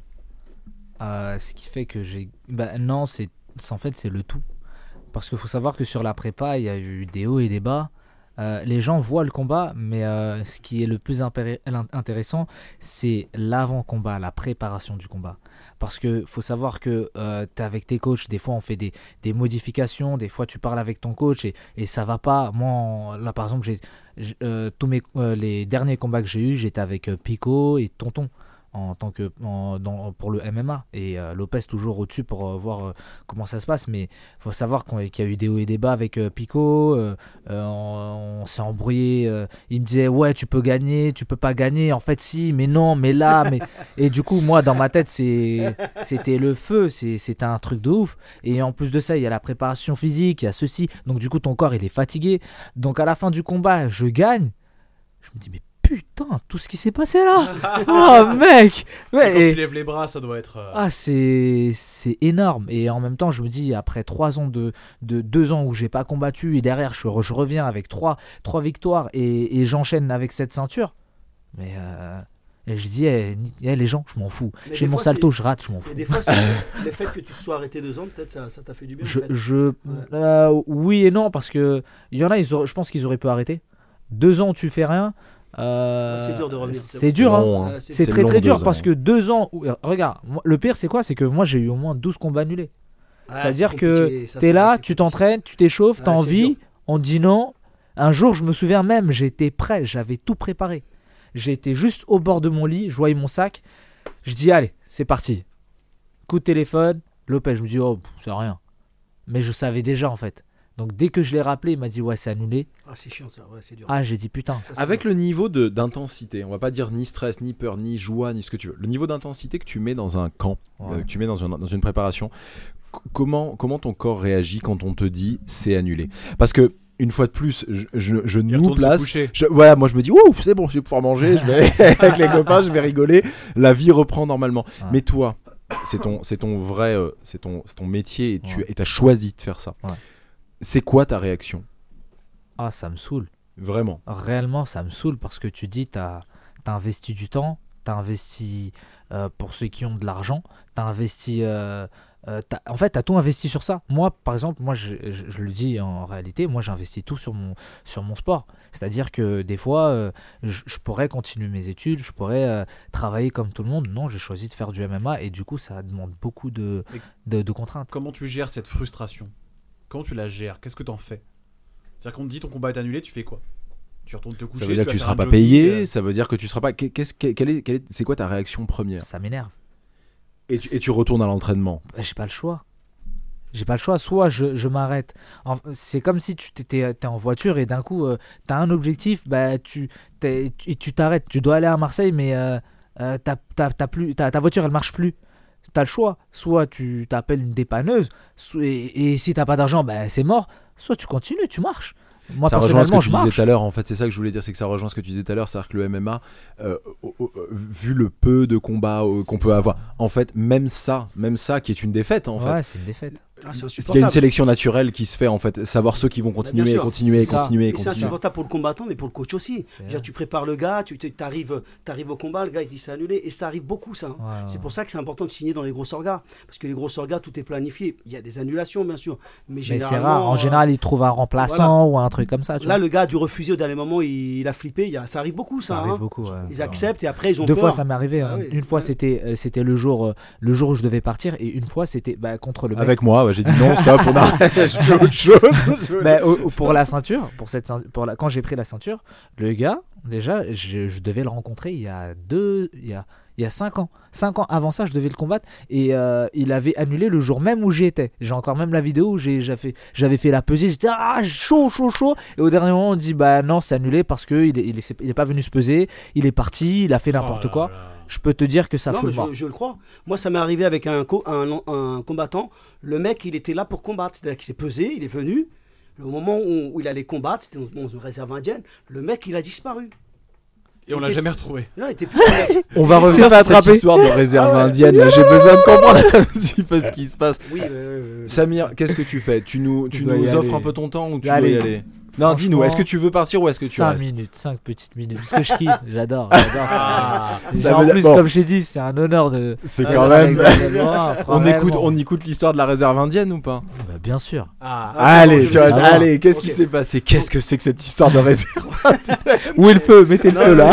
Euh, ce qui fait que j'ai. Bah, non, c'est c'est- en fait, c'est le tout. Parce qu'il faut savoir que sur la prépa, il y a eu des hauts et des bas. Euh, les gens voient le combat, mais euh, ce qui est le plus impéri- intéressant, c'est l'avant-combat, la préparation du combat. Parce que faut savoir que euh, tu es avec tes coachs, des fois on fait des, des modifications, des fois tu parles avec ton coach et, et ça va pas. Moi, en- là par exemple, j'ai, j'ai, euh, tous mes, euh, les derniers combats que j'ai eus, j'étais avec euh, Pico et Tonton en tant que en- dans- pour le M M A et euh, Lopez toujours au-dessus pour euh, voir euh, comment ça se passe, mais faut savoir qu'on- qu'il y a eu des hauts et des bas avec euh, Pico. euh, euh, on, on s'est embrouillé, euh, il me disait ouais tu peux gagner, tu peux pas gagner, en fait si, mais non, mais là, mais et du coup moi dans ma tête c'est c'était le feu, c'est, c'était un truc de ouf. Et en plus de ça il y a la préparation physique, il y a ceci, donc du coup ton corps il est fatigué, donc à la fin du combat je gagne, je me dis mais putain, tout ce qui s'est passé là. Oh mec. Ouais, Quand et- tu lèves les bras, ça doit être. euh, ah c'est c'est énorme. Et en même temps je me dis après trois ans de de deux ans où j'ai pas combattu et derrière je, re- je reviens avec trois trois victoires et, et j'enchaîne avec cette ceinture. Mais euh, et je dis eh, ni- eh, les gens je m'en fous. Mais J'ai des mon fois, salto c'est- je rate je m'en Et fous. des fois, c'est le fait que tu sois arrêté deux ans, peut-être ça, ça t'a fait du bien. Je, en fait. je euh, oui et non parce que il y en a ils auraient- je pense qu'ils auraient pu arrêter. Deux ans tu fais rien. euh, C'est dur de revenir, c'est C'est vrai. dur hein. long, hein. Ouais, C'est C'est très long, très dur deux parce ans. que deux ans. où- Regarde, moi, le pire c'est quoi? C'est que moi j'ai eu au moins douze combats annulés. Ah, C'est-à-dire c'est que compliqué, ça, t'es c'est là, vrai, c'est tu compliqué. t'entraînes, tu t'échauffes, t'as Ouais, c'est envie, dur. on te dit non. Un jour, je me souviens même, j'étais prêt, j'avais tout préparé. J'étais juste au bord de mon lit, je voyais mon sac. Je dis allez, c'est parti. Coup de téléphone, Lopez, je me dis oh, pff, c'est rien. Mais je savais déjà en fait. Donc dès que je l'ai rappelé, il m'a dit ouais, c'est annulé. Ah, c'est chiant ça, ouais, c'est dur. Ah, j'ai dit putain. Ça, c'est Avec dur. le niveau de, d'intensité, on va pas dire ni stress, ni peur, ni joie, ni ce que tu veux. Le niveau d'intensité que tu mets dans un camp, Ouais. euh, que tu mets dans une, dans une préparation, c- comment, comment ton corps réagit quand on te dit c'est annulé? Parce que, une fois de plus, je, je, je Il nous retourne se place. coucher. Je- voilà, moi je me dis, ouf, c'est bon, je vais pouvoir manger, je vais avec les copains, je vais rigoler, la vie reprend normalement. Ouais. Mais toi, c'est ton, c'est ton vrai, euh, c'est ton, c'est ton métier et tu Ouais. as choisi de faire ça. Ouais. C'est quoi ta réaction? Ah, ça me saoule. Vraiment. Réellement, ça me saoule parce que tu dis, t'as as investi du temps, t'as investi euh, pour ceux qui ont de l'argent, t'as investi. euh, euh, t'as- en fait, t'as tout investi sur ça. Moi, par exemple, moi, je, je- je le dis en réalité, moi, j'investis tout sur mon, sur mon sport. C'est-à-dire que des fois, euh, je, je pourrais continuer mes études, je pourrais euh, travailler comme tout le monde. Non, j'ai choisi de faire du M M A et du coup, ça demande beaucoup de, de, de contraintes. Comment tu gères cette frustration? Comment tu la gères? Qu'est-ce que t'en fais? C'est-à-dire qu'on te dit ton combat est annulé, tu fais quoi? Tu retournes te coucher. Ça veut dire tu que tu vas seras faire pas un jogging, payé, euh, ça veut dire que tu seras pas. Qu'est-ce, quelle est, quelle est- c'est quoi ta réaction première? Ça m'énerve. Et tu, et tu retournes à l'entraînement. Bah, j'ai pas le choix. J'ai pas le choix. Soit je, je m'arrête. En- C'est comme si tu t'étais t'es en voiture et d'un coup, euh, t'as un objectif, bah, tu, t'es- tu, tu t'arrêtes. Tu dois aller à Marseille, mais euh, euh, t'as- t'as- t'as plus, t'as- ta voiture, elle marche plus. T'as le choix. Soit tu t'appelles une dépanneuse, so- et, et si t'as pas d'argent, bah, c'est mort. Soit tu continues, tu marches. Moi, Ça rejoint ce que personnellement, tu je disais marche. tout à l'heure, en fait, c'est ça que je voulais dire, c'est que ça rejoint ce que tu disais tout à l'heure, c'est-à-dire que le M M A, euh, au- au- euh, vu le peu de combats euh, qu'on C'est peut ça. avoir, en fait, même ça, même ça qui est une défaite, en Ouais, fait, c'est une défaite. Ah, c'est Parce qu'il y a une insupportable. sélection naturelle qui se fait en fait, savoir ceux qui vont continuer, Bien sûr, continuer, c'est ça. continuer, Et c'est continuer. insupportable pour le combattant, mais pour le coach aussi. C'est Déjà, tu prépares le gars, tu arrives au combat, le gars il dit c'est annulé, et ça arrive beaucoup ça. hein. Ouais, ouais. C'est pour ça que c'est important de signer dans les grosses orgas, parce que les grosses orgas tout est planifié. Il y a des annulations bien sûr, mais Mais c'est généralement. rare. En euh, général, ils trouvent un remplaçant ou un truc comme ça. Tu Là, vois. le gars a dû refuser au dernier moment, il, il a flippé. Il y a, ça arrive beaucoup ça. Ça arrive hein. beaucoup. ouais. Ils acceptent et après ils ont Deux peur. fois ça m'est arrivé. Ah hein. oui, Une fois ouais. c'était euh, c'était le jour euh, le jour où je devais partir et une fois c'était bah, contre le mec. Avec moi, ouais, j'ai dit non, stop, on arrête, je fais autre chose. Bah, au- au- pour la ceinture, pour cette ceint- pour la, quand j'ai pris la ceinture, le gars déjà je, je devais le rencontrer il y a deux il y a il y a cinq ans. Cinq ans avant ça, je devais le combattre et euh, il avait annulé le jour même où j'y étais. J'ai encore même la vidéo où j'ai, j'ai fait, j'avais fait la pesée. J'étais ah, chaud, chaud, chaud. Et au dernier moment, on dit bah non, c'est annulé parce qu'il est, il est, il est pas venu se peser. Il est parti, il a fait n'importe Oh là quoi. là. Je peux te dire que ça Non, fout mais le mort. je, je le crois. Moi, ça m'est arrivé avec un, co- un, un combattant. Le mec, il était là pour combattre. C'est-à-dire qu'il s'est pesé, il est venu. Au moment où, où il allait combattre, c'était dans dans une réserve indienne. Le mec, il a disparu. Et on l'a jamais retrouvé. Là, il était plus là. On va revenir C'est pas sur cette attrapé. histoire de réserve Ah ouais. indienne. Là, j'ai besoin de comprendre un petit peu ce qui se passe. Oui, ouais, ouais, ouais. Samir, qu'est-ce que tu fais? Tu nous, tu dois y nous offres aller. un peu ton temps ou tu Allez. dois y aller? Non, dis-nous, est-ce que tu veux partir ou est-ce que tu cinq restes? minutes, cinq petites minutes. Parce que je kiffe, j'adore. j'adore. Ah. Et Ça en veut plus, dire- bon. comme j'ai dit, c'est un honneur de. C'est de quand parler même. avec des gens, On écoute, vraiment. on écoute l'histoire de la réserve indienne ou pas? Bah, bien sûr. Ah. Allez, je tu veux vois, savoir. allez, qu'est-ce qui Ok. s'est passé? Qu'est-ce que c'est que cette histoire de réserve? Où est le feu? Mettez le feu là.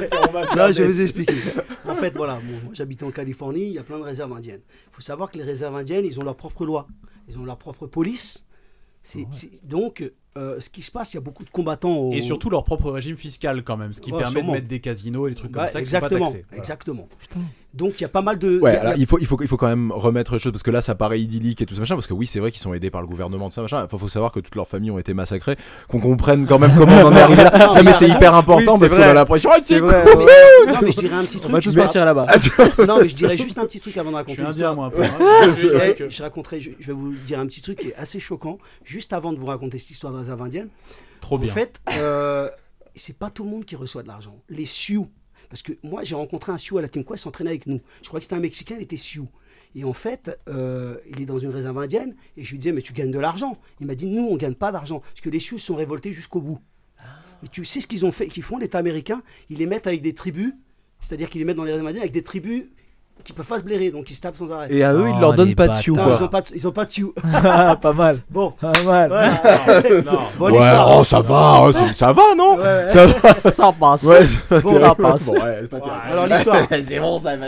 Là, je vais vous expliquer. En fait, voilà, bon, moi j'habitais en Californie, il y a plein de réserves indiennes. Il faut savoir que les réserves indiennes, ils ont leur propre loi, ils ont leur propre police. C'est, c'est- donc, euh, ce qui se passe, il y a beaucoup de combattants. Au... Et surtout leur propre régime fiscal quand même, ce qui Ouais, permet sûrement. de mettre des casinos et des trucs comme Ouais, ça qui sont pas exactement, taxés. Voilà. exactement. Donc, il y a pas mal de. Ouais, il y a- alors, il faut, il faut, il faut quand même remettre les choses parce que là, ça paraît idyllique et tout ça machin. Parce que oui, c'est vrai qu'ils sont aidés par le gouvernement, tout ça machin. Enfin, faut savoir que toutes leurs familles ont été massacrées, qu'on comprenne quand même comment on en est arrivé là. Non, mais c'est hyper important Oui, c'est parce qu'on vrai. a l'impression, ah, c'est cool. Non, mais je dirais un petit On truc. va tous mais- partir là-bas. Non, mais je dirais juste un petit truc avant de Je raconter suis indien l'histoire. moi un peu. hein. Je, Ouais, je- je raconterai, je, je vais vous dire un petit truc qui est assez choquant, juste avant de vous raconter cette histoire de réserve indienne. Trop bien. En fait, euh, c'est pas tout le monde qui reçoit de l'argent. Les Sioux, parce que moi j'ai rencontré un Sioux à la Team Quest, s'entraînait avec nous. Je crois que c'était un Mexicain, il était Sioux. Et en fait, euh, il est dans une réserve indienne, et je lui disais, mais tu gagnes de l'argent. Il m'a dit, nous on gagne pas d'argent, parce que les Sioux se sont révoltés jusqu'au bout. Mais tu sais ce qu'ils ont fait, qu'ils font, l'État américain, ils les mettent avec des tribus, c'est-à-dire qu'ils les mettent dans les réserves indiennes avec des tribus qui peuvent pas se blairer, donc ils se tapent sans arrêt. Et à eux, ils Oh, leur donnent les pas de sioux, Non, quoi. ils ont pas de, ils ont pas de Sioux. Pas mal. Bon, Pas mal. voilà. Non. Bon, Ouais, l'histoire. oh, ça va, oh, c'est- ça va, non? Ouais, ouais. Ça va. Ça passe. Ouais, Bon, ça passe. Bon, ouais, c'est pas terrible. Alors l'histoire. C'est bon, ça va.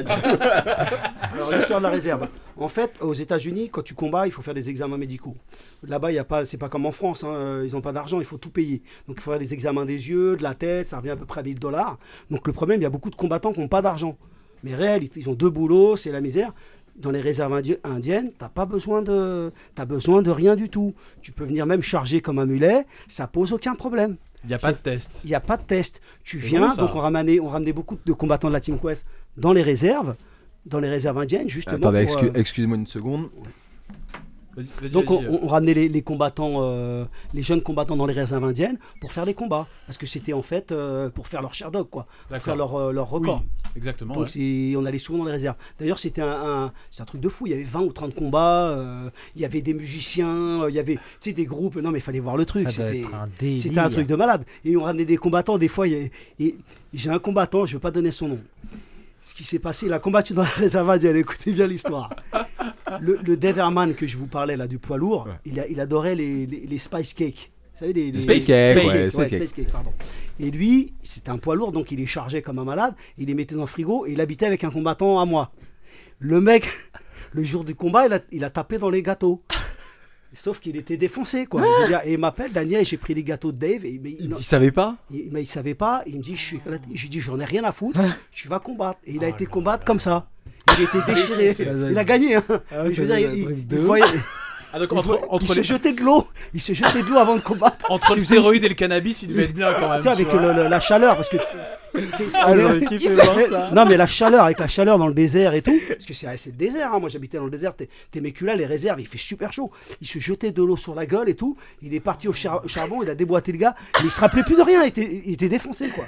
Alors l'histoire de la réserve. En fait, aux États-Unis, quand tu combats, il faut faire des examens médicaux. Là-bas, il y a pas, c'est pas comme en France. Hein, ils n'ont pas d'argent, il faut tout payer. Donc il faut faire des examens des yeux, de la tête, ça revient à peu près à mille dollars. Donc le problème, il y a beaucoup de combattants qui n'ont pas d'argent. Mais réel, ils ont deux boulots, c'est la misère. Dans les réserves indi- indiennes, t'as pas besoin de, t'as besoin de rien du tout. Tu peux venir même charger comme un mulet, ça pose aucun problème. Il n'y a pas de test. Il n'y a pas de test. Tu C'est viens, bon, ça. donc on ramenait, on ramenait beaucoup de combattants de la Team Quest dans les réserves, dans les réserves indiennes, justement. Attendez, pour, excu- euh, excuse-moi une seconde. Vas-y, vas-y, donc on, vas-y, euh. on ramenait les, les combattants, euh, les jeunes combattants dans les réserves indiennes pour faire les combats, parce que c'était en fait euh, pour faire leur Sherdog, quoi, pour D'accord. faire leur, euh, leur Oui, record. exactement. Donc ouais. c'est- on allait souvent dans les réserves. D'ailleurs c'était un, un- c'est un truc de fou. Il y avait vingt ou trente combats. euh, il y avait des musiciens. euh, il y avait, tu sais, des groupes. Non mais il fallait voir le truc. Ça doit C'était, être un délire. c'était un truc de malade. Et on ramenait des combattants. Des fois, il y a- et j'ai un combattant. Je ne veux pas donner son nom. Ce qui s'est passé, il a combattu dans la réserve indienne. Écoutez bien l'histoire. Le, le Dave Herman que je vous parlais là du poids lourd, Ouais. il, a- il adorait les, les, les spice cakes. Vous savez, les, les- Space cake, Space ouais, cakes, space cake. space cakes, pardon. Et lui, c'était un poids lourd, donc il les chargeait comme un malade, il les mettait dans le frigo et il habitait avec un combattant à moi. Le mec, le jour du combat, il a, il a tapé dans les gâteaux. Sauf qu'il était défoncé, quoi. Je veux dire, et il m'appelle, Daniel, j'ai pris les gâteaux de Dave, et mais, Il il, il savait pas? il, mais il savait pas, il me dit, je suis éclaté. Je lui dis, j'en ai rien à foutre, tu vas combattre. Et il a Oh été là combattre là comme ça. Il était déchiré, Ça doit il a être- gagné. Hein. Ah ouais, Je veux ça dire, doit il, être un il- truc de il ouf. voyait- Ah, donc il entre, voyait- entre il se les- jetait de l'eau, il se jetait de l'eau avant de combattre. entre le Je vous stéroïde et le cannabis, il devait être bien quand même. Tu sais, avec tu vois. le- le- la chaleur, parce que. c'est- c'est- Ah, on est- j'aurais kiffé voir ça. Non, mais la chaleur, avec la chaleur dans le désert et tout, parce que c'est c'est le désert, hein, moi j'habitais dans le désert, t'es t'es Mécula, les réserves, il fait super chaud. Il se jetait de l'eau sur la gueule et tout, il est parti au char- au charbon, il a déboîté le gars, mais il se rappelait plus de rien, il était, il était défoncé quoi.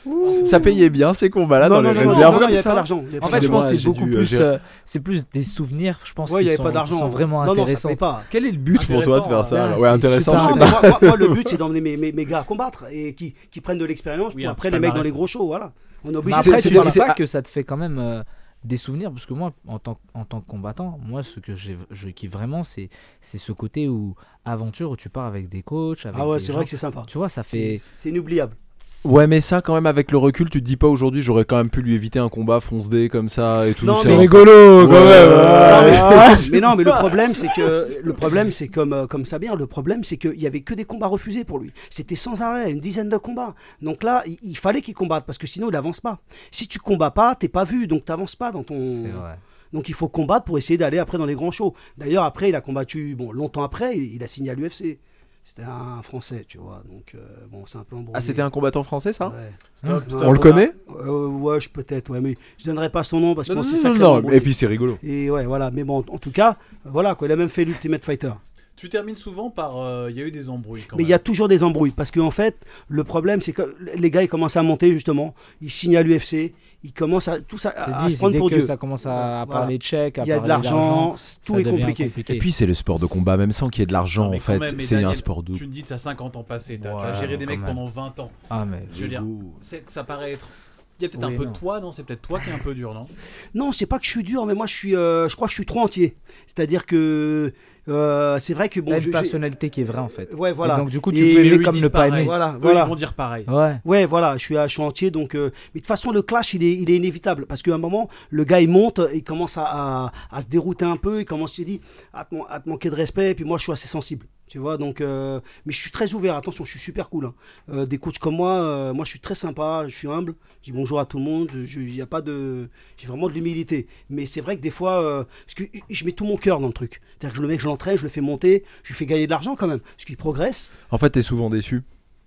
Ça payait bien ces combats-là Non, dans non, les non, non, réserves non, il comme n'y avait ça. pas d'argent. il y avait En pas fait, je d'argent. pense que c'est j'ai beaucoup dû, euh, plus. j'ai- euh, c'est plus des souvenirs, je pense, Ouais, il qui n'y avait sont, pas qui d'argent. sont vraiment Non, non, ça intéressants. paye pas. Quel est le but pour toi de faire ça? Intéressant, Ouais, ah, intéressant. c'est je sais Non, pas. mais moi, moi- moi, le but, c'est d'emmener mes, mes, mes gars à combattre et qui, qui prennent de l'expérience Oui, pour un après petit les mecs dans palmarès. les gros shows. Voilà. On est Mais obligé. C'est- après, c'est tu des- dis c'est- pas ah. que ça te fait quand même euh, des souvenirs, parce que moi, en tant, en tant que combattant, moi, ce que j'ai, je kiffe vraiment, c'est, c'est ce côté où aventure où tu pars avec des coachs, avec Ah ouais, des c'est gens. vrai que c'est sympa. Tu vois, ça C'est fait. c'est inoubliable. Ouais, mais ça, quand même, avec le recul, tu te dis pas aujourd'hui, j'aurais quand même pu lui éviter un combat fonce-dé comme ça et tout. Non, c'est mais- un- rigolo Ouais, quand même. ouais, Non, mais, mais non, mais le problème, c'est que le problème, c'est comme euh, comme Sabir. Le problème, c'est qu'il y avait que des combats refusés pour lui. C'était sans arrêt, une dizaine de combats. Donc là, il, il fallait qu'il combatte parce que sinon, il avance pas. Si tu combats pas, t'es pas vu, donc t'avances pas dans ton. C'est vrai. Donc il faut combattre pour essayer d'aller après dans les grands shows. D'ailleurs, après, il a combattu. Bon, longtemps après, il, il a signé à l'U F C. C'était un Français, tu vois. Donc euh, bon, c'est un peu embrouillé. Ah, c'était un combattant français, ça? Ouais. Stop, Ouais. stop. On le connaît? Euh, ouais, je peut-être, ouais, mais je donnerai pas son nom parce que Non, bon, non, c'est non, sacrément non, embrouillé. et puis c'est rigolo. Et ouais, voilà. Mais bon, en tout cas, voilà quoi. Il a même fait l'Ultimate Fighter. Tu termines souvent par. euh, Il y a eu des embrouilles quand Mais il même. y a toujours des embrouilles parce qu'en fait, le problème, c'est que les gars, ils commencent à monter justement. Ils signent à l'U F C. Ils commencent à tous à, C'est à dit, se prendre dès pour que Dieu. ça commence à, à Voilà. parler de chèques, à Il y a de parler l'argent, ça tout est devient compliqué. Et puis c'est le sport de combat, même sans qu'il y ait de l'argent, Non, mais en quand fait, même, mais c'est un Daniel, sport de. Tu me dis, tu as cinquante ans passés, tu as Ouais, géré des quand mecs même. pendant vingt ans. Ah, mais. Je veux dire, c'est que ça paraît être. Il y a peut-être Oui, un peu non. de toi, non? C'est peut-être toi qui est un peu dur, non? Non, c'est pas que je suis dur, mais moi, je suis, euh, je crois que je suis trop entier. C'est-à-dire que euh, c'est vrai que bon, T'as je- une j'ai- personnalité qui est vraie en fait. ouais, voilà. Et donc du coup, tu Et- peux Mais aimer eux, ils comme disent ne pas pareil. aimer. Voilà, Eux, voilà. ils vont dire pareil. Ouais. Ouais, voilà, je suis, à- je suis entier, donc. euh, Mais de toute façon, le clash, il est, il est inévitable. Parce qu'à un moment, le gars, il monte, il commence à, à, à se dérouter un peu, il commence, je te dis, à te, man- à te manquer de respect. Et puis moi, je suis assez sensible. Tu vois, donc. euh, Mais je suis très ouvert, attention, je suis super cool. hein. Euh, des coachs comme moi, euh, moi, je suis très sympa, je suis humble, je dis bonjour à tout le monde, je- il y a pas de. J'ai vraiment de l'humilité. Mais c'est vrai que des fois, euh, parce que je mets tout mon cœur dans le truc. C'est-à-dire que le mec, je l'entraîne, je le fais monter, je lui fais gagner de l'argent quand même, parce qu'il progresse. En fait, t'es souvent déçu.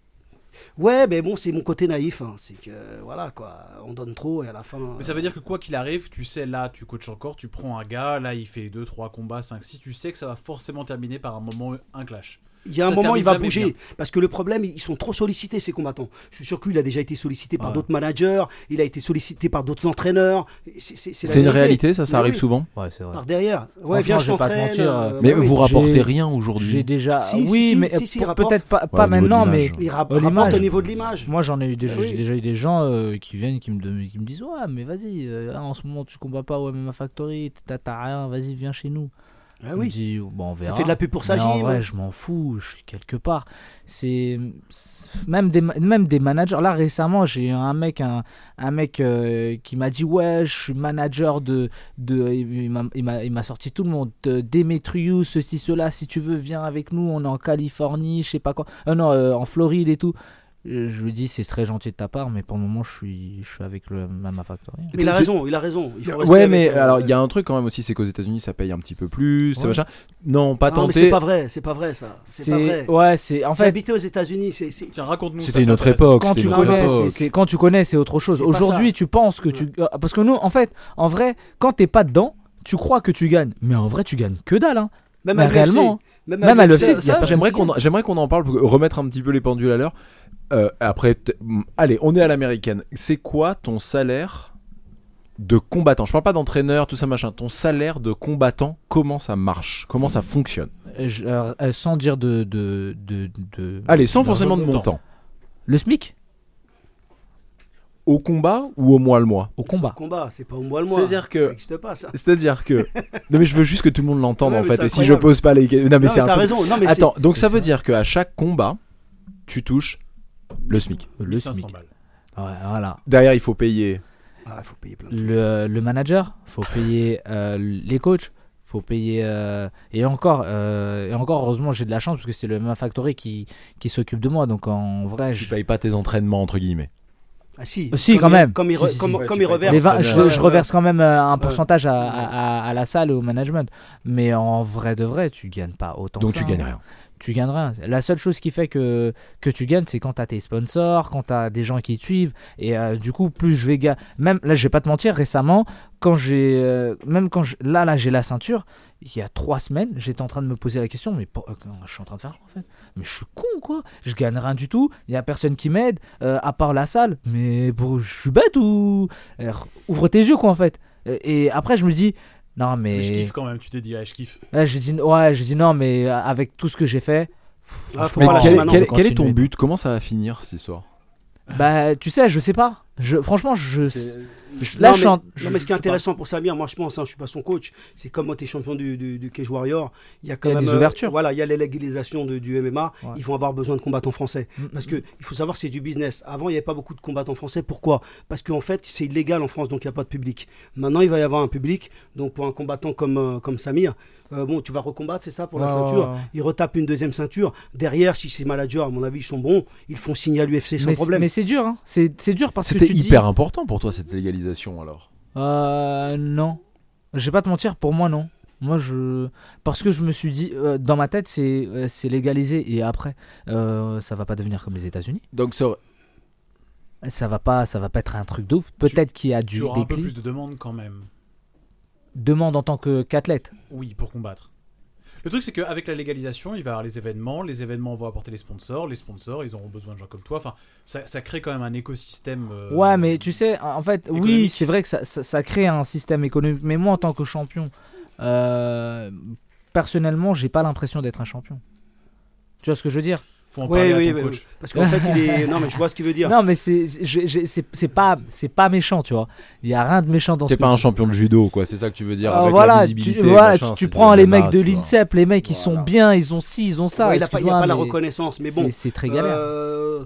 Ouais, mais bon, c'est mon côté naïf. hein. C'est que, voilà, quoi, on donne trop et à la fin. Mais ça veut dire que quoi qu'il arrive, tu sais, là, tu coaches encore, tu prends un gars, là, il fait deux, trois combats, cinq, six, tu sais que ça va forcément terminer par un moment, un clash. Il y a un Ça moment, termine il va jamais bouger. bien. Parce que le problème, ils sont trop sollicités, ces combattants. Je suis sûr que lui, il a déjà été sollicité par Ouais. d'autres managers, il a été sollicité par d'autres entraîneurs. C'est, c'est- c'est la C'est une vérité. réalité, ça, ça Mais arrive oui. souvent. Ouais, c'est vrai. Par derrière. Ouais, Franchement, viens, je je vais pas te t'entraîne, mentir, euh, Mais bah oui. vous rapportez J'ai- rien J'ai aujourd'hui. déjà. Si, si, oui, si, mais si, si, il pe- rapporte. peut-être pas, Ouais, pas au niveau de maintenant, mais l'image. Il rap- Au rapporte l'image. au niveau de l'image. moi j'en ai eu des, Oui. j'ai déjà eu des gens euh, qui viennent qui me, don- qui me disent ouais mais vas-y euh, là, en ce moment tu combats pas au M M A Factory, t'as, t'as rien, vas-y viens chez nous. Ah Je me oui. dis, bon, on verra. Ça fait de la pub pour sa Mais en gym. vrai, je m'en fous, je suis quelque part. C'est c'est- même des, ma- même des managers. Là, récemment, j'ai eu un mec, un, un mec euh, qui m'a dit ouais, je suis manager de. de il, m'a, il, m'a, il m'a sorti tout le monde. De Demetrius, ceci, cela. Si tu veux, viens avec nous. On est en Californie, je sais pas quoi. Euh, non, euh, en Floride et tout. Euh, Je lui dis, c'est très gentil de ta part, mais pour le moment, je suis, je suis avec le M M A Factory. Mais il a Tu- raison, il a raison. Il faut rester Ouais, avec, mais euh, alors il y a un truc quand même aussi, c'est qu'aux États-Unis ça paye un petit peu plus, Ouais. c'est machin. Non, pas Non, mais tenté. c'est pas vrai, c'est pas vrai ça. C'est, pas vrai. Ouais, c'est. En J'ai fait, habité aux États-Unis, c'est, c'est... Tiens, raconte-nous ça. C'était une c'est autre intéressant. époque. quand c'était tu une non, autre connais, époque. c'est, c'est- quand tu connais, c'est autre chose. C'est pas Aujourd'hui, ça. tu penses que tu. euh, Parce que nous, en fait, en vrai, quand t'es pas dedans, tu crois que tu gagnes. Mais en vrai, tu gagnes que dalle. Hein. Même Mais à l'U F C, réellement, hein. Même, Même à l'U F C, l'U F y a Ça, personne j'aimerais qui qu'on, gagne. j'aimerais qu'on en parle pour remettre un petit peu les pendules à l'heure. Euh, après, t- mm, allez, on est à l'américaine. C'est quoi ton salaire de combattant? Je parle pas d'entraîneur, tout ça machin. Ton salaire de combattant, comment ça marche? Comment ça fonctionne? Euh, je- euh, euh, sans dire de. de, de, de- Allez, sans Dans forcément un de montant. montant. Le SMIC Au combat ou au mois le mois? au combat. Combat, c'est pas au mois le mois. C'est-à-dire que- Ça n'existe pas ça. C'est-à-dire que. Non, mais je veux juste que tout le monde l'entende Ouais, en mais fait. c'est Et si je incroyable. pose pas les. Non, mais Non, c'est un t'as truc. raison. Non, mais Attends, c'est- donc c'est ça veut dire qu'à chaque combat, tu touches le SMIC. Le mille cinq cents SMIC. balles. Ouais, voilà. Derrière, il faut payer. Ah, il faut payer plein de trucs. Le, le manager, faut payer euh, les coachs, faut payer euh, et encore euh, et encore heureusement j'ai de la chance parce que c'est le M M A Factory qui qui s'occupe de moi donc en vrai Tu je, payes pas tes entraînements entre guillemets. Ah si, Si, comme quand il- même. Comme il, Si, re- si, si. comme, Ouais, comme tu il payes reverse. les vingt- Ouais, je, ouais, je ouais. reverse quand même euh, un pourcentage à, à, à- à la salle et au management mais en vrai de vrai tu gagnes pas autant Donc que tu ça, gagnes hein. rien. tu gagnes rien. La seule chose qui fait que, que tu gagnes, c'est quand tu as tes sponsors, quand tu as des gens qui te suivent. Et euh, du coup, plus je vais gagner. Même là, je vais pas te mentir, récemment, quand j'ai. Euh, même quand je, là, là, j'ai la ceinture, il y a trois semaines, j'étais en train de me poser la question, mais pour, euh, je suis en train de faire quoi en fait? Mais je suis con ou quoi? Je gagne rien du tout, il y a personne qui m'aide, euh, à part la salle. Mais bon, je suis bête ou. Alors, ouvre tes yeux quoi en fait. Et, et après, je me dis. Non, mais. Mais je kiffe quand même, tu t'es dit, ah, je kiffe. Là, j'ai dit, ouais, j'ai dit non, mais avec tout ce que j'ai fait. Ah, faut Mais pas quel, lâcher maintenant, quel- on quel est ton continue. but? Comment ça va finir cette histoire? Bah, tu sais, je sais pas. Je, franchement, je. C'est- je- là, non, je suis mais, en. non, je- mais ce qui est je sais pas. intéressant pour Samir, moi je pense, hein, je suis pas son coach, c'est comme moi tu es champion du, du, du Cage Warrior, il y a quand Il y a même des euh, ouvertures. voilà, il y a les légalisations de- du M M A, Ouais. ils vont avoir besoin de combattants français. Mm, Parce mm, que il faut savoir c'est du business. Avant il n'y avait pas beaucoup de combattants français. Pourquoi? Parce qu'en fait c'est illégal en France donc il n'y a pas de public. Maintenant il va y avoir un public. Donc pour un combattant comme, euh, comme Samir, euh, bon tu vas recombattre c'est ça pour la Ouais, ceinture. ouais, ouais. Il retape une deuxième ceinture. Derrière si ses managers à mon avis ils sont bons, ils font signer à l'U F C sans mais, problème. mais c'est dur, hein. C'est, c'est dur parce que C'était tu dis. hyper important pour toi cette légalisation alors. Euh, non. Je vais pas te mentir, pour moi, non. Moi, je. Parce que je me suis dit, euh, dans ma tête, c'est, euh, c'est légalisé et après, euh, ça va pas devenir comme les États-Unis. Donc ça, Ça va pas, ça va pas être un truc de ouf. Peut-être qu'il y a du Tu auras un peu déclic. plus de demandes quand même. Demande en tant que, qu'athlète. Oui, pour combattre. Le truc, c'est qu'avec la légalisation, il va y avoir les événements. Les événements vont apporter les sponsors. Les sponsors, ils auront besoin de gens comme toi. Enfin, ça, ça crée quand même un écosystème. euh, Ouais, mais tu sais, en fait, oui, économique. c'est vrai que ça, ça, ça crée un système économique. Mais moi, en tant que champion, euh, personnellement, j'ai pas l'impression d'être un champion. Tu vois ce que je veux dire? Faut en Oui, parler oui, à ton oui, coach. Parce qu'en fait il est. Non mais je vois ce qu'il veut dire. Non, mais c'est, c'est- je- je- c'est, c'est pas, c'est pas méchant, tu vois. Il y a rien de méchant dans ce t'es que pas un tu- champion de judo quoi, c'est ça que tu veux dire Euh, avec voilà, la tu, visibilité. voilà, machin, tu, tu c'est prends du les M M A, mecs de tu vois. l'INSEP, les mecs ils sont Voilà. bien, ils ont ci, ils ont ça. Ouais, il n'a pas, il a excuse-moi, pas la mais reconnaissance, mais bon. c'est, c'est très galère. Euh,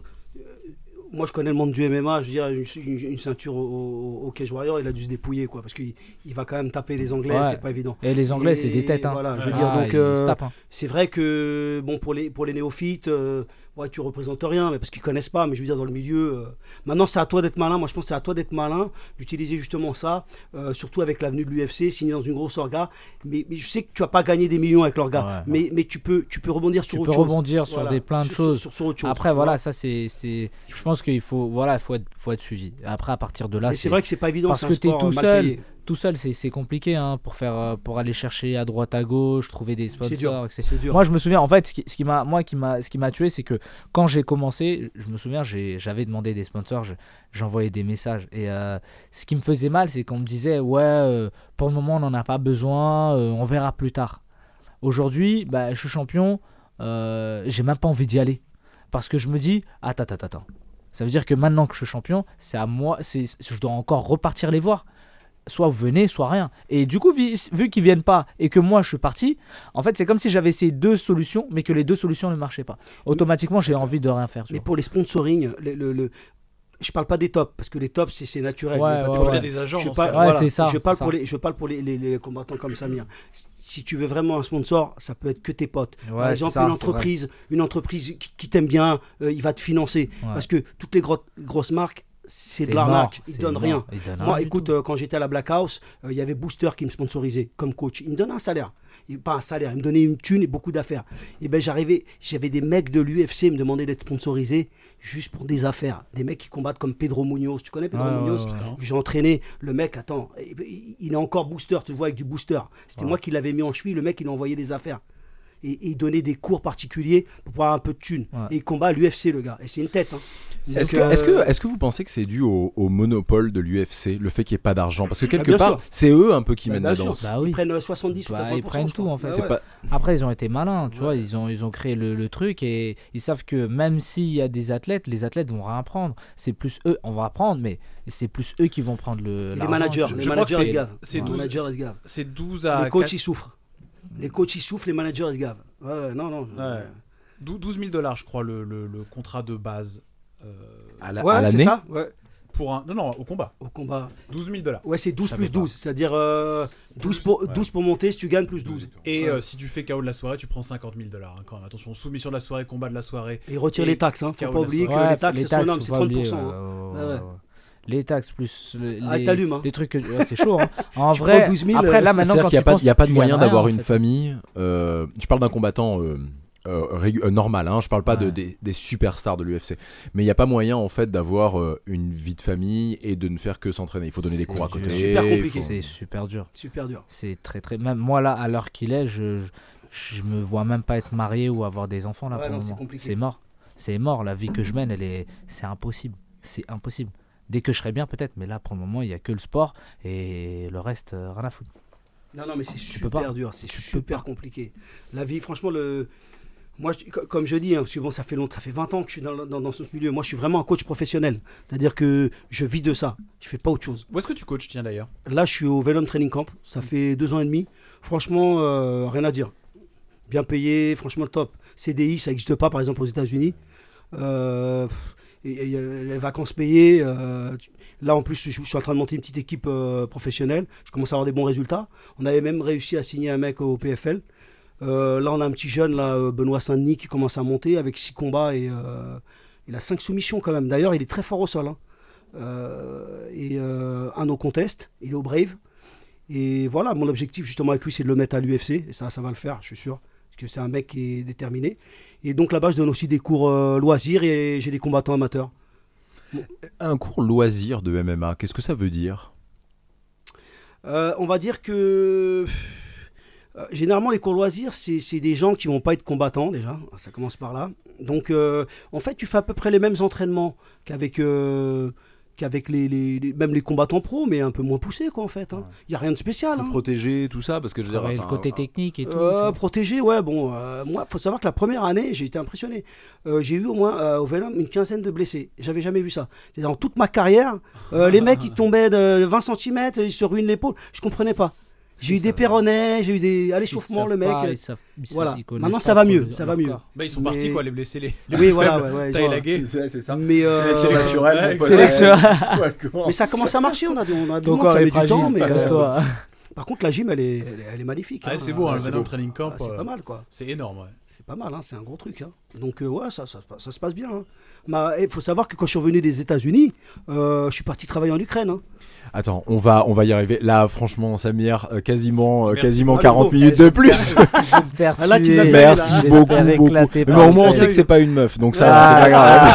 moi, je connais le monde du M M A. Je veux dire, une, une- une ceinture au, au, au Cage Warrior, il a dû se dépouiller, quoi, parce qu'il il va quand même taper les Anglais, Ouais. c'est pas évident. Et les Anglais, Et c'est des têtes. Hein. Voilà, je veux Ah, dire, donc ils se euh, tapent, hein. c'est vrai que bon pour les pour les néophytes, euh, ouais, tu représentes rien, mais parce qu'ils connaissent pas. Mais je veux dire, dans le milieu, euh, maintenant c'est à toi d'être malin. Moi, je pense que c'est à toi d'être malin, d'utiliser justement ça, euh, surtout avec l'avenue de l'U F C, signé dans une grosse orga. Mais, mais je sais que tu vas pas gagner des millions avec l'orga, Ouais, mais mais tu peux tu peux rebondir sur Tu autre peux chose. rebondir sur Voilà, des plein de sur- choses. Sur, sur autre chose. Après, tu voilà, vois. ça c'est, c'est. Je pense qu'il faut, voilà, faut être, faut être suivi. Après, à partir de là, Mais c'est vrai que c'est pas évident. parce c'est que un t'es sport, tout euh, mal seul. payé. tout seul, c'est, c'est compliqué hein, pour faire, euh, pour aller chercher à droite à gauche, trouver des C'est dur. sponsors. et cetera. C'est dur. Moi, je me souviens, en fait, ce qui, ce qui m'a, moi, qui m'a, ce qui m'a tué, c'est que quand j'ai commencé, je me souviens, j'ai, j'avais demandé des sponsors, je- j'envoyais des messages. Et euh, ce qui me faisait mal, c'est qu'on me disait, ouais, euh, pour le moment, on n'en a pas besoin, euh, on verra plus tard. Aujourd'hui, bah, je suis champion, euh, j'ai même pas envie d'y aller. Parce que je me dis, attends, attends, attends. Ça veut dire que maintenant que je suis champion, c'est à moi, c'est, je dois encore repartir les voir. Soit vous venez, soit rien. Et du coup, vu, vu qu'ils viennent pas et que moi je suis parti, en fait, c'est comme si j'avais essayé deux solutions, mais que les deux solutions ne marchaient pas. Automatiquement, j'ai envie de rien faire. Tu Mais vois. pour les sponsoring, le, le, le- je parle pas des tops parce que les tops c'est, c'est naturel. Ouais, Il y a pas de ouais, Faut problème. peut-être des agents. Je dans ce parle, cas-là. Ouais, voilà, c'est ça, je parle c'est pour ça. les, je parle pour les, les, les combattants comme Samir. Si tu veux vraiment un sponsor, ça peut être que tes potes. Ouais, Par c'est exemple, ça, une c'est entreprise, une entreprise qui, qui t'aime bien, euh, il va te financer Ouais. parce que toutes les gros- grosses marques, c'est, de mort, l'arnaque. Ils c'est donnent mort. rien. Ils donnent Moi, rien du écoute, tout. euh, quand j'étais à la Black House, euh, il y avait Booster qui me sponsorisait comme coach. Il me donnait un salaire. Il- Pas un salaire, il me donnait une thune et beaucoup d'affaires. Et ben j'arrivais, j'avais des mecs de l'U F C me demandaient d'être sponsorisés juste pour des affaires. Des mecs qui combattent comme Pedro Munoz. Tu connais Pedro Ouais, ouais, Munoz ouais. Putain. J'ai entraîné le mec, attends, il il est encore booster, tu le vois avec du booster. C'était Ouais. moi qui l'avais mis en cheville, le mec il a envoyé des affaires. Et, et il donnait des cours particuliers pour avoir un peu de thunes. Ouais. Et il combat à l'U F C le gars. Et c'est une tête. Hein. Est-ce que, Donc, est-ce, que, euh, est-ce que vous pensez que c'est dû au, au monopole de l'U F C, le fait qu'il n'y ait pas d'argent? Parce que quelque bien part, sûr. c'est eux un peu qui Bah, mènent bien la sûr. danse. Bah oui. Ils prennent soixante-dix ou Bah, quatre-vingts ils pour cent, prennent je crois. tout, en fait. Bah C'est ouais. pas... Après, ils ont été malins, tu Ouais. vois, ils ont, ils ont créé le, le truc et ils savent que même s'il y a des athlètes, les athlètes vont rien prendre. C'est plus eux, on va apprendre, mais c'est plus eux qui vont prendre le. Les l'argent. managers, Je- les je crois managers que ils se c'est- gavent. c'est Les douze managers ils se gavent. C'est douze à Les coachs quatre- ils souffrent. Les coachs ils souffrent, les managers ils se gavent. Ouais, ouais, non, non. Ouais. douze mille dollars, je crois, le, le, le contrat de base. euh, À, la- Ouais, à c'est l'année ça, ouais. pour un... Non, non, au combat. Au combat. douze mille dollars. Ouais, c'est douze Ça plus fait pas. douze, c'est-à-dire euh, douze, pour, ouais. douze pour monter, si tu gagnes plus douze. Et Ouais. euh, si tu fais K O de la soirée, tu prends cinquante mille dollars. Hein, quand même. Attention, soumission de la soirée, combat de la soirée. Et retire Et les taxes, hein. Faut K O pas de la oublier que Ouais, les taxes, les c'est son homme, faut c'est pas trente oublier, pour cent. ouais, hein. ouais, Ouais, ouais, ouais. ouais. Les taxes plus le- Ah, les, t'allumes, hein. les trucs que ouais, c'est chaud hein. En Tu vrai prends douze mille, après là euh, maintenant C'est-à-dire quand qu'il n'y a tu pas, penses, il y a pas de tu moyen gagnes rien, d'avoir en une fait. famille. Euh, je parle d'un combattant euh, euh, régu- euh, normal, hein, je parle pas de, Ouais. des, des superstars de l'U F C, mais il n'y a pas moyen en fait d'avoir euh, une vie de famille et de ne faire que s'entraîner. Il faut donner des C'est cours à dur. côté. Super il compliqué. faut- C'est super dur. Super dur. C'est très très. Même moi là, à l'heure qu'il est, je, je je me vois même pas être marié ou avoir des enfants là Ouais, pour non, le c'est moment. compliqué. C'est mort. C'est mort. La vie que je mène, elle est. C'est impossible. C'est impossible. Dès que je serai bien peut-être, mais là pour le moment il y a que le sport et le reste euh, rien à foutre. Non, non, mais c'est peux pas. super dur, c'est Tu peux super pas. compliqué. La vie, franchement, le. Moi, je- co- comme je dis, hein, parce que bon, ça fait longtemps, ça fait vingt ans que je suis dans, dans, dans ce milieu. Moi, je suis vraiment un coach professionnel. C'est-à-dire que je vis de ça. Je fais pas autre chose. Où est-ce que tu coaches, tiens d'ailleurs? Là, je suis au Venom Training Camp. Ça fait deux ans et demi. Franchement, euh, rien à dire. Bien payé, franchement, top. C D I, ça n'existe pas, par exemple, aux États-Unis. Euh, pff, et- et, euh, les vacances payées. euh, tu- là, en plus, je, je suis en train de monter une petite équipe euh, professionnelle. Je commence à avoir des bons résultats. On avait même réussi à signer un mec au P F L. Euh, là, on a un petit jeune, là, euh, Benoît Saint-Denis, qui commence à monter avec six combats et euh, il a cinq soumissions quand même. D'ailleurs, il est très fort au sol. hein. Euh, et euh, un no contest. Il est au Brave. Et voilà, mon objectif justement avec lui, c'est de le mettre à l'U F C. Et ça, ça va le faire, je suis sûr. Parce que c'est un mec qui est déterminé. Et donc là-bas, je donne aussi des cours euh, loisirs et j'ai des combattants amateurs. Un cours loisir de M M A, qu'est-ce que ça veut dire? Euh, on va dire que euh, généralement les cours loisirs, c'est c'est des gens qui vont pas être combattants déjà. Ça commence par là. Donc euh, en fait, tu fais à peu près les mêmes entraînements qu'avec euh, qu'avec les, les- les- même les combattants pros, mais un peu moins poussés quoi en fait. Il Ouais. y a rien de spécial. Pour hein. protéger tout ça, parce que je veux dire, Travailler le enfin, côté euh, technique et tout. Euh, tu vois. protégé, ouais, bon, euh, moi, faut savoir que la première année, j'ai été impressionné. Euh, j'ai eu au moins euh, au Venom une quinzaine de blessés. J'avais jamais vu ça. C'est dans toute ma carrière, euh, les mecs, ils tombaient de vingt centimètres, ils se ruinent l'épaule. Je comprenais pas. J'ai eu des péronnets, j'ai eu des à Ils l'échauffement, savent le mec. pas, euh, ils savent- ils savent- voilà. ils connaissent Maintenant, pas ça va trop mieux, le- ça leur va mieux. corps. Bah, ils sont Mais- partis quoi, les blessés, les, les Oui, plus voilà, faibles. ouais, ouais, Taille genre- laguée. C'est c'est ça. Mais, euh, C'est naturel, ouais, mon pote. sélection. Ouais, mais ça commence à marcher. On a, du- on a du Ton monde, corps ça est met du fragile, temps, mais, euh, casse-toi. par contre, la gym, elle est, elle est, elle est magnifique. Ah, hein. c'est beau, hein, ouais, le c'est Venom beau. Training Camp. Ah, c'est euh, pas mal, quoi. C'est énorme, ouais. C'est pas mal, hein, c'est un gros truc. Hein. Donc, euh, ouais, ça, ça, ça se passe bien. Il faut savoir que quand je suis revenu des États-Unis, euh, je suis parti travailler en Ukraine. Hein. Attends, on va, on va y arriver. Là, franchement, Samir, euh, quasiment, euh, Merci. quasiment Ah, quarante bon, minutes je de vais plus. Ah, là, tu m'as fait, Merci là. Je vais beaucoup, te faire beaucoup. éclater Mais par au moins, on le sait fait. que c'est pas une meuf, donc ça, Ah, c'est pas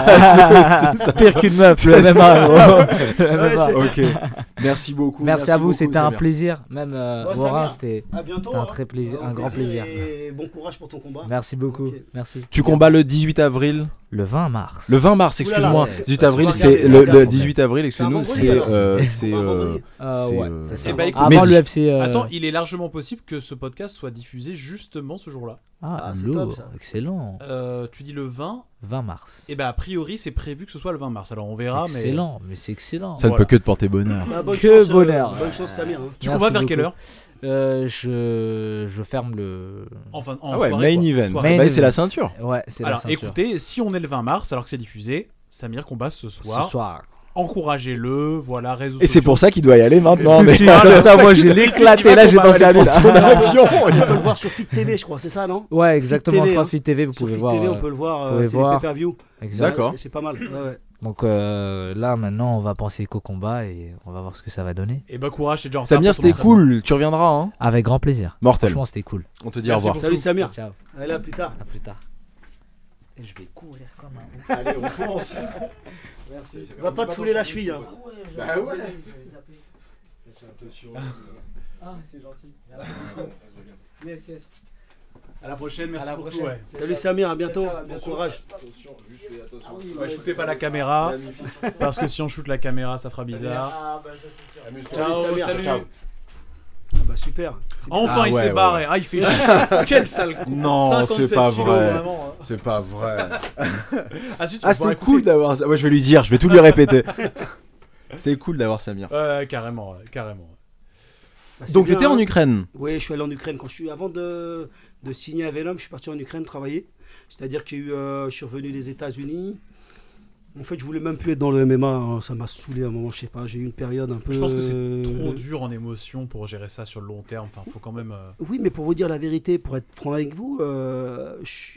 grave. C'est ça. Pire qu'une meuf, le M M A. gros. Le M M A. c'est- Ok. Merci beaucoup. Merci à vous, beaucoup, c'était un Samir. plaisir. Même euh, Ouais, Warren, Samir. c'était À bientôt. c'était un hein. très plaisir, un Au grand plaisir. Et bon courage pour ton combat. Merci beaucoup. Ok. Merci. Tu combats le dix-huit avril. Le vingt mars. Le vingt mars, Oulala, excuse-moi. ouais. dix-huit Tu vas avril, regarder, c'est tu vas le, regarder. le dix-huit avril, excuse-nous, C'est un c'est vendredi, euh, alors. c'est On va euh, vendredi. Euh, c'est, ouais, euh, c'est ça. Eh ben, écoute, Avant Mehdi. l'U F C. euh, Attends, il est largement possible que ce podcast soit diffusé justement ce jour-là. Ah, Ah, c'est lourd, top, ça. excellent. Euh, tu dis le vingt, vingt mars. et ben a priori c'est prévu que ce soit le vingt mars. Alors on verra, mais. Excellent, mais c'est excellent. ça ne Voilà. peut que te porter bonheur. Ah, bonne Que chance, euh, bonheur. bonne chance, Samir. hein. Tu Merci combats vers quelle beaucoup. heure? Euh, je, je ferme le. Enfin, en Ah ouais, soirée, main quoi. event. Soirée. Main Bah, c'est la event. ceinture. Ouais, c'est la Alors ceinture. écoutez, si on est le vingt mars alors que c'est diffusé, Samir combat ce soir. Ce soir. Encouragez-le, voilà, réseaux Et c'est pour ça qu'il doit y aller maintenant. Tout de mais- suite, comme ça, moi j'ai l'éclaté. Là, j'ai pensé à lui. Son là. avion. On peut le voir sur Fit T V, je crois, c'est ça, non? Ouais, exactement. T V, je crois hein. Fit T V, vous Sur pouvez Fit voir. T V, euh, on peut le voir. vous euh, pouvez c'est voir. les pay-per-view. exact. D'accord. C'est pas mal. ouais, ouais. Donc euh, là, maintenant, on va penser qu'au combat et on va voir ce que ça va donner. Et bah courage, c'est déjà en retard Samir, pour ton c'était entraînement. cool. Tu reviendras, hein. Avec grand plaisir. Mortel. Franchement, c'était cool. On te dit au Merci revoir. beaucoup. Salut Samir. Ciao. Allez, à plus tard. À plus tard. Et je vais courir comme un. Allez, on fonce. Merci. Va pas te fouler la cheville. Hein. Bah ouais. Ah, c'est gentil. Yes, yes. À la prochaine, merci À la beaucoup. prochaine. Ouais. Salut Samir, à bientôt. Ciao, ciao, Bon bien courage. Ouais, shootez pas la caméra, parce que si on shoot la caméra, ça fera bizarre. Ah, bah ça c'est sûr. Ciao, Samir. salut. Ciao. Ah bah super. C'est- Enfin, Ah il ouais, s'est ouais, barré. Ah, il fait chier. Quel sale con. Non, cinquante-sept c'est pas kilos, vrai. vraiment, hein. C'est pas vrai. Ah, si, tu Ah, vas c'était écouter. cool d'avoir ça. Ouais, je vais lui dire, je vais tout lui répéter. C'était cool d'avoir Samir. Ouais, carrément, ouais, carrément. bah, c'est Donc, bien, t'étais en hein. Ukraine. Oui, je suis allé en Ukraine. Quand je suis, avant de, de signer à Venom, je suis parti en Ukraine travailler. C'est-à-dire que euh, je suis revenu des États-Unis. En fait, je voulais même plus être dans le M M A. hein. Ça m'a saoulé à un moment, je sais pas. J'ai eu une période un peu. Je pense que c'est euh, trop dur en émotion pour gérer ça sur le long terme. Enfin, faut quand même. euh, Oui, mais pour vous dire la vérité, pour être franc avec vous, euh, je,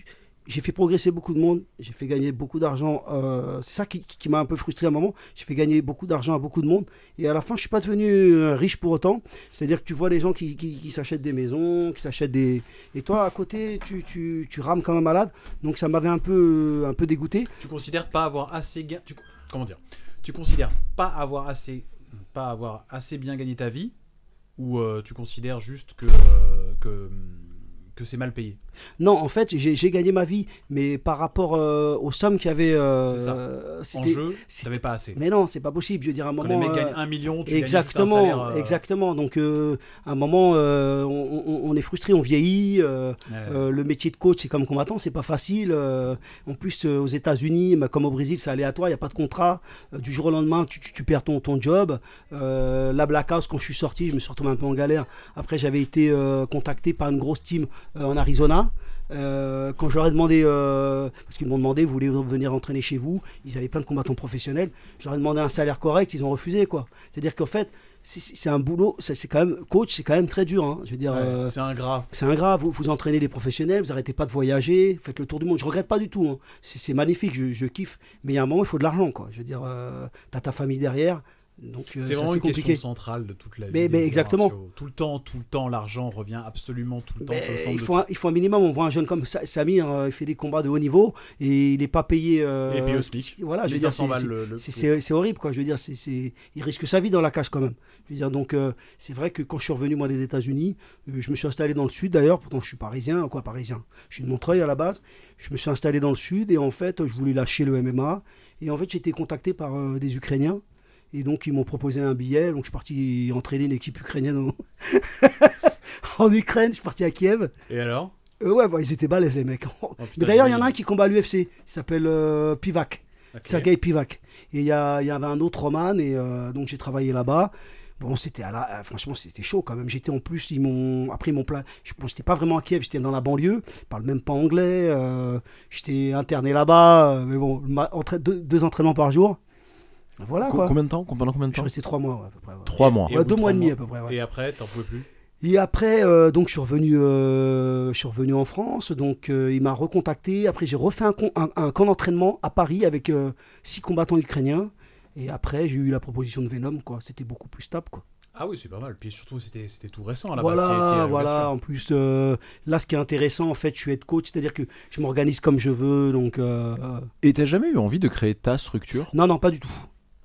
j'ai fait progresser beaucoup de monde, j'ai fait gagner beaucoup d'argent. Euh, c'est ça qui, qui m'a un peu frustré à un moment. J'ai fait gagner beaucoup d'argent à beaucoup de monde. Et à la fin, je ne suis pas devenu euh, riche pour autant. C'est-à-dire que tu vois les gens qui, qui, qui s'achètent des maisons, qui s'achètent des... Et toi, à côté, tu, tu, tu rames comme un malade. Donc ça m'avait un peu, un peu dégoûté. Tu considères pas avoir assez... Ga... Tu... Comment dire Tu considères pas avoir assez... pas avoir assez bien gagné ta vie, ou euh, tu considères juste que... Euh, que que c'est mal payé? Non, en fait, j'ai, j'ai gagné ma vie, mais par rapport euh, aux sommes qu'il y avait... Euh, c'est ça. Euh, en jeu, tu n'avais pas assez. Mais non, c'est pas possible. Je veux dire, à un Quand moment... les mecs euh, gagnent un million, tu exactement, gagnes juste un salaire... Euh... Exactement. Donc, euh, à un moment, euh, on, on, on est frustré, on vieillit. Euh, ouais. euh, le métier de coach, c'est comme combattant, c'est pas facile. Euh, en plus, euh, aux États-Unis, comme au Brésil, c'est aléatoire, il n'y a pas de contrat. Euh, du jour au lendemain, tu, tu, tu perds ton, ton job. Euh, la Black House, quand je suis sorti, je me suis retrouvé un peu en galère. Après, j'avais été euh, contacté par une grosse team euh, en Arizona. Euh, quand je leur ai demandé, euh, parce qu'ils m'ont demandé, vous voulez venir entraîner chez vous, ils avaient plein de combattants professionnels, je leur ai demandé un salaire correct, ils ont refusé, quoi. C'est-à-dire qu'en fait, c'est, c'est un boulot, c'est, c'est quand même, coach, c'est quand même très dur, hein. Je veux dire, ouais, euh, c'est ingrat. C'est ingrat, vous, vous entraînez les professionnels, vous arrêtez pas de voyager, vous faites le tour du monde, je regrette pas du tout, hein. c'est, c'est magnifique, je, je kiffe, mais il y a un moment, il faut de l'argent, quoi. Je veux dire, euh, t'as ta famille derrière. Donc, euh, c'est vraiment une compliqué. question centrale de toute la vie. Mais, mais exactement. Tout le temps, tout le temps, l'argent revient absolument tout le temps. Mais il, faut un, il faut un minimum. On voit un jeune comme Samir, euh, il fait des combats de haut niveau et il n'est pas payé. Euh, et payé au SMIC. Voilà, je veux dire, c'est, c'est, le, le... c'est, c'est, c'est horrible, quoi. Je veux dire, c'est, c'est, il risque sa vie dans la cage quand même. Je veux dire, donc euh, c'est vrai que quand je suis revenu moi des États-Unis, euh, je me suis installé dans le sud d'ailleurs. Pourtant, je suis parisien, quoi, parisien. Je suis de Montreuil à la base. Je me suis installé dans le sud et en fait, je voulais lâcher le M M A et en fait, j'ai été contacté par euh, des Ukrainiens. Et donc, ils m'ont proposé un billet. Donc, je suis parti entraîner une équipe ukrainienne en, en Ukraine. Je suis parti à Kiev. Et alors euh, Ouais, bah, ils étaient balèzes, les mecs. Oh, putain, mais d'ailleurs, il y en a un qui combat à l'U F C. Il s'appelle euh, Pivak. Okay. Sergei Pivak. Et il y, a, y avait un autre Roman. Et euh, donc, j'ai travaillé là-bas. Bon, c'était à la... franchement, c'était chaud quand même. J'étais en plus, ils m'ont... Après, ils m'ont pla... je... bon, j'étais pas vraiment à Kiev, j'étais dans la banlieue. Je parle même pas anglais. Euh... J'étais interné là-bas. Euh... Mais bon, entra... deux, deux entraînements par jour. Voilà, quoi. Combien de temps Pendant combien de temps? Je suis resté trois mois, ouais, à peu près. Ouais. Trois mois. Et, ouais, deux mois et demi à peu près. Ouais. Et après, t'en pouvais plus? Et après, euh, donc je suis revenu, euh, je suis revenu en France. Donc euh, il m'a recontacté. Après, j'ai refait un, con, un, un camp d'entraînement à Paris avec euh, six combattants ukrainiens. Et après, j'ai eu la proposition de Venom, quoi. C'était beaucoup plus stable, quoi. Ah oui, c'est pas mal. Puis surtout, c'était, c'était tout récent. Là-bas. Voilà, t'y, t'y voilà. En plus, euh, là, ce qui est intéressant, en fait, je suis head coach, c'est-à-dire que je m'organise comme je veux. Donc. Euh, Et t'as jamais eu envie de créer ta structure? Non, non, pas du tout.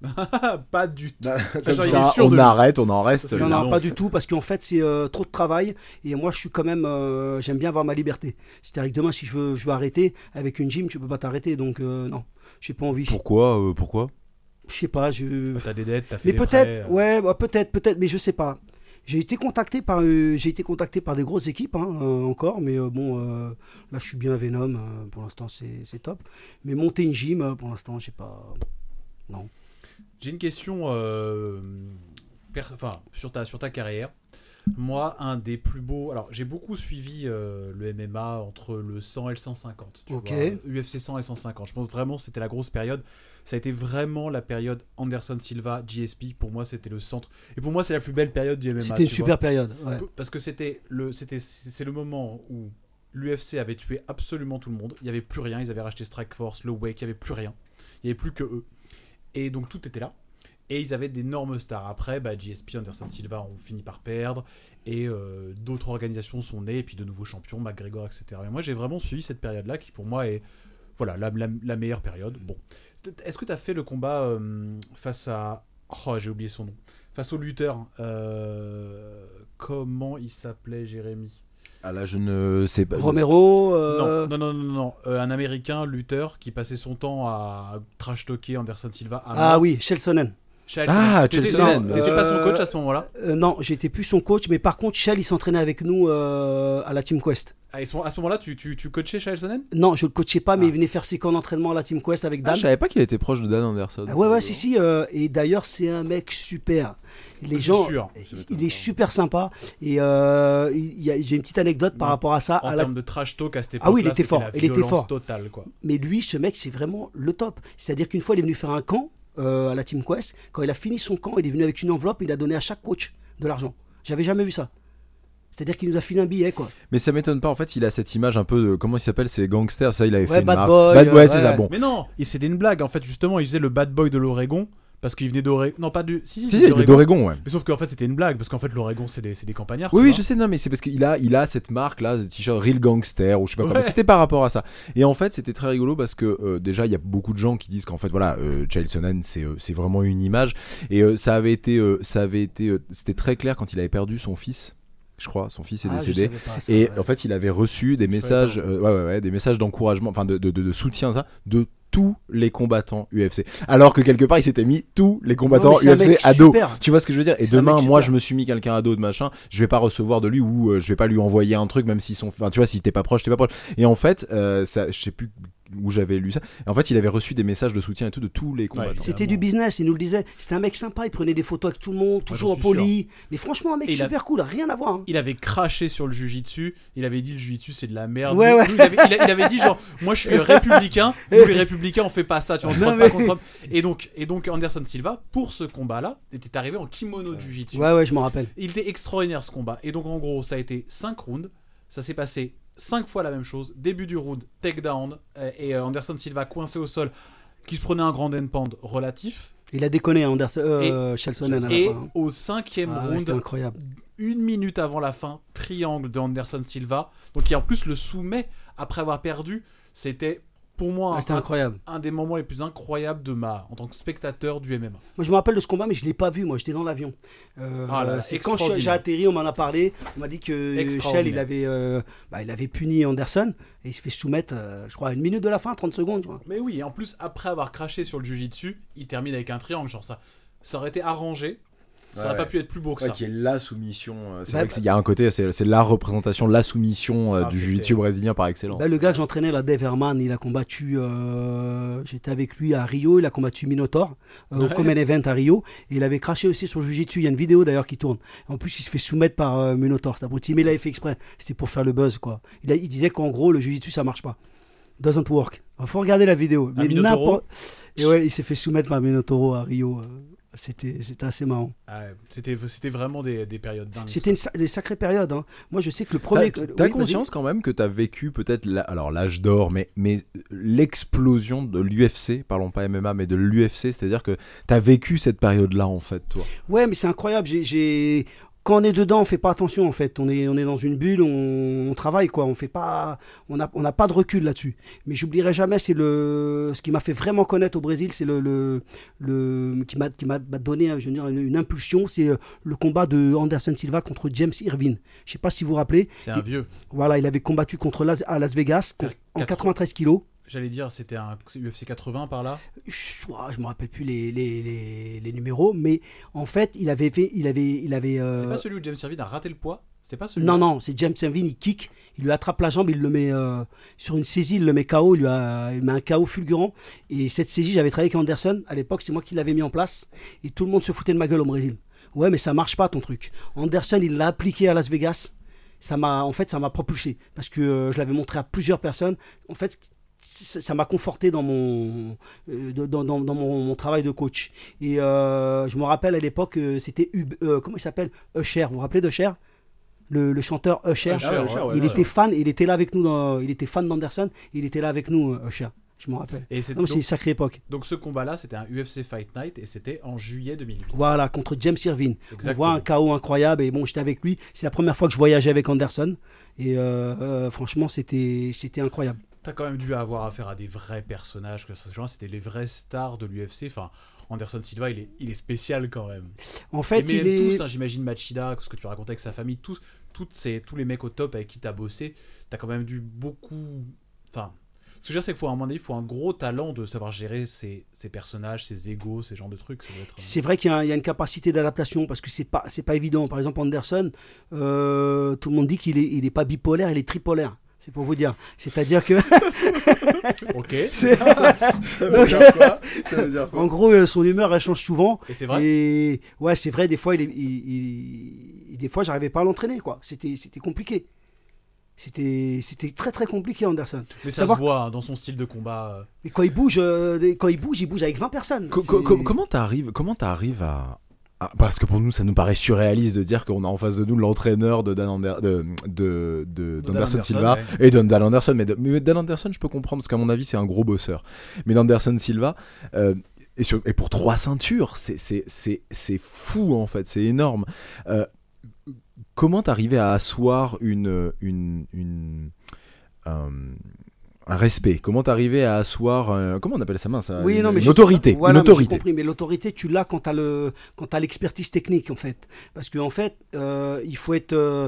Pas du tout. Comme genre, ça, on de... arrête, on en reste. Non, non, pas du tout, parce qu'en fait, c'est euh, trop de travail. Et moi, je suis quand même. Euh, j'aime bien avoir ma liberté. C'est-à-dire que demain, si je veux, je veux arrêter, avec une gym, tu peux pas t'arrêter. Donc, euh, non, j'ai pas envie. Pourquoi euh, Pourquoi Je sais pas. Je... T'as des dettes, t'as fait mais des peut-être, prêts, ouais, bah, peut-être, peut-être, mais je sais pas. J'ai été contacté par, euh, j'ai été contacté par des grosses équipes hein, euh, encore, mais euh, bon, euh, là, je suis bien à Venom. Euh, pour l'instant, c'est, c'est top. Mais monter une gym, euh, pour l'instant, je sais pas. Non. J'ai une question euh, per... enfin, sur, ta, sur ta carrière. Moi, un des plus beaux... Alors, j'ai beaucoup suivi euh, le M M A entre le cent et le cent cinquante. Tu okay. vois, U F C cent et cent cinquante. Je pense vraiment que c'était la grosse période. Ça a été vraiment la période Anderson Silva, G S P. Pour moi, c'était le centre. Et pour moi, c'est la plus belle période du M M A. C'était une super vois. période. Ouais. Parce que c'était le, c'était, c'est le moment où l'U F C avait tué absolument tout le monde. Il n'y avait plus rien. Ils avaient racheté Strikeforce, le Wake. Il n'y avait plus rien. Il n'y avait plus que eux. Et donc tout était là. Et ils avaient d'énormes stars. Après, bah, G S P, Anderson Silva ont fini par perdre. Et euh, d'autres organisations sont nées. Et puis de nouveaux champions, McGregor, et cetera. Mais moi, j'ai vraiment suivi cette période-là qui, pour moi, est voilà, la, la, la meilleure période. Bon. Est-ce que tu as fait le combat euh, face à... Oh, j'ai oublié son nom. Face au lutteur. Euh... Comment il s'appelait, Jérémy? Ah là, je ne sais pas. Romero euh... Non, non, non, non, non. Euh, un Américain lutteur qui passait son temps à trash-talker Anderson Silva. À ah mort. Oui, Chelsonen. Shell, ah, t'étais, Chelsonen. T'étais euh, pas son coach à ce moment-là? euh, Non, j'étais plus son coach, mais par contre, Shell, il s'entraînait avec nous euh, à la Team Quest. Ah, à ce moment-là, tu, tu, tu coachais Chelsonen? Non, je le coachais pas, mais ah. il venait faire ses camps d'entraînement à la Team Quest avec Dan. Ah, je savais pas qu'il était proche de Dan Anderson. Ah, ouais, ouais, si, si. Euh, et d'ailleurs, c'est un mec super. Les je gens, suis sûr. il est super sympa. Et euh, il y a, j'ai une petite anecdote ouais. par rapport à ça. En à termes la... de trash talk à cette époque-là, ah oui, il était fort. La il était fort. Totale, quoi. Mais lui, ce mec, c'est vraiment le top. C'est-à-dire qu'une fois, il est venu faire un camp. Euh, à la Team Quest, quand il a fini son camp, il est venu avec une enveloppe et il a donné à chaque coach de l'argent. J'avais jamais vu ça. C'est-à-dire qu'il nous a filé un billet, quoi. Mais ça m'étonne pas, en fait, il a cette image un peu de. Comment il s'appelle? C'est gangster, ça, il avait Ouais, fait une bad marque. boy, Bad- euh, ouais, c'est ouais. ça, bon. Mais non, et c'était une blague en fait, justement, il faisait le bad boy de l'Oregon parce qu'il venait d'Oregon. Non, pas du. Si, si, Si, c'est si, il est d'Oregon, ouais. Mais sauf qu'en fait, c'était une blague parce qu'en fait, l'Oregon, c'est des, c'est des campagnards. Oui, tu oui, vois. je sais, non, mais c'est parce qu'il a, il a cette marque là, ce t-shirt Real Gangster ou je sais pas Ouais. comment. C'était par rapport à ça. Et en fait, c'était très rigolo parce que euh, déjà, il y a beaucoup de gens qui disent qu'en fait, voilà, euh, Chael Sonnen, c'est, euh, c'est vraiment une image. Et euh, ça avait été, euh, ça avait été, euh, c'était très clair quand il avait perdu son fils. Je crois, son fils est Ah, je décédé. savais pas ça, Et ouais. en fait, il avait reçu des messages, euh, ouais, ouais, ouais, des messages d'encouragement, enfin de, de, de, de soutien, ça, de tous les combattants U F C. Alors que quelque part, il s'était mis tous les combattants Non, mais c'est un U F C mec à dos. super. Tu vois ce que je veux dire? Et C'est un demain, mec moi, super. je me suis mis quelqu'un à dos de machin, je vais pas recevoir de lui ou euh, je vais pas lui envoyer un truc, même s'ils sont, enfin, tu vois, si t'es pas proche, t'es pas proche. Et en fait, euh, ça, je sais plus où j'avais lu ça. Et en fait, il avait reçu des messages de soutien et tout de tous les combattants. C'était du business, il nous le disait. C'était un mec sympa, il prenait des photos avec tout le monde, toujours j'en suis poli. Mais franchement, un mec Et il a- super cool, rien à voir. hein. Il avait craché sur le jujitsu, il avait dit le jujitsu c'est de la merde. Ouais, Nous- ouais. nous, il, avait, il a- il avait dit genre, moi je suis républicain, nous les républicains on fait pas ça, tu vois, on se Non, frotte mais- pas contre. Et donc, et donc Anderson Silva, pour ce combat-là, était arrivé en kimono de jujitsu. Ouais, ouais, je m'en rappelle. Il était extraordinaire ce combat. Et donc en gros, ça a été cinq rounds. Ça s'est passé cinq fois la même chose. Début du round, takedown. euh, Et euh, Anderson Silva coincé au sol, qui se prenait un grand endpoint relatif. Il a déconné, Anderson, euh, Chael Sonnen à la Et fin. hein. au cinquième Ah, ouais, c'était round, incroyable. une minute avant la fin, triangle de Anderson Silva. Donc qui en plus le soumet après avoir perdu. C'était pour moi Ouais, c'était un, incroyable. un des moments les plus incroyables de ma en tant que spectateur du M M A. Moi, je me rappelle de ce combat, mais je l'ai pas vu. Moi, j'étais dans l'avion. Euh, Ah là là, c'est quand extraordinaire. j'ai atterri, on m'en a parlé. On m'a dit que Extraordinaire. Chael, il avait, euh, bah, il avait puni Anderson et il se fait soumettre, euh, je crois, à une minute de la fin, trente secondes. Tu vois. Mais oui, et en plus, après avoir craché sur le jujitsu, il termine avec un triangle. Genre ça, ça aurait été arrangé. Ça Ouais, aurait pas ouais. pu être plus beau que Ouais, ça. qui est la soumission. euh, C'est Bah, vrai qu'il y a un côté, c'est, c'est la représentation, la soumission euh, Ah, du c'était- jiu-jitsu brésilien par excellence. Bah, le gars que j'entraînais, là, Dave Herman, il a combattu. euh, J'étais avec lui à Rio. Il a combattu Minotaur euh, au Ouais. Common Event à Rio. Et il avait craché aussi sur le Jiu-Jitsu. Il y a une vidéo d'ailleurs qui tourne. En plus, il se fait soumettre par euh, Minotaur. C'est abruti. Mais il avait fait exprès. C'était pour faire le buzz, quoi. Il, a- il disait qu'en gros, le Jiu-Jitsu, ça marche pas. Doesn't work. Il faut regarder la vidéo. Un Minotauro. n'importe- Et ouais, il s'est fait soumettre par Minotauro à Rio. euh, C'était c'était assez marrant. Ah ouais, c'était, c'était vraiment des, des périodes dingues. C'était une sa- des sacrées périodes. hein. Moi, je sais que le T'as, premier. t'as oui, vas-y. conscience quand même que t'as vécu peut-être, la- alors l'âge d'or, mais, mais l'explosion de l'U F C, parlons pas M M A, mais de l'U F C, c'est-à-dire que t'as vécu cette période-là en fait, toi. Ouais, mais c'est incroyable. J'ai, j'ai- Quand on est dedans, on fait pas attention en fait. On est, on est dans une bulle, on, on travaille quoi. On fait pas, on n'a on n'a pas de recul là-dessus. Mais j'oublierai jamais, c'est le, ce qui m'a fait vraiment connaître au Brésil, c'est le, le, le qui m'a, qui m'a donné, je veux dire, une, une impulsion, c'est euh, le combat de Anderson Silva contre James Irvine. Je sais pas si vous vous rappelez. C'est un vieux. Voilà, il avait combattu contre Las, à Las Vegas con- en quatre- quatre-vingt-treize kilos. J'allais dire, c'était un U F C quatre-vingts par là. Je, ouah, je me rappelle plus les, les, les, les numéros, mais en fait, il avait fait, il avait, il avait. euh, C'est pas celui où James Irvine a raté le poids. C'était pas celui. Non, non, c'est James Irvine, il kick, il lui attrape la jambe, il le met euh, sur une saisie, il le met K O, il lui a, il met un K O fulgurant. Et cette saisie, j'avais travaillé avec Anderson, à l'époque, c'est moi qui l'avais mis en place, et tout le monde se foutait de ma gueule au Brésil. Ouais, mais ça marche pas ton truc. Anderson, il l'a appliqué à Las Vegas, ça m'a, en fait, ça m'a propulsé, parce que euh, je l'avais montré à plusieurs personnes. En fait, ça ça m'a conforté dans mon euh, dans, dans, dans mon, mon travail de coach. Et euh, je me rappelle à l'époque, euh, c'était Hub- euh, comment il s'appelle, Usher. Vous vous rappelez d'Usher, le, le chanteur Usher. Usher, Ah ouais, Usher, ouais, il ouais, était ouais. fan, il était là avec nous, dans, il était fan d'Anderson, il était là avec nous, euh, Usher. Je me rappelle. Et c'est, Non, mais c'est une donc, sacrée époque. donc ce combat-là, c'était un U F C Fight Night et c'était en juillet deux mille huit. Voilà, contre James Irvine. On Exactement. voit un K O incroyable. Et bon, j'étais avec lui. C'est la première fois que je voyageais avec Anderson. Et euh, euh, franchement, c'était c'était incroyable. T'as quand même dû avoir affaire à des vrais personnages, que ce genre, c'était les vrais stars de l'U F C. Enfin, Anderson Silva, il est, il est spécial quand même. En fait, mais il est. tous, hein, j'imagine Machida, ce que tu racontais avec sa famille, tous, toutes ces, tous les mecs au top avec qui t'as bossé, t'as quand même dû beaucoup. Enfin, ce que je veux dire, c'est qu'il faut, à un moment donné, il faut un gros talent de savoir gérer ses, ses personnages, ses égos, ces genres de trucs. Ça doit être... C'est vrai qu'il y a, il y a une capacité d'adaptation parce que c'est pas c'est pas évident. Par exemple, Anderson, euh, tout le monde dit qu'il est il est pas bipolaire, il est tripolaire. C'est pour vous dire. C'est-à-dire que Ok. c'est- Ça veut dire quoi Ça veut dire quoi en gros, euh, son humeur elle change souvent. Et c'est vrai. Et ouais, c'est vrai. Des fois, il, est- il, il- des fois, j'arrivais pas à l'entraîner quoi. C'était c'était compliqué. C'était c'était très très compliqué Anderson. Mais ça savoir- se voit hein, dans son style de combat. euh. Mais quand il bouge, euh, des- quand il bouge, il bouge avec vingt personnes. Co- C'est- co- co- Comment t'arrives, comment t'arrives à, Ah, parce que pour nous, ça nous paraît surréaliste de dire qu'on a en face de nous l'entraîneur de Dan Ander- de, de, de, d'Anderson Anderson, Silva ouais. et de Dan Anderson. Mais, de, mais Dan Anderson, je peux comprendre parce qu'à mon avis, c'est un gros bosseur. Mais d'Anderson Silva, euh, et, sur, et pour trois ceintures, c'est, c'est, c'est, c'est fou en fait, c'est énorme. Euh, comment t'arrivais à asseoir une. une, une euh, un respect. Comment t'arrivais à asseoir, euh, comment on appelle ça, mince, Oui, une, non, mais une je- autorité, voilà, une mais j'ai autorité. compris, mais l'autorité, tu l'as quand t'as le, quand t'as l'expertise technique en fait, parce qu'en fait, euh, il faut être, euh,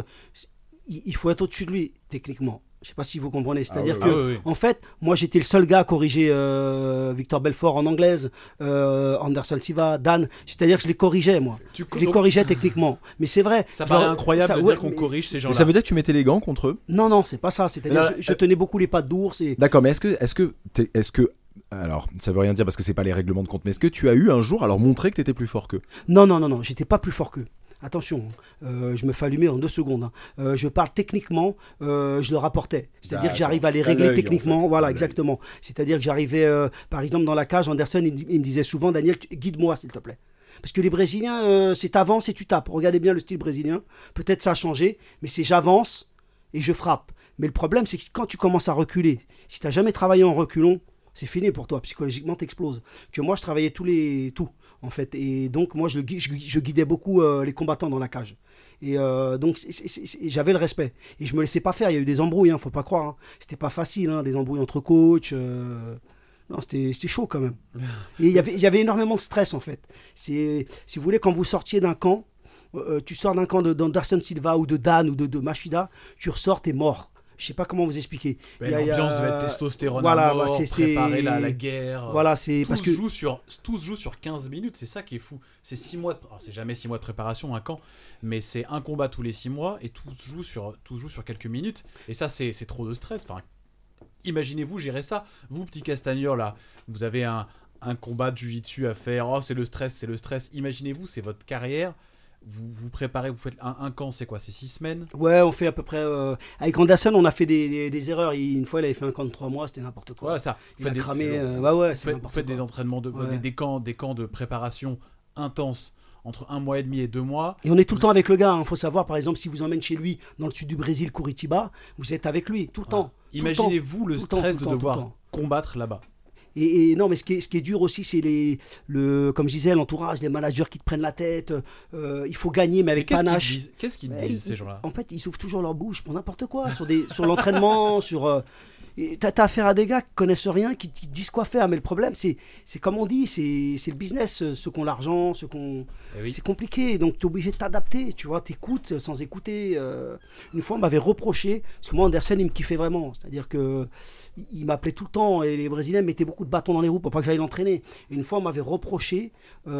il il faut être au-dessus de lui techniquement. Je sais pas si vous comprenez. C'est-à-dire Ah que, oui, oui, oui. en fait, moi j'étais le seul gars à corriger euh, Victor Belfort en anglaise, euh, Anderson Silva, Dan. C'est-à-dire que je les corrigeais moi. Tu Je les donc, corrigeais techniquement. Mais c'est vrai. ça Genre, paraît incroyable ça- de ouais, dire qu'on mais- corrige ces Mais gens-là. ça veut dire que tu mettais les gants contre eux? Non, non, c'est pas ça. C'est-à-dire Non, que je, je euh, tenais beaucoup les pattes d'ours et. D'accord, mais est-ce que, est-ce que, t'es- est-ce que, alors, ça veut rien dire parce que c'est pas les règlements de compte, mais est-ce que tu as eu un jour à leur montrer que t'étais plus fort qu'eux? Non, non, non, non, j'étais pas plus fort qu'eux. Attention, euh, je me fais allumer en deux secondes. hein. Euh, je parle techniquement, euh, je le rapportais. C'est-à-dire D'accord. que j'arrive à les T'as régler l'œil, en techniquement. fait. Voilà, T'as l'œil. exactement. C'est-à-dire que j'arrivais, euh, par exemple, dans la cage, Anderson, il, il me disait souvent, Daniel, tu- guide-moi, s'il te plaît. Parce que les Brésiliens, euh, c'est t'avances et tu tapes. Regardez bien le style brésilien. Peut-être ça a changé, mais c'est j'avance et je frappe. Mais le problème, c'est que quand tu commences à reculer, si tu n'as jamais travaillé en reculon, c'est fini pour toi. Psychologiquement, t'exploses. Que moi, je travaillais tous les tout en fait, et donc moi, je, le gui- je, je guidais beaucoup euh, les combattants dans la cage. Et euh, donc c'est- c'est- c'est- j'avais le respect et je me laissais pas faire. Il y a eu des embrouilles, hein, faut pas croire. Hein. C'était pas facile, hein, des embrouilles entre coachs. euh, Non, c'était c'était chaud quand même. Et il y avait il y avait énormément de stress en fait. C'est si vous voulez quand vous sortiez d'un camp, euh, tu sors d'un camp de- d'Anderson Silva ou de Dan ou de, de Machida, tu ressors, t'es mort. Je sais pas comment vous expliquer. Ben, Il y a- il y a- L'ambiance devait être testostérone voilà, à mort, bah, c'est- c'est- préparer la, la guerre. Voilà, c'est Tout parce se que joue sur, tout se joue sur quinze minutes, c'est ça qui est fou. C'est six mois de, alors, c'est jamais six mois de préparation, un camp, mais c'est un combat tous les six mois et tout se joue sur, tout se joue sur quelques minutes. Et ça, c'est, c'est trop de stress. Enfin, imaginez-vous gérer ça. Vous, petit castagneur, là, vous avez un, un combat de jiu-jitsu à faire. Oh, c'est le stress, c'est le stress. Imaginez-vous, c'est votre carrière. Vous vous préparez, vous faites un, un camp, c'est quoi? C'est six semaines? ouais, on fait à peu près. euh, Avec Anderson, on a fait des, des- des erreurs. Il- une fois, il avait fait un camp de trois mois, c'était n'importe quoi. Voilà, ça. Vous Il a faites des- cramé. c'est long. euh, ouais, ouais, Vous c'est faites, vous n'importe faites quoi. des entraînements, de, Ouais. des, des camps, des camps de préparation intenses entre un mois et demi et deux mois. Et on est tout le temps avec le gars. Il faut savoir, par exemple, si vous emmène chez lui dans le sud du Brésil, Curitiba, vous êtes avec lui tout le temps. Tout le temps. Imaginez-vous le Tout le temps, stress tout le de temps, tout le devoir temps. combattre là-bas. Et, et non, mais ce qui est, ce qui est dur aussi, c'est les, le, comme je disais, l'entourage, les managers qui te prennent la tête. euh, il faut gagner, mais Mais avec qu'est-ce qu'ils panache. disent, qu'est-ce qu'ils Ouais, disent ils- ces gens-là? En fait, ils ouvrent toujours leur bouche pour n'importe quoi, sur, des, sur l'entraînement, sur. euh, et T'as t'as affaire à des gars qui connaissent rien, qui, qui te disent quoi faire, mais le problème, c'est, c'est comme on dit, c'est, c'est le business, euh, ceux qui ont l'argent, ceux qui ont. Eh oui. C'est compliqué, donc tu es obligé de t'adapter, tu vois, t'écoutes sans écouter. euh. Une fois, on m'avait reproché, parce que moi, Anderson, il me kiffait vraiment, c'est-à-dire que il m'appelait tout le temps, et les Brésiliens mettaient beaucoup de bâtons dans les roues pour pas que j'aille l'entraîner. Et une fois, on m'avait reproché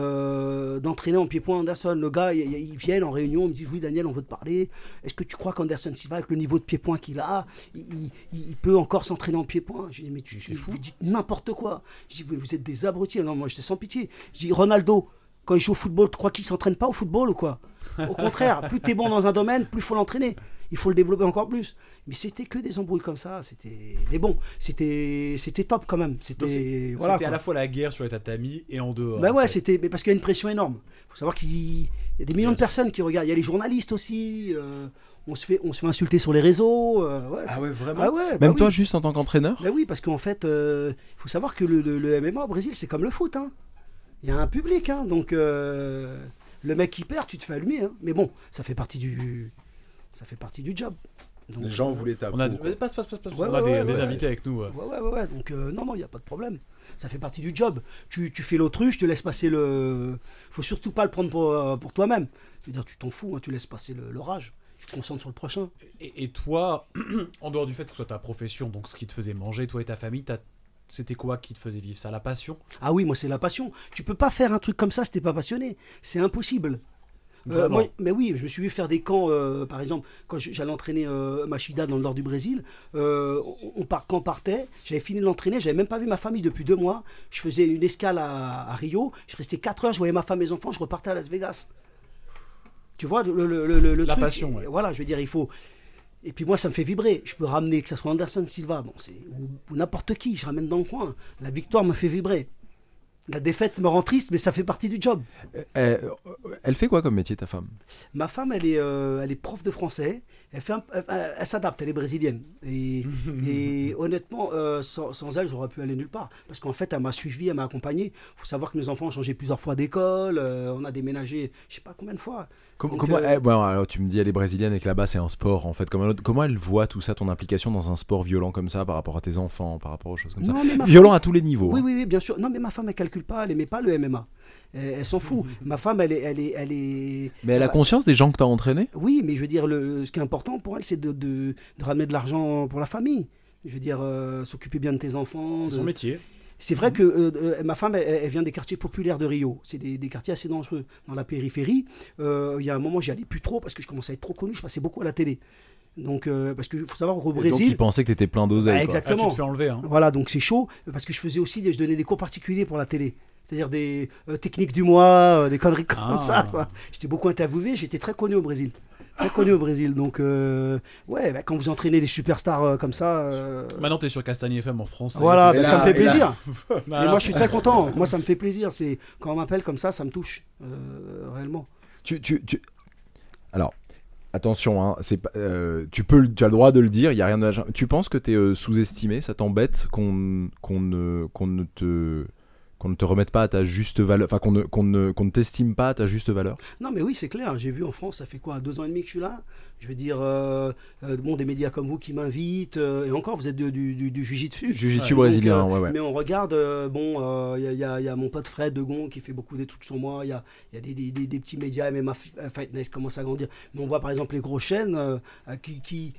euh, d'entraîner en pied-point Anderson. Le gars, ils il viennent en réunion, ils me disent, oui, Daniel, on veut te parler. Est-ce que tu crois qu'Anderson Silva, avec le niveau de pied-point qu'il a, il, il- il peut encore s'entraîner en pied-point? Je dis, mais tu, C'est fou. vous dites n'importe quoi. Je dis, vous, vous êtes des abrutis. Non, moi, j'étais sans pitié. Je dis, Ronaldo, quand il joue au football, tu crois qu'il s'entraîne pas au football ou quoi? Au contraire, plus tu es bon dans un domaine, plus il faut l'entraîner. Il faut le développer encore plus. Mais c'était que des embrouilles comme ça. C'était. Mais bon, c'était, c'était top quand même. Donc C'était. c'est- Voilà, c'était à quoi. la fois la guerre sur les tatamis et en dehors. Bah en ouais, fait. c'était. Mais parce qu'il y a une pression énorme. Il faut savoir qu'il y a des millions Bien de personnes qui regardent. Il y a les journalistes aussi. euh, on, se fait, on se fait insulter sur les réseaux. euh, ouais, c'est- ouais, vraiment. Ah ouais, bah Même oui. toi, juste en tant qu'entraîneur? Bah oui, parce qu'en fait, il faut savoir que le, le- le M M A au Brésil, c'est comme le foot. Hein. Il y a un public, hein, donc euh, le mec qui perd, tu te fais allumer. Hein. Mais bon, ça fait partie du, ça fait partie du job. Donc, Les gens euh, voulaient ta On a, peau, quoi. passe, passe, passe, passe. Ouais, on a ouais, des, ouais, des ouais. invités avec nous. euh. Ouais, ouais, ouais, ouais. Donc, euh, non, non, il n'y a pas de problème. Ça fait partie du job. Tu, tu fais l'autruche, je te laisse passer le. Faut surtout pas le prendre pour, euh, pour toi-même. Je veux dire, tu t'en fous, hein, tu laisses passer le- l'orage. Tu te concentres sur le prochain. Et, et toi, en dehors du fait que ce soit ta profession, donc ce qui te faisait manger, toi et ta famille, t'as- c'était quoi qui te faisait vivre ça? La passion? Ah oui, moi, c'est la passion. Tu peux pas faire un truc comme ça si t'es pas passionné. C'est impossible. Euh, Vraiment. moi, mais oui, je me suis vu faire des camps, euh, par exemple, quand je- j'allais entraîner euh, Machida dans le nord du Brésil, euh, on, on part, quand on partait, j'avais fini de l'entraîner, j'avais même pas vu ma famille depuis deux mois, je faisais une escale à, à Rio, je restais quatre heures, je voyais ma femme et mes enfants, je repartais à Las Vegas. Tu vois, le, le, le, le- le La truc, passion, ouais. et voilà, je veux dire, il faut... Et puis moi, ça me fait vibrer. Je peux ramener, que ce soit Anderson Silva, bon, c'est, ou, ou n'importe qui, je ramène dans le coin. La victoire me fait vibrer. La défaite me rend triste, mais ça fait partie du job. Euh, elle fait quoi comme métier, ta femme? Ma femme, elle est, euh, elle est prof de français. Elle, fait un- elle, elle s'adapte, elle est brésilienne. Et, et honnêtement, euh, sans, sans elle, j'aurais pu aller nulle part. Parce qu'en fait, elle m'a suivi, elle m'a accompagné. Il faut savoir que mes enfants ont changé plusieurs fois d'école. euh, on a déménagé, je sais pas combien de fois. Com- Donc, comment, euh, eh, bon, alors tu me dis elle est brésilienne et que là-bas c'est un sport en fait. Comment, comment elle voit tout ça, ton implication dans un sport violent comme ça par rapport à tes enfants, par rapport aux choses comme ça? Non, mais ma Violent femme- à tous les niveaux. Oui, hein. oui, oui, bien sûr. Non, mais ma femme, elle calcule pas, elle aimait pas le M M A. Elle, elle s'en fout. Ma femme, elle est, elle est, elle est. Mais elle a conscience des gens que tu as entraînés? Oui, mais je veux dire, le, ce qui est important pour elle, c'est de, de, de ramener de l'argent pour la famille. Je veux dire, euh, s'occuper bien de tes enfants. C'est de- son métier. C'est vrai que euh, euh, ma femme, elle, elle vient des quartiers populaires de Rio. C'est des, des quartiers assez dangereux. Dans la périphérie, euh, il y a un moment, j'y allais plus trop parce que je commençais à être trop connu. Je passais beaucoup à la télé. Donc, euh, parce qu'il faut savoir qu'au Et donc Brésil. ils pensaient que t'étais plein d'oseille. Bah, quoi. exact. Ah, tu Exactement. te fais enlever. Hein. Voilà, donc c'est chaud parce que je faisais aussi, des- je donnais des cours particuliers pour la télé. C'est-à-dire des euh, techniques du mois, euh, des conneries comme Ah. ça. Quoi. J'étais beaucoup interviewé, j'étais très connu au Brésil. Très connu au Brésil. Donc, euh, ouais, bah, quand vous entraînez des superstars euh, comme ça. euh, Maintenant, t'es sur Castagne F M en français. Voilà, et bah, là- ça me fait et là- plaisir. Voilà. Mais moi, je suis très content. Moi, ça me fait plaisir. C'est quand on m'appelle comme ça, ça me touche euh, réellement. Tu, tu, tu... Alors, attention, hein, c'est pas, euh, tu, peux, le- tu as le droit de le dire, il y a rien de... Tu penses que tu es sous-estimé? Ça t'embête qu'on qu'on ne, qu'on ne te... qu'on ne te remette pas à ta juste valeur, enfin qu'on ne, qu'on ne, qu'on ne t'estime pas à ta juste valeur? Non, mais oui, c'est clair. J'ai vu en France, ça fait quoi, deux ans et demi que je suis là. Je veux dire, euh, euh, bon, des médias comme vous qui m'invitent. euh, et encore, vous êtes de- du, du, du jiu-jitsu. Jiu-jitsu Donc, brésilien, euh, ouais, ouais. Mais on regarde, euh, bon, il y, a- y a- y a mon pote Fred Degon qui fait beaucoup des trucs sur moi. Il y a, y a des, des- des- des petits médias, M M A Fi- euh, Fight Night commence à grandir. Mais on voit par exemple les grosses chaînes euh, à qui. qui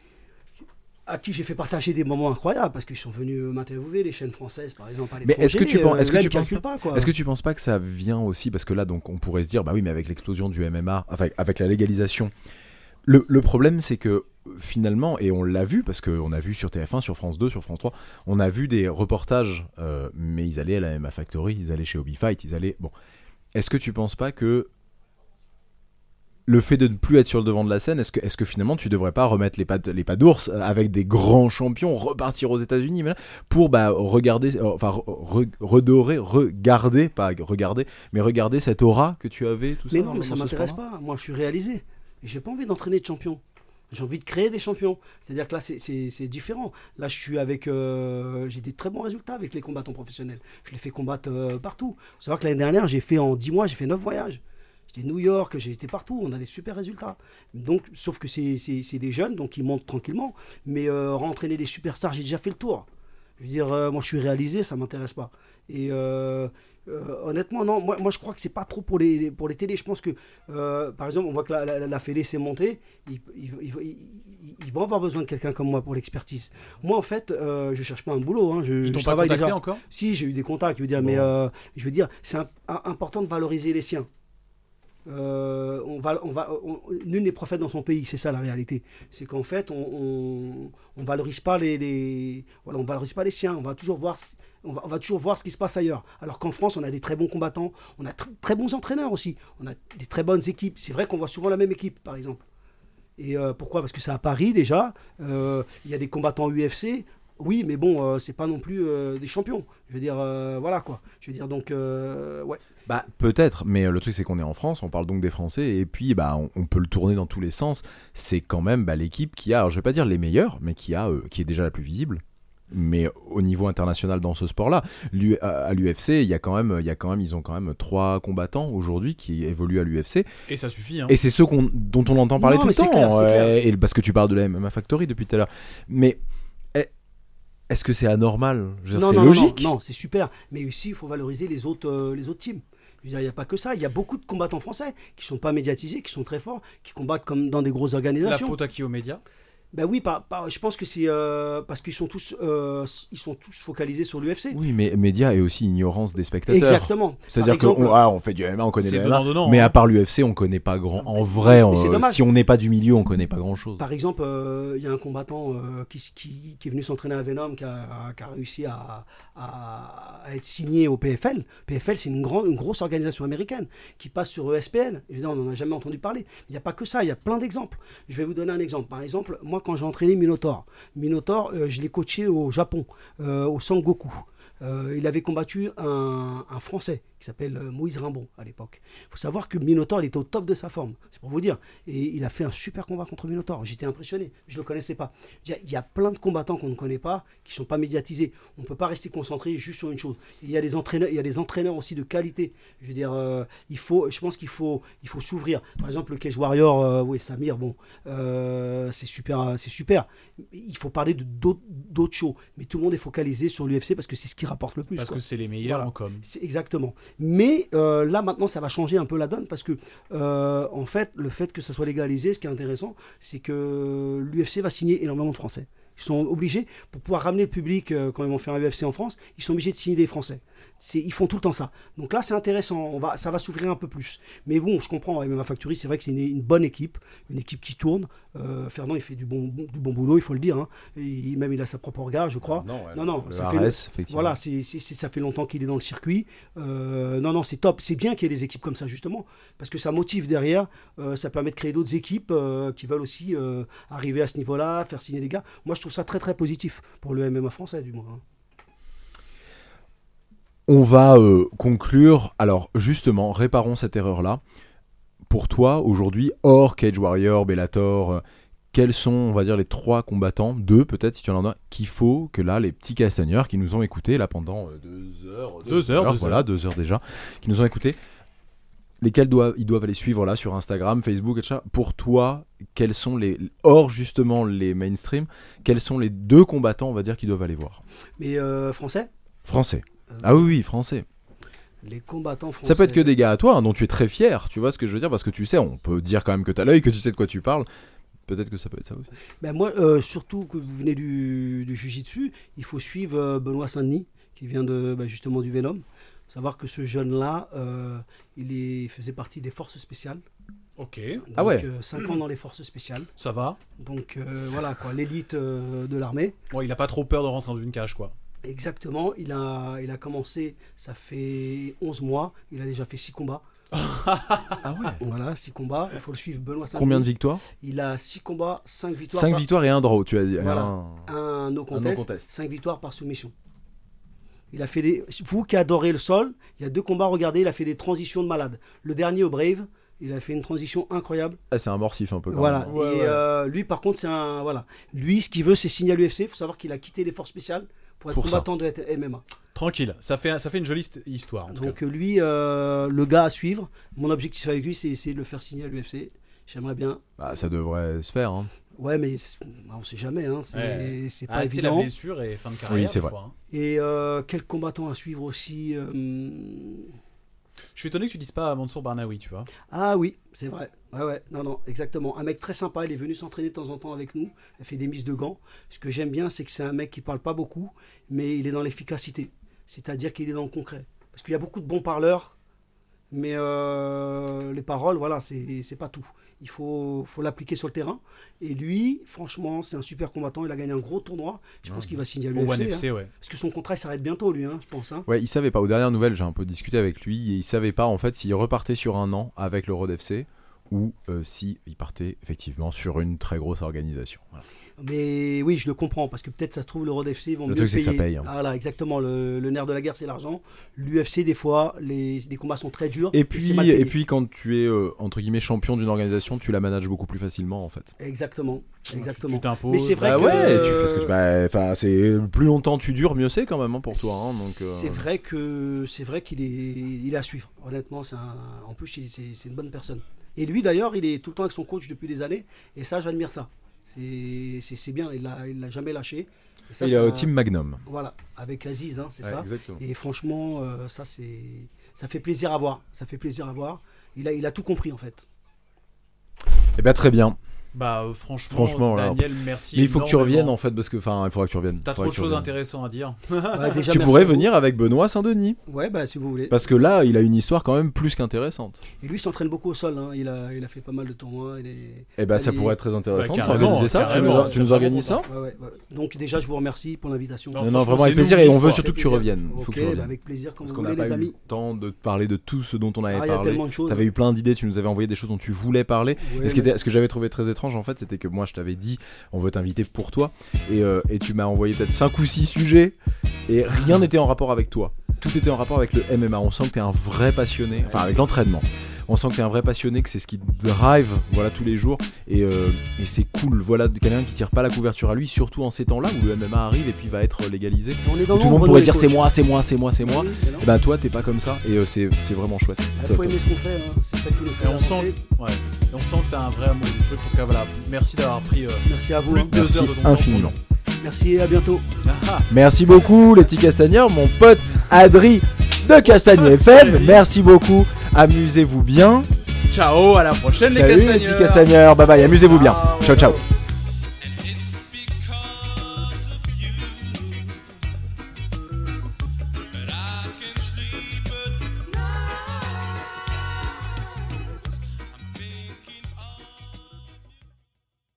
à qui j'ai fait partager des moments incroyables parce qu'ils sont venus m'interviewer, les chaînes françaises par exemple. À Mais est-ce que tu penses- l'étranger, est-ce que là, tu ils penses calculent pas, quoi. Est-ce que tu penses pas que ça vient aussi, parce que là donc on pourrait se dire, bah oui mais avec l'explosion du M M A, enfin avec la légalisation, le, le problème c'est que finalement, et on l'a vu parce qu'on a vu sur T F un, sur France deux, sur France trois, on a vu des reportages, euh, mais ils allaient à la M M A Factory, ils allaient chez Hobby Fight, ils allaient... Bon, est-ce que tu penses pas que le fait de ne plus être sur le devant de la scène, est-ce que, est-ce que finalement tu devrais pas remettre les pattes, les pattes d'ours avec des grands champions, repartir aux États-Unis mais là, pour bah, regarder, euh, enfin re- redorer, regarder, pas regarder, mais regarder cette aura que tu avais, tout ça. Mais dans- non, mais ça dans ce m'intéresse sport-là? pas. Moi, je suis réalisé. Et j'ai pas envie d'entraîner de champions. J'ai envie de créer des champions. C'est-à-dire que là, c'est, c'est, c'est différent. Là, je suis avec. euh, j'ai des très bons résultats avec les combattants professionnels. Je les fais combattre euh, partout. Il faut savoir que l'année dernière, j'ai fait en dix mois, j'ai fait neuf voyages. J'étais à New York, j'ai été partout. On a des super résultats. Donc, sauf que c'est, c'est, c'est des jeunes, donc ils montent tranquillement. Mais euh, rentraîner des superstars, j'ai déjà fait le tour. Je veux dire, euh, moi, je suis réalisé, ça m'intéresse pas. Et. Euh, Euh, honnêtement, non. Moi, moi, je crois que c'est pas trop pour les, les- pour les télés. Je pense que, euh, par exemple, on voit que la, la, la Fédé s'est montée. Ils, ils, ils, ils- ils vont avoir besoin de quelqu'un comme moi pour l'expertise. Moi, en fait, euh, je cherche pas un boulot. Hein. Je, Ils je t'ont pas travaille contacté déjà. encore? Si, j'ai eu des contacts. Je veux dire, Bon. mais euh, je veux dire, c'est un- un- important de valoriser les siens. Euh, on va, on va, on- nul n'est prophète dans son pays, c'est ça la réalité. C'est qu'en fait, on, on, on valorise pas les, les- voilà, on valorise pas les siens. On va toujours voir, on va, on va toujours voir ce qui se passe ailleurs. Alors qu'en France, on a des très bons combattants, on a tr- très bons entraîneurs aussi, on a des très bonnes équipes. C'est vrai qu'on voit souvent la même équipe, par exemple. Et euh, pourquoi? Parce que c'est à Paris déjà. Euh, Il y a des combattants U F C. Oui, mais bon, euh, c'est pas non plus euh, des champions. Je veux dire, euh, voilà quoi. Je veux dire donc, euh, ouais. Bah peut-être, mais euh, le truc c'est qu'on est en France, on parle donc des Français, et puis bah on, on peut le tourner dans tous les sens. C'est quand même bah, l'équipe qui a, alors je vais pas dire les meilleurs, mais qui a, euh, qui est déjà la plus visible. Mais au niveau international dans ce sport-là, l'U- à, à l'U F C, il y a quand même, il y a quand même, ils ont quand même trois combattants aujourd'hui qui évoluent à l'U F C, Et ça suffit. Hein. et c'est ceux qu'on- dont on entend parler Non, tout mais le c'est temps. clair, c'est euh, clair. et parce que tu parles de la M M A Factory depuis tout à l'heure. Mais est- est-ce que c'est anormal? Je veux dire, Non, c'est non, non, logique. Non, non, c'est super. Mais aussi, il faut valoriser les autres, euh, les autres teams. Je veux dire, il n'y a pas que ça. Il y a beaucoup de combattants français qui ne sont pas médiatisés, qui sont très forts, qui combattent comme dans des grosses La organisations. faute à qui aux médias? Ben oui, par- par- je pense que c'est euh, parce qu'ils sont tous, euh, ils sont tous focalisés sur l'U F C. Oui, mais médias et aussi ignorance des spectateurs. Exactement. C'est-à-dire Par exemple, qu'on ah, on fait du M M A, on connaît C'est le M M A, donnant-donnant, mais hein. à part l'U F C, on connaît pas grand. En mais- vrai, mais on- c'est dommage. si on n'est pas du milieu, on connaît pas grand-chose. Par exemple, euh, il y a un combattant euh, qui, qui- qui est venu s'entraîner à Venom, qui a, qui a réussi à, à- à être signé au P F L. P F L, c'est une, grande, une grosse organisation américaine qui passe sur E S P N. Je veux dire, on n'en a jamais entendu parler. Il n'y a pas que ça, il y a plein d'exemples. Je vais vous donner un exemple. Par exemple, moi, quand j'ai entraîné Minotaur, Minotaur, euh, je l'ai coaché au Japon, euh, au Sangoku. Euh, il avait combattu un, un Français qui s'appelle euh, Moïse Rimbaud à l'époque. Il faut savoir que Minotaur il était au top de sa forme, c'est pour vous dire. Et il a fait un super combat contre Minotaur. J'étais impressionné, je ne le connaissais pas. Il y, a, il y a plein de combattants qu'on ne connaît pas, qui ne sont pas médiatisés. On ne peut pas rester concentré juste sur une chose. Et il y a des entraîneurs, il y a des entraîneurs aussi de qualité. Je veux dire, euh, il faut, je pense qu'il faut, il faut s'ouvrir. Par exemple, le Cage Warrior, euh, oui, Samir, bon, euh, c'est super, c'est super. Il faut parler de d'autres, d'autres shows, mais tout le monde est focalisé sur l'U F C parce que c'est ce qui rapporte le plus. Parce quoi. que c'est les meilleurs Voilà. en com. C'est exactement. Mais euh, là maintenant, ça va changer un peu la donne parce que euh, en fait, le fait que ça soit légalisé, ce qui est intéressant, c'est que l'U F C va signer énormément de Français. Ils sont obligés, pour pouvoir ramener le public euh, quand ils vont faire un U F C en France, ils sont obligés de signer des Français. C'est, ils font tout le temps ça. Donc là, c'est intéressant. On va, ça va s'ouvrir un peu plus. Mais bon, je comprends. M M A Factory, c'est vrai que c'est une, une bonne équipe, une équipe qui tourne. Euh, Fernand, il fait du bon, du bon boulot, il faut le dire. Hein. Et même, il a sa propre orga, je crois. Non, ouais, non, non, le ça R fait, S, effectivement. voilà, c'est, c'est, c'est, ça fait longtemps qu'il est dans le circuit. Euh, non, non, c'est top. C'est bien qu'il y ait des équipes comme ça, justement, parce que ça motive derrière. Euh, ça permet de créer d'autres équipes euh, qui veulent aussi euh, arriver à ce niveau-là, faire signer des gars. Moi, je trouve ça très, très positif pour le M M A français, du moins. Hein. On va euh, conclure. Alors, justement, réparons cette erreur-là. Pour toi, aujourd'hui, hors Cage Warrior, Bellator, euh, quels sont, on va dire, les trois combattants, deux peut-être, si tu en as, qu'il faut que là, les petits castagneurs qui nous ont écoutés là pendant euh, deux heures, deux, Deux heures, deux voilà, heures. deux heures déjà, qui nous ont écoutés, lesquels doivent, ils doivent aller suivre là sur Instagram, Facebook, et cetera. Pour toi, quels sont les, hors justement les mainstream, quels sont les deux combattants, on va dire, qu'ils doivent aller voir? Mais euh, français Français. euh, Ah oui, oui, français. Les combattants français. Ça peut être que des gars à toi, hein, dont tu es très fier, tu vois ce que je veux dire, parce que tu sais, on peut dire quand même que t'as l'œil, que tu sais de quoi tu parles. Peut-être que ça peut être ça aussi. Ben moi, euh, surtout que vous venez du, du Jiu-Jitsu, il faut suivre euh, Benoît Saint-Denis, qui vient de, ben, justement du Venom. Savoir que ce jeune-là, euh, il, est, il faisait partie des forces spéciales. Ok, Donc, Ah ouais. euh, cinq ans dans les forces spéciales. ça va. Donc euh, voilà, quoi, l'élite euh, de l'armée. Bon, il a pas trop peur de rentrer dans une cage, quoi. Exactement, il a, il a commencé, ça fait onze mois, il a déjà fait six combats. Ah ouais. Voilà, six combats, il faut le suivre, Benoît Saint-Denis. Combien de victoires? Il a six combats, cinq victoires. cinq par- victoires et un draw, tu as dit. Voilà. Un- Un no Un contest, no contest. cinq victoires par soumission. Il a fait des... Vous qui adorez le sol, il y a deux combats, regardez, il a fait des transitions de malade. Le dernier au Brave, il a fait une transition incroyable. Ah, c'est un morcif un peu. Quand Voilà. même. Ouais, et ouais. euh, lui, par contre, c'est un. Voilà. Lui, ce qu'il veut, c'est signer à l'U F C. Il faut savoir qu'il a quitté les forces spéciales pour être Pour ça. combattant de M M A. Tranquille, ça fait, ça fait une jolie st- histoire. En tout Donc cas. euh, lui, euh, le gars à suivre, mon objectif avec lui, c'est essayer de le faire signer à l'U F C. J'aimerais bien. Bah, ça devrait se faire. Hein. Ouais, mais c'est- on sait jamais. Hein. C'est Ouais. c'est Ah, pas tu sais, la évident. blessure et fin de carrière. Oui, c'est des vrai. fois, hein. Et euh, quel combattant à suivre aussi euh, Je suis étonné que tu dises pas Mansour Barnaoui, tu vois. Ah oui, c'est vrai. Ouais, ouais, non, non, exactement. Un mec très sympa, il est venu s'entraîner de temps en temps avec nous. Il a fait des mises de gants. Ce que j'aime bien, c'est que c'est un mec qui parle pas beaucoup, mais il est dans l'efficacité. C'est-à-dire qu'il est dans le concret. Parce qu'il y a beaucoup de bons parleurs, mais euh, les paroles, voilà, c'est c'est pas tout. Il faut, faut l'appliquer sur le terrain. Et lui, franchement, c'est un super combattant. Il a gagné un gros tournoi. Je pense qu'il va signer à Au One l'U F C. F C, ouais. Parce que son contrat, il s'arrête bientôt, lui, hein, je pense. Hein. Ouais, il savait pas. Aux dernières nouvelles, j'ai un peu discuté avec lui et il savait pas en fait s'il repartait sur un an avec le Road F C ou euh, si il partait effectivement sur une très grosse organisation. Voilà. Mais oui, je le comprends, parce que peut-être ça se trouve, le Road F C vont Le mieux truc, c'est que ça payer. paye, hein. Ah, voilà, exactement. Le, le nerf de la guerre, c'est l'argent. L'U F C, des fois, les, les combats sont très durs. Et c'est puis, mal payé. et puis quand tu es euh, entre guillemets champion d'une organisation, tu la manages beaucoup plus facilement en fait. Exactement. Exactement. Tu t'imposes. Mais c'est vrai Bah que- ouais, tu fais ce que tu. Bah, enfin, c'est plus longtemps tu dures, mieux c'est quand même hein, pour toi. hein, donc. euh, C'est vrai que c'est vrai qu'il est, il est à suivre. Honnêtement, c'est un, en plus, il- c'est c'est une bonne personne. Et lui, d'ailleurs, il est tout le temps avec son coach depuis des années. Et ça, j'admire ça. C'est c'est- c'est bien. Il l'a il l'a jamais lâché. Et ça, il c'est est au un- Team Magnum. Voilà, avec Aziz, hein, c'est Ouais, ça. exactement. Et franchement, euh, ça c'est, ça fait plaisir à voir. Ça fait plaisir à voir. Il a, il a tout compris en fait. Et bah très bien. Bah, euh, franchement, Franchement, voilà. Daniel, merci. Mais il faut que tu reviennes énormément. en fait parce que enfin il faudra que tu reviennes. T'as Faudra trop de que tu choses reviennes. intéressantes à dire. Ouais, déjà, Tu merci pourrais à vous. venir avec Benoît Saint-Denis Ouais, bah si vous voulez. parce que là il a une histoire quand même plus qu'intéressante. Et lui il s'entraîne beaucoup au sol. Hein. Il a, il a fait pas mal de tournois. Il est... Et bah ça il est- pourrait être très intéressant Bah, de carrément, s'organiser ça. Tu carrément, nous, tu ça nous fait organises ça vraiment Ouais, ouais, ouais. Donc déjà, je vous remercie pour l'invitation. Non, Non, non, franchement, vraiment avec c'est plaisir nous et qui on veut fort. surtout que tu reviennes. Il faut Ok, que tu bah, reviennes. avec plaisir quand Parce vous qu'on n'a voulez, pas les eu le amis. temps de te parler de tout ce dont on avait Ah, il y a parlé. tellement de choses. T'avais eu plein d'idées, tu nous avais envoyé des choses dont tu voulais parler. Ouais, Et ce, qui mais- était, ce que j'avais trouvé très étrange, étrange en fait, c'était que moi je t'avais dit on veut t'inviter pour toi et, euh, et tu m'as envoyé peut-être cinq ou six sujets et rien n'était en rapport avec toi. Tout était en rapport avec le M M A. On sent que t'es un vrai passionné, enfin avec l'entraînement. On sent que t'es un vrai passionné, que c'est ce qui te drive, voilà, tous les jours. Et, euh, et c'est cool, voilà, de quelqu'un qui tire pas la couverture à lui, surtout en ces temps-là où le M M A arrive et puis va être légalisé. On est dans Tout le monde l'ombre, pourrait nous, dire les c'est coachs. moi, c'est moi, c'est moi, c'est moi. Oui, mais non. Et ben toi, t'es pas comme ça et euh, c'est, c'est vraiment chouette. Il Top, faut top. aimer ce qu'on fait, hein. C'est ça qui nous fait Et on sent, avancer. ouais, et on sent que t'as un vrai amour du truc. En tout cas, voilà, merci d'avoir pris euh, Merci à vous. plus hein. de deux Merci heures de ton temps infiniment. pour Merci et à bientôt. nous. Ah, Merci beaucoup les petits castagneurs, mon pote Adri de Castagne F M. Merci beaucoup, amusez-vous bien. ciao, à la prochaine Salut les les castagneurs. petits castagneurs, bye bye, amusez-vous bien. Ciao ciao.